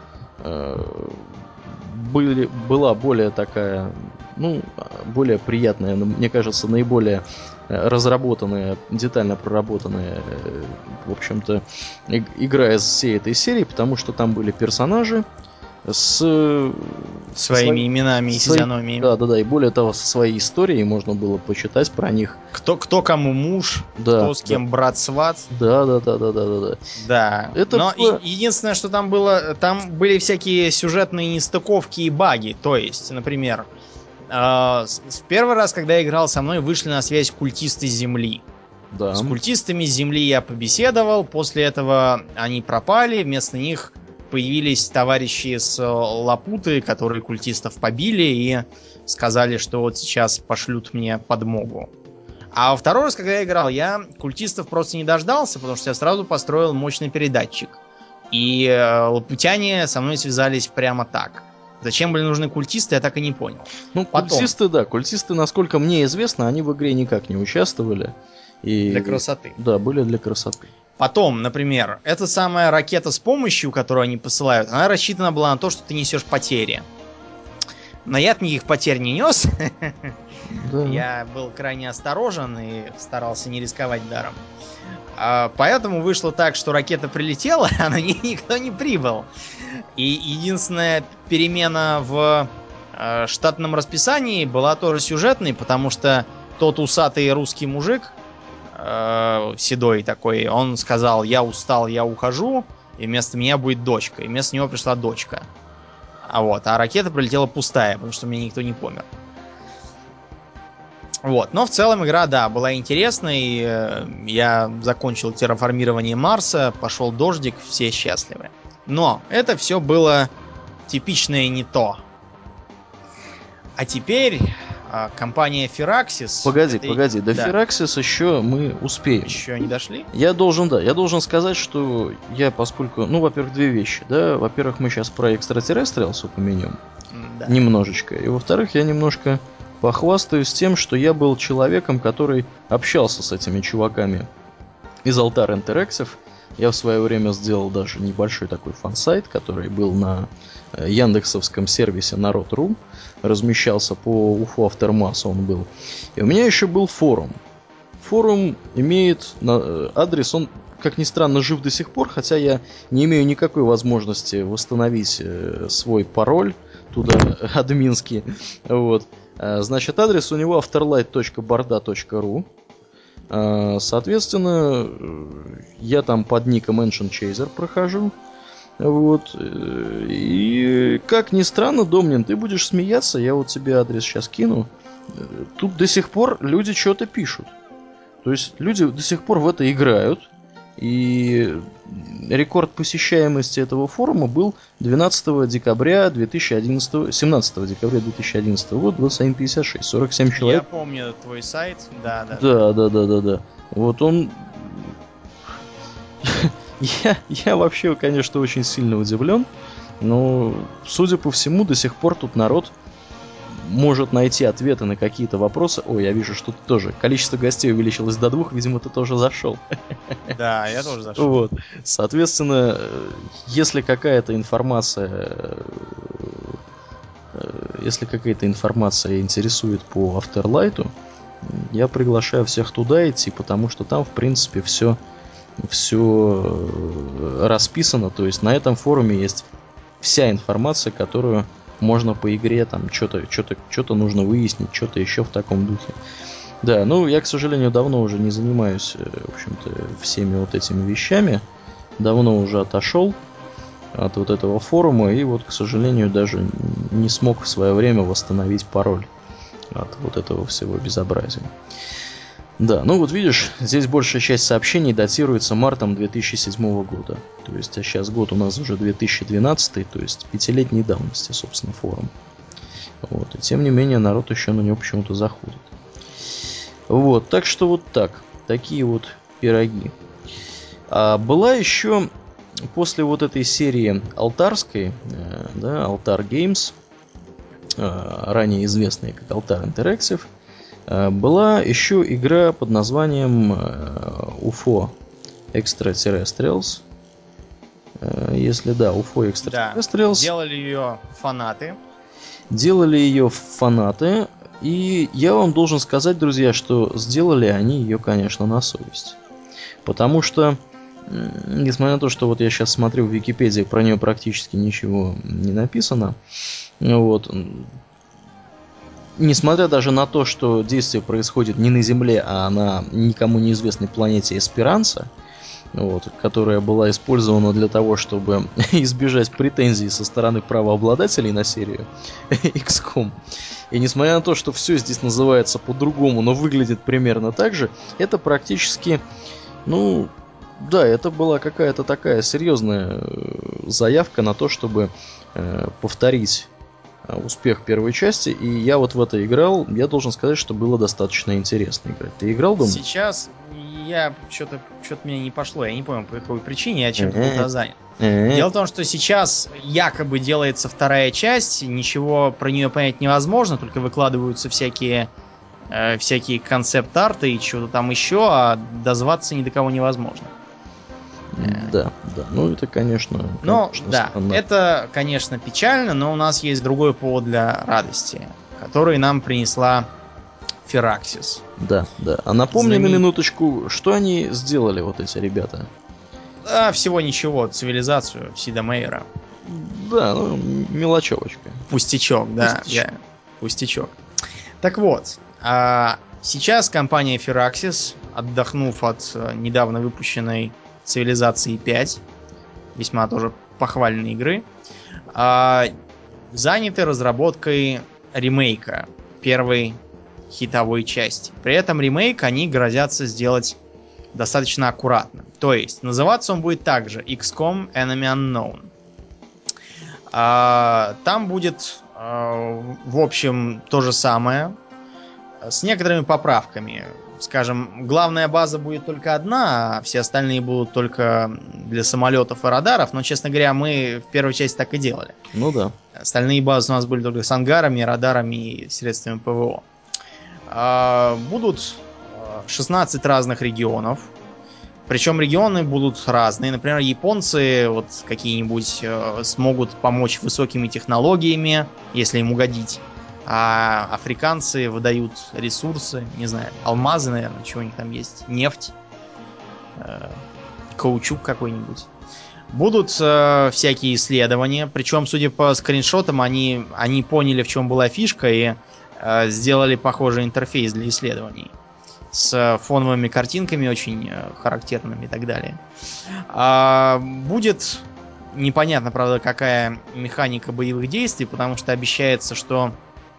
была более такая, более приятная, мне кажется, наиболее разработанная, детально проработанная, в общем-то, игра из всей этой серии, потому что там были персонажи с своими именами и физиономиями. Да, и более того, со своей историей можно было почитать про них. Кто кому муж, кто с кем брат-сват. Да. Но единственное, что там было, там были всякие сюжетные нестыковки и баги. То есть, например, в первый раз, когда я играл, со мной вышли на связь культисты Земли. Да. С культистами Земли я побеседовал, после этого они пропали, вместо них появились товарищи с Лапуты, которые культистов побили и сказали, что вот сейчас пошлют мне подмогу. А во второй раз, когда я играл, я культистов просто не дождался, потому что я сразу построил мощный передатчик. И лапутяне со мной связались прямо так. Зачем были нужны культисты, я так и не понял. Культисты, насколько мне известно, они в игре никак не участвовали. Для красоты. Да, были для красоты. Потом, например, эта самая ракета с помощью, которую они посылают, она рассчитана была на то, что ты несешь потери. Но я-то никаких потерь не нес. Да. Я был крайне осторожен и старался не рисковать даром. Поэтому вышло так, что ракета прилетела, а на ней никто не прибыл. И единственная перемена в штатном расписании была тоже сюжетной, потому что тот усатый русский мужик, седой такой, он сказал: я устал, я ухожу, и вместо меня будет дочка. И вместо него пришла дочка. А ракета прилетела пустая, потому что мне никто не помер. Но в целом игра, да, была интересной. Я закончил терраформирование Марса, пошел дождик, все счастливы. Но это все было типичное не то. А теперь компания Firaxis... Погоди, до Firaxis еще мы успеем. Еще не дошли? Я должен сказать, что поскольку, во-первых, две вещи, да, во-первых, мы сейчас про Extraterrestrials упомянем немножечко, и во-вторых, я немножко похвастаюсь тем, что я был человеком, который общался с этими чуваками из Altar Interactive Я в свое время сделал даже небольшой такой фан-сайт, который был на яндексовском сервисе Народ.ру. Размещался по Уфу Aftermath он был. И у меня еще был форум. Форум имеет адрес, он, как ни странно, жив до сих пор, хотя я не имею никакой возможности восстановить свой пароль туда админский. Вот. Значит, адрес у него afterlight.barda.ru. Соответственно, я там под ником Ancient Chaser прохожу. Вот. И как ни странно, Домнин, ты будешь смеяться, я вот тебе адрес сейчас кину. Тут до сих пор люди что-то пишут. То есть люди до сих пор в это играют. И рекорд посещаемости этого форума был 12 декабря 2011, 17 декабря 2011 года, 21:56, 47 человек. Я помню твой сайт, да. Да. Вот он... Я вообще, конечно, очень сильно удивлен, но, судя по всему, до сих пор тут народ может найти ответы на какие-то вопросы. Ой, я вижу, что тут тоже количество гостей увеличилось до 2, видимо, ты тоже зашел. Да, я тоже зашел. Вот. Соответственно, если какая-то информация интересует по Afterlight, я приглашаю всех туда идти, потому что там, в принципе, все расписано. То есть на этом форуме есть вся информация, которую можно по игре, там что-то нужно выяснить, что-то еще в таком духе. Да, ну я, к сожалению, давно уже не занимаюсь, в общем-то, всеми вот этими вещами. Давно уже отошел от вот этого форума и вот, к сожалению, даже не смог в свое время восстановить пароль от вот этого всего безобразия. Да, ну вот видишь, здесь большая часть сообщений датируется мартом 2007 года. То есть, а сейчас год у нас уже 2012, то есть 5-летней давности, собственно, форум. Вот, и тем не менее народ еще на него почему-то заходит. Вот, так что вот так. Такие вот пироги. А была еще после вот этой серии алтарской, да, Altar Games, ранее известная как Altar Interactive, была еще игра под названием UFO Extraterrestrials. Если да, UFO Extraterrestrials. Да, делали ее фанаты. И я вам должен сказать, друзья, что сделали они ее, конечно, на совесть. Потому что, несмотря на то, что вот я сейчас смотрю в Википедии, про нее практически ничего не написано. Вот. Несмотря даже на то, что действие происходит не на Земле, а на никому неизвестной планете Эсперанса, вот, которая была использована для того, чтобы избежать претензий со стороны правообладателей на серию XCOM. И несмотря на то, что все здесь называется по-другому, но выглядит примерно так же, это практически, ну, да, это была какая-то такая серьезная заявка на то, чтобы повторить успех первой части, и я вот в это играл, я должен сказать, что было достаточно интересно играть. Ты играл, думаю? Сейчас я что-то мне не пошло, я не помню по какой причине, я чем-то был занят. Дело в том, что сейчас якобы делается вторая часть, ничего про нее понять невозможно, только выкладываются всякие концепт-арты и чего-то там еще, а дозваться ни до кого невозможно. Да, ну это, конечно, да, странно. это, конечно, печально, но у нас есть другой повод для радости, который нам принесла Firaxis. Да. А напомни на минуточку, что они сделали, вот эти ребята? Да, всего ничего, цивилизацию Сида Мейера. Да, ну, мелочевочка. Пустячок, да. Пустячок. Так вот, сейчас компания Firaxis, отдохнув от недавно выпущенной Цивилизации 5, весьма тоже похвальной игры, заняты разработкой ремейка первой хитовой части. При этом ремейк они грозятся сделать достаточно аккуратно. То есть, называться он будет также XCOM Enemy Unknown. Там будет, в общем, то же самое, с некоторыми поправками. Скажем, главная база будет только одна, а все остальные будут только для самолетов и радаров. Но, честно говоря, мы в первой части так и делали. Ну да. Остальные базы у нас были только с ангарами, радарами и средствами ПВО. Будут 16 разных регионов. Причем регионы будут разные. Например, японцы вот какие-нибудь смогут помочь высокими технологиями, если им угодить. А африканцы выдают ресурсы, не знаю, алмазы, наверное, чего у них там есть, нефть, каучук какой-нибудь. Будут всякие исследования, причем, судя по скриншотам, они поняли, в чем была фишка, и сделали похожий интерфейс для исследований с фоновыми картинками очень характерными и так далее. Будет непонятно, правда, какая механика боевых действий, потому что обещается, что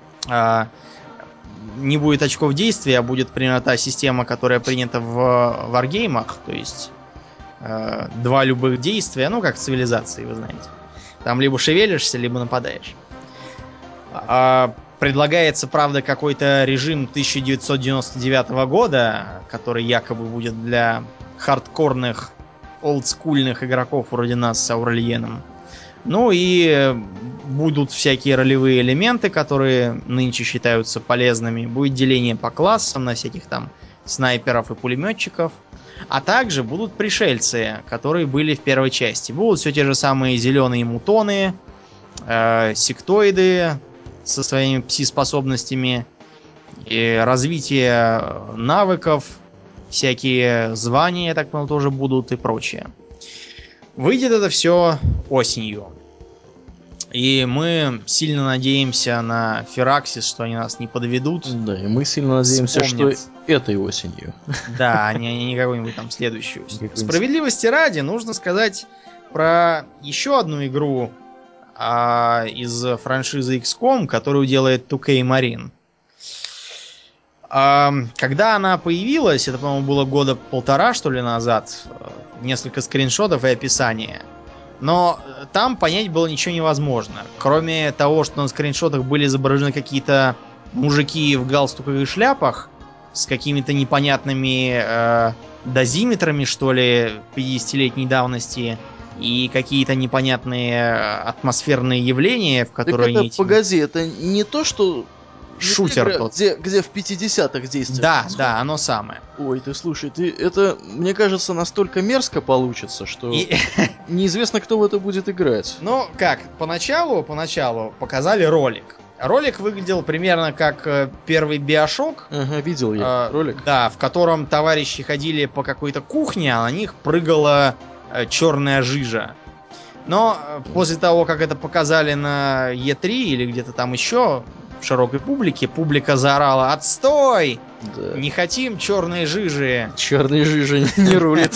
не будет очков действия, а будет примерно та система, которая принята в варгеймах, то есть 2 любых действия, ну, как в цивилизации, вы знаете. Там либо шевелишься, либо нападаешь. Предлагается, правда, какой-то режим 1999 года, который якобы будет для хардкорных, олдскульных игроков вроде нас с Аурельеном. Ну и будут всякие ролевые элементы, которые нынче считаются полезными. Будет деление по классам на всяких там снайперов и пулеметчиков. А также будут пришельцы, которые были в первой части. Будут все те же самые зеленые мутоны, сектоиды со своими пси-способностями, и развитие навыков, всякие звания, я так понял, тоже будут и прочее. Выйдет это все осенью. И мы сильно надеемся на Firaxis, что они нас не подведут. Да, и мы сильно надеемся, вспомнят. что этой осенью. Да, а не какой-нибудь там следующую. Справедливости ради, нужно сказать про еще одну игру из франшизы XCOM, которую делает 2K Marine. Когда она появилась, это, по-моему, было года 1.5, что ли, назад, несколько скриншотов и описание. Но там понять было ничего невозможно. Кроме того, что на скриншотах были изображены какие-то мужики в галстуках и шляпах с какими-то непонятными дозиметрами, что ли, 50-летней давности, и какие-то непонятные атмосферные явления, в которые так это, погоди, это не то, что... Шутер игра, тот. где в 50-х действует. Да, оно самое. Ой, ты слушай, это, мне кажется, настолько мерзко получится, что неизвестно, кто в это будет играть. Ну, как, поначалу показали ролик. Ролик выглядел примерно как первый Биошок. Ага, видел я ролик. Да, в котором товарищи ходили по какой-то кухне, а на них прыгала черная жижа. Но после того, как это показали на E3 или где-то там еще в широкой публике, публика заорала: «Отстой! Да. Не хотим черной жижи!» Черной жижи не рулит.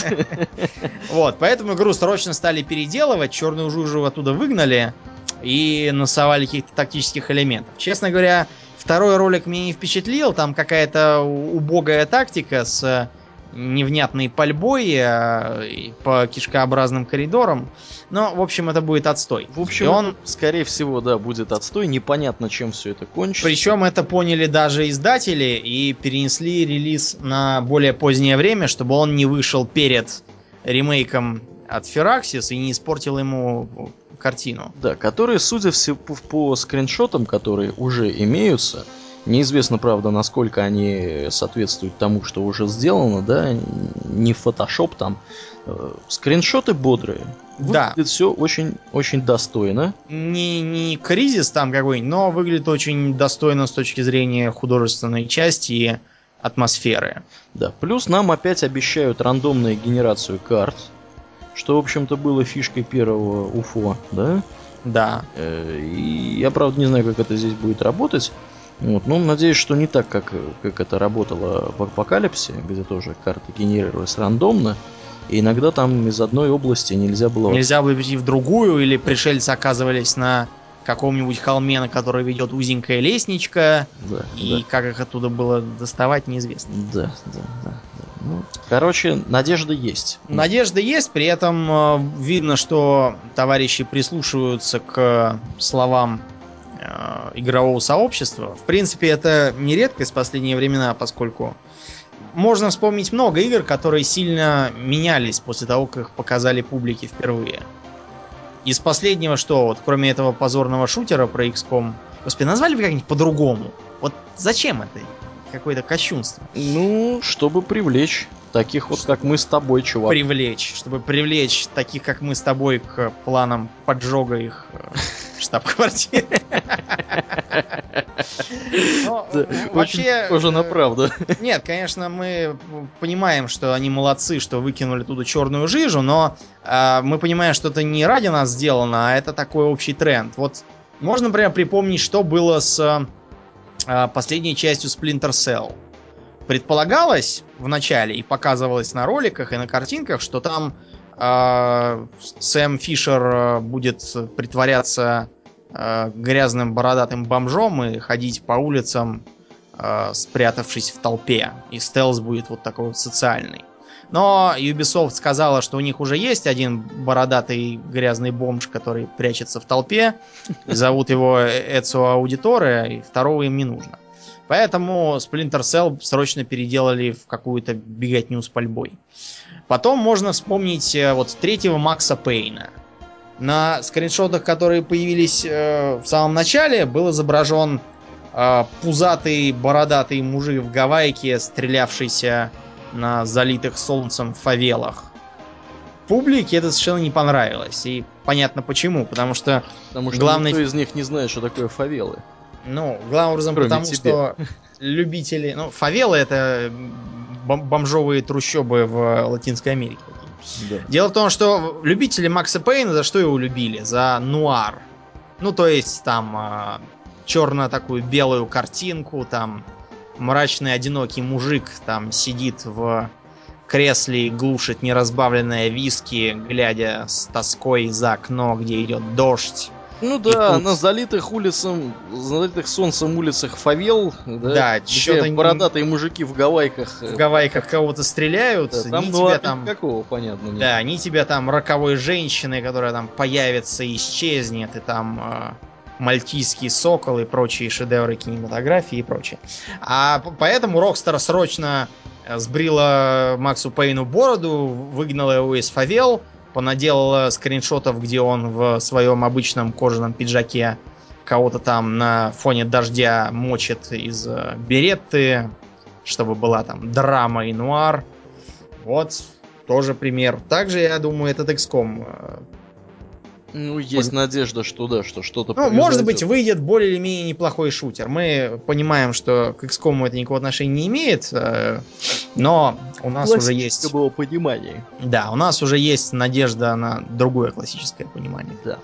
Вот, поэтому игру срочно стали переделывать, черную жижу оттуда выгнали и насовали каких-то тактических элементов. Честно говоря, второй ролик меня не впечатлил, там какая-то убогая тактика с невнятной пальбой по кишкообразным коридорам. Но, в общем, это будет отстой. В общем, скорее всего, да, будет отстой. Непонятно, чем все это кончится. Причем это поняли даже издатели и перенесли релиз на более позднее время, чтобы он не вышел перед ремейком от Firaxis и не испортил ему картину. Да, которые, судя по скриншотам, которые уже имеются, неизвестно, правда, насколько они соответствуют тому, что уже сделано, да, не Photoshop там. Скриншоты бодрые. Да. Выглядит все очень достойно. Не кризис там какой-нибудь, но выглядит очень достойно с точки зрения художественной части и атмосферы. Да, плюс нам опять обещают рандомную генерацию карт, что, в общем-то, было фишкой первого UFO, да? Да. И я, правда, не знаю, как это здесь будет работать. Вот, но надеюсь, что не так, как это работало в Апокалипсе, где тоже карты генерировались рандомно. И иногда там из одной области нельзя было перейти в другую, или пришельцы оказывались на каком-нибудь холме, на который ведет узенькая лестничка, и как их оттуда было доставать, неизвестно. Да. Ну, короче, надежда есть. Надежда есть, при этом видно, что товарищи прислушиваются к словам игрового сообщества. В принципе, это не редкость в последние времена, поскольку можно вспомнить много игр, которые сильно менялись после того, как их показали публике впервые. Из последнего, что вот, кроме этого позорного шутера про XCOM, господи, назвали бы как-нибудь по-другому. Вот зачем это? какое-то кощунство. Ну, чтобы привлечь таких вот, как мы с тобой, чувак. Чтобы привлечь таких, как мы с тобой, к планам поджога их штаб-квартиры. Очень похоже на правду. Нет, конечно, мы понимаем, что они молодцы, что выкинули туда черную жижу, но мы понимаем, что это не ради нас сделано, а это такой общий тренд. Вот можно, например, припомнить, что было с последней частью Splinter Cell. Предполагалось в начале и показывалось на роликах и на картинках, что там Сэм Фишер будет притворяться грязным бородатым бомжом и ходить по улицам, спрятавшись в толпе. И стелс будет вот такой вот социальный. Но Ubisoft сказала, что у них уже есть один бородатый грязный бомж, который прячется в толпе. Зовут его Эцио Аудиторе, и второго им не нужно. Поэтому Splinter Cell срочно переделали в какую-то беготню с пальбой. Потом можно вспомнить вот третьего Макса Пейна. На скриншотах, которые появились в самом начале, был изображен пузатый бородатый мужик в гавайке, стрелявшийся на залитых солнцем фавелах. Публике это совершенно не понравилось. И понятно почему. Потому что никто из них не знает, что такое фавелы. Ну, главным образом, потому что любители... Ну, фавелы — это бомжовые трущобы в Латинской Америке. Да. Дело в том, что любители Макса Пейна за что его любили? За нуар. Ну, то есть, там, черно такую белую картинку, там, мрачный одинокий мужик там сидит в кресле и глушит неразбавленное виски, глядя с тоской за окно, где идет дождь. Ну да, тут... на залитых солнцем улицах фавел, да, где бородатые мужики в гавайках кого-то стреляют, да, там тебя там никакого, понятно, нет. Да, ни тебя там роковой женщины, которая там появится и исчезнет, и там мальтийский сокол и прочие шедевры кинематографии и прочее. А поэтому Rockstar срочно сбрила Максу Пейну бороду, выгнала его из фавел, понаделала скриншотов, где он в своем обычном кожаном пиджаке кого-то там на фоне дождя мочит из беретты, чтобы была там драма и нуар. Вот, тоже пример. Также, я думаю, этот XCOM... Ну, есть надежда, что да, что что-то произойдет. Может быть, выйдет более или менее неплохой шутер. Мы понимаем, что к XCOM это никакого отношения не имеет, но у нас уже есть... было понимание. Да, у нас уже есть надежда на другое классическое понимание. Да.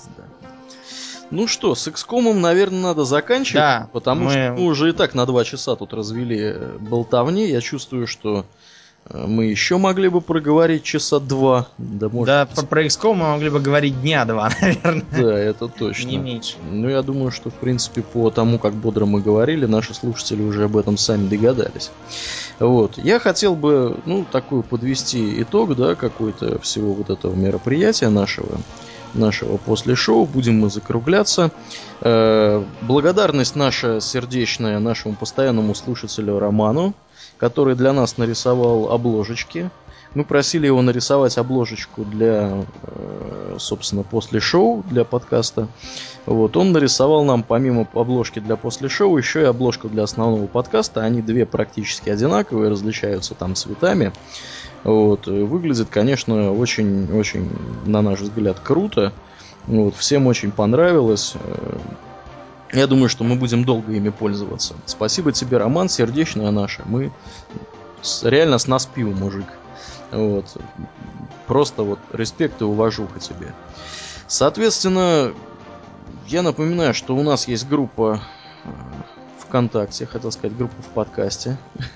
Ну что, с XCOM, наверное, надо заканчивать, да, потому что мы уже и так на 2 часа тут развели болтовни. Я чувствую, что мы еще могли бы проговорить часа 2. Да, про XCOM мы могли бы говорить дня 2, наверное. Да, это точно. Не меньше. Ну, я думаю, что, в принципе, по тому, как бодро мы говорили, наши слушатели уже об этом сами догадались. Вот. Я хотел бы, такой подвести итог, да, какой-то всего вот этого мероприятия нашего после шоу. Будем мы закругляться. Благодарность наша сердечная нашему постоянному слушателю Роману, который для нас нарисовал обложечки. Мы просили его нарисовать обложечку для, собственно, после шоу, для подкаста. Вот, он нарисовал нам, помимо обложки для после шоу, еще и обложку для основного подкаста. Они 2 практически одинаковые, различаются там цветами. Вот, выглядит, конечно, очень-очень, на наш взгляд, круто. Вот, всем очень понравилось. Я думаю, что мы будем долго ими пользоваться. Спасибо тебе, Роман, сердечная наша. Мы реально с нас пиво, мужик. Вот. Просто вот респект и уважуха тебе. Соответственно, я напоминаю, что у нас есть группа ВКонтакте, хотел сказать, группа в подкасте.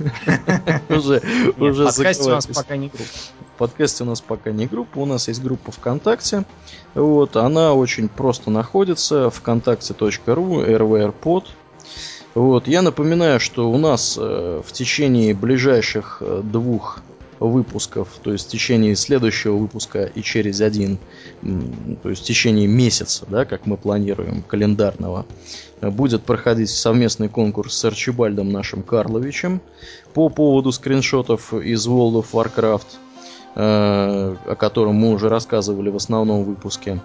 Уже в подкасте у нас пока не группа. В подкасте у нас пока не группа, у нас есть группа ВКонтакте. Вот, она очень просто находится, vkontakte.ru, rvrpod. Вот, я напоминаю, что у нас в течение ближайших 2 выпусков, то есть в течение следующего выпуска и через 1, то есть в течение месяца, да, как мы планируем, календарного, будет проходить совместный конкурс с Арчибальдом нашим Карловичем по поводу скриншотов из World of Warcraft, о котором мы уже рассказывали в основном выпуске.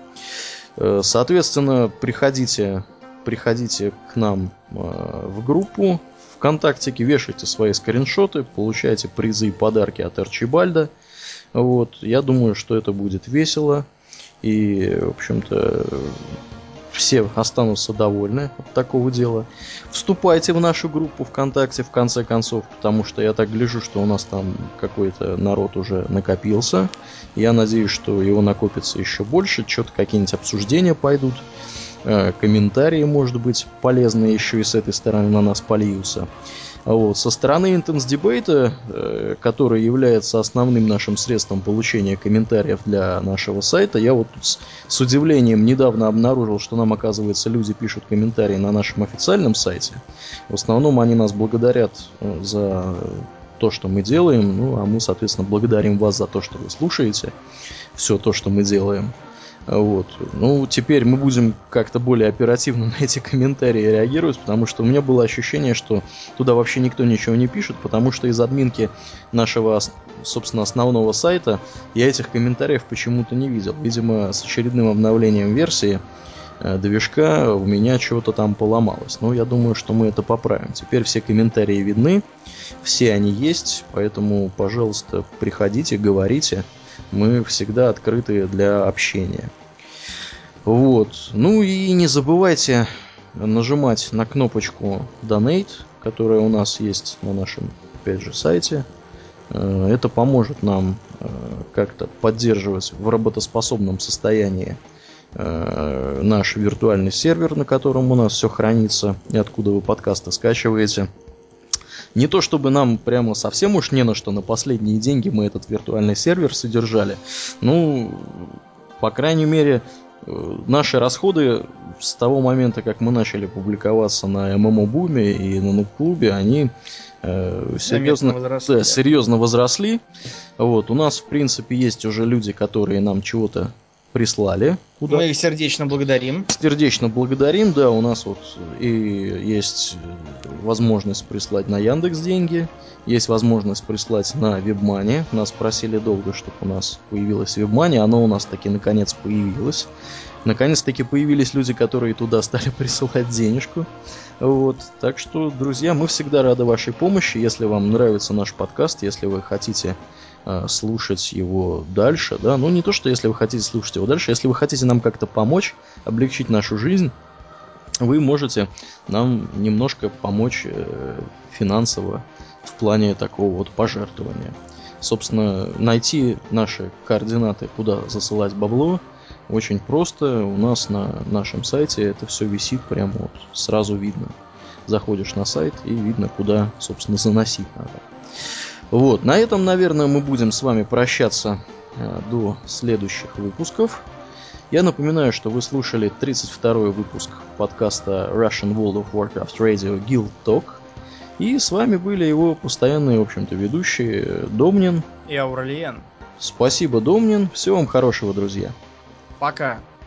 Соответственно, приходите к нам в группу ВКонтактике вешайте свои скриншоты, получайте призы и подарки от Арчибальда. Вот. Я думаю, что это будет весело. И, в общем-то, все останутся довольны от такого дела. Вступайте в нашу группу ВКонтакте, в конце концов, потому что я так гляжу, что у нас там какой-то народ уже накопился. Я надеюсь, что его накопится еще больше, что-то какие-нибудь обсуждения пойдут, комментарии, может быть, полезные еще и с этой стороны на нас польются. Вот. Со стороны Intense Debate, который является основным нашим средством получения комментариев для нашего сайта, я вот тут с удивлением недавно обнаружил, что нам, оказывается, люди пишут комментарии на нашем официальном сайте. В основном они нас благодарят за то, что мы делаем, ну а мы, соответственно, благодарим вас за то, что вы слушаете все то, что мы делаем. Вот. Ну, теперь мы будем как-то более оперативно на эти комментарии реагировать, потому что у меня было ощущение, что туда вообще никто ничего не пишет, потому что из админки нашего, собственно, основного сайта я этих комментариев почему-то не видел. Видимо, с очередным обновлением версии движка у меня что-то там поломалось. Но я думаю, что мы это поправим. Теперь все комментарии видны, все они есть, поэтому, пожалуйста, приходите, говорите. Мы всегда открыты для общения. Вот. Ну и не забывайте нажимать на кнопочку Donate, которая у нас есть на нашем, опять же, сайте. Это поможет нам как-то поддерживать в работоспособном состоянии наш виртуальный сервер, на котором у нас все хранится, и откуда вы подкасты скачиваете. Не то чтобы нам прямо совсем уж не на что, на последние деньги мы этот виртуальный сервер содержали. Ну, по крайней мере, наши расходы с того момента, как мы начали публиковаться на ММО-буме и на Нуб-клубе, они серьезно возросли. Вот. У нас, в принципе, есть уже люди, которые нам чего-то прислали. Куда? Мы их сердечно благодарим. Сердечно благодарим, да, у нас вот и есть возможность прислать на Яндекс деньги, есть возможность прислать на WebMoney. Нас просили долго, чтобы у нас появилось WebMoney, оно у нас таки наконец появилось. Наконец-таки появились люди, которые туда стали присылать денежку. Вот. Так что, друзья, мы всегда рады вашей помощи. Если вам нравится наш подкаст, если вы хотите слушать его дальше, да, ну не то, что если вы хотите слушать его дальше, если вы хотите нам как-то помочь, облегчить нашу жизнь, вы можете нам немножко помочь финансово в плане такого вот пожертвования. Собственно, найти наши координаты, куда засылать бабло, очень просто. У нас на нашем сайте это все висит прямо вот, сразу видно. Заходишь на сайт и видно, куда, собственно, заносить надо. Вот, на этом, наверное, мы будем с вами прощаться до следующих выпусков. Я напоминаю, что вы слушали 32-й выпуск подкаста Russian World of Warcraft Radio Guild Talk. И с вами были его постоянные, в общем-то, ведущие Домнин и Ауралиен. Спасибо, Домнин. Всего вам хорошего, друзья. Пока.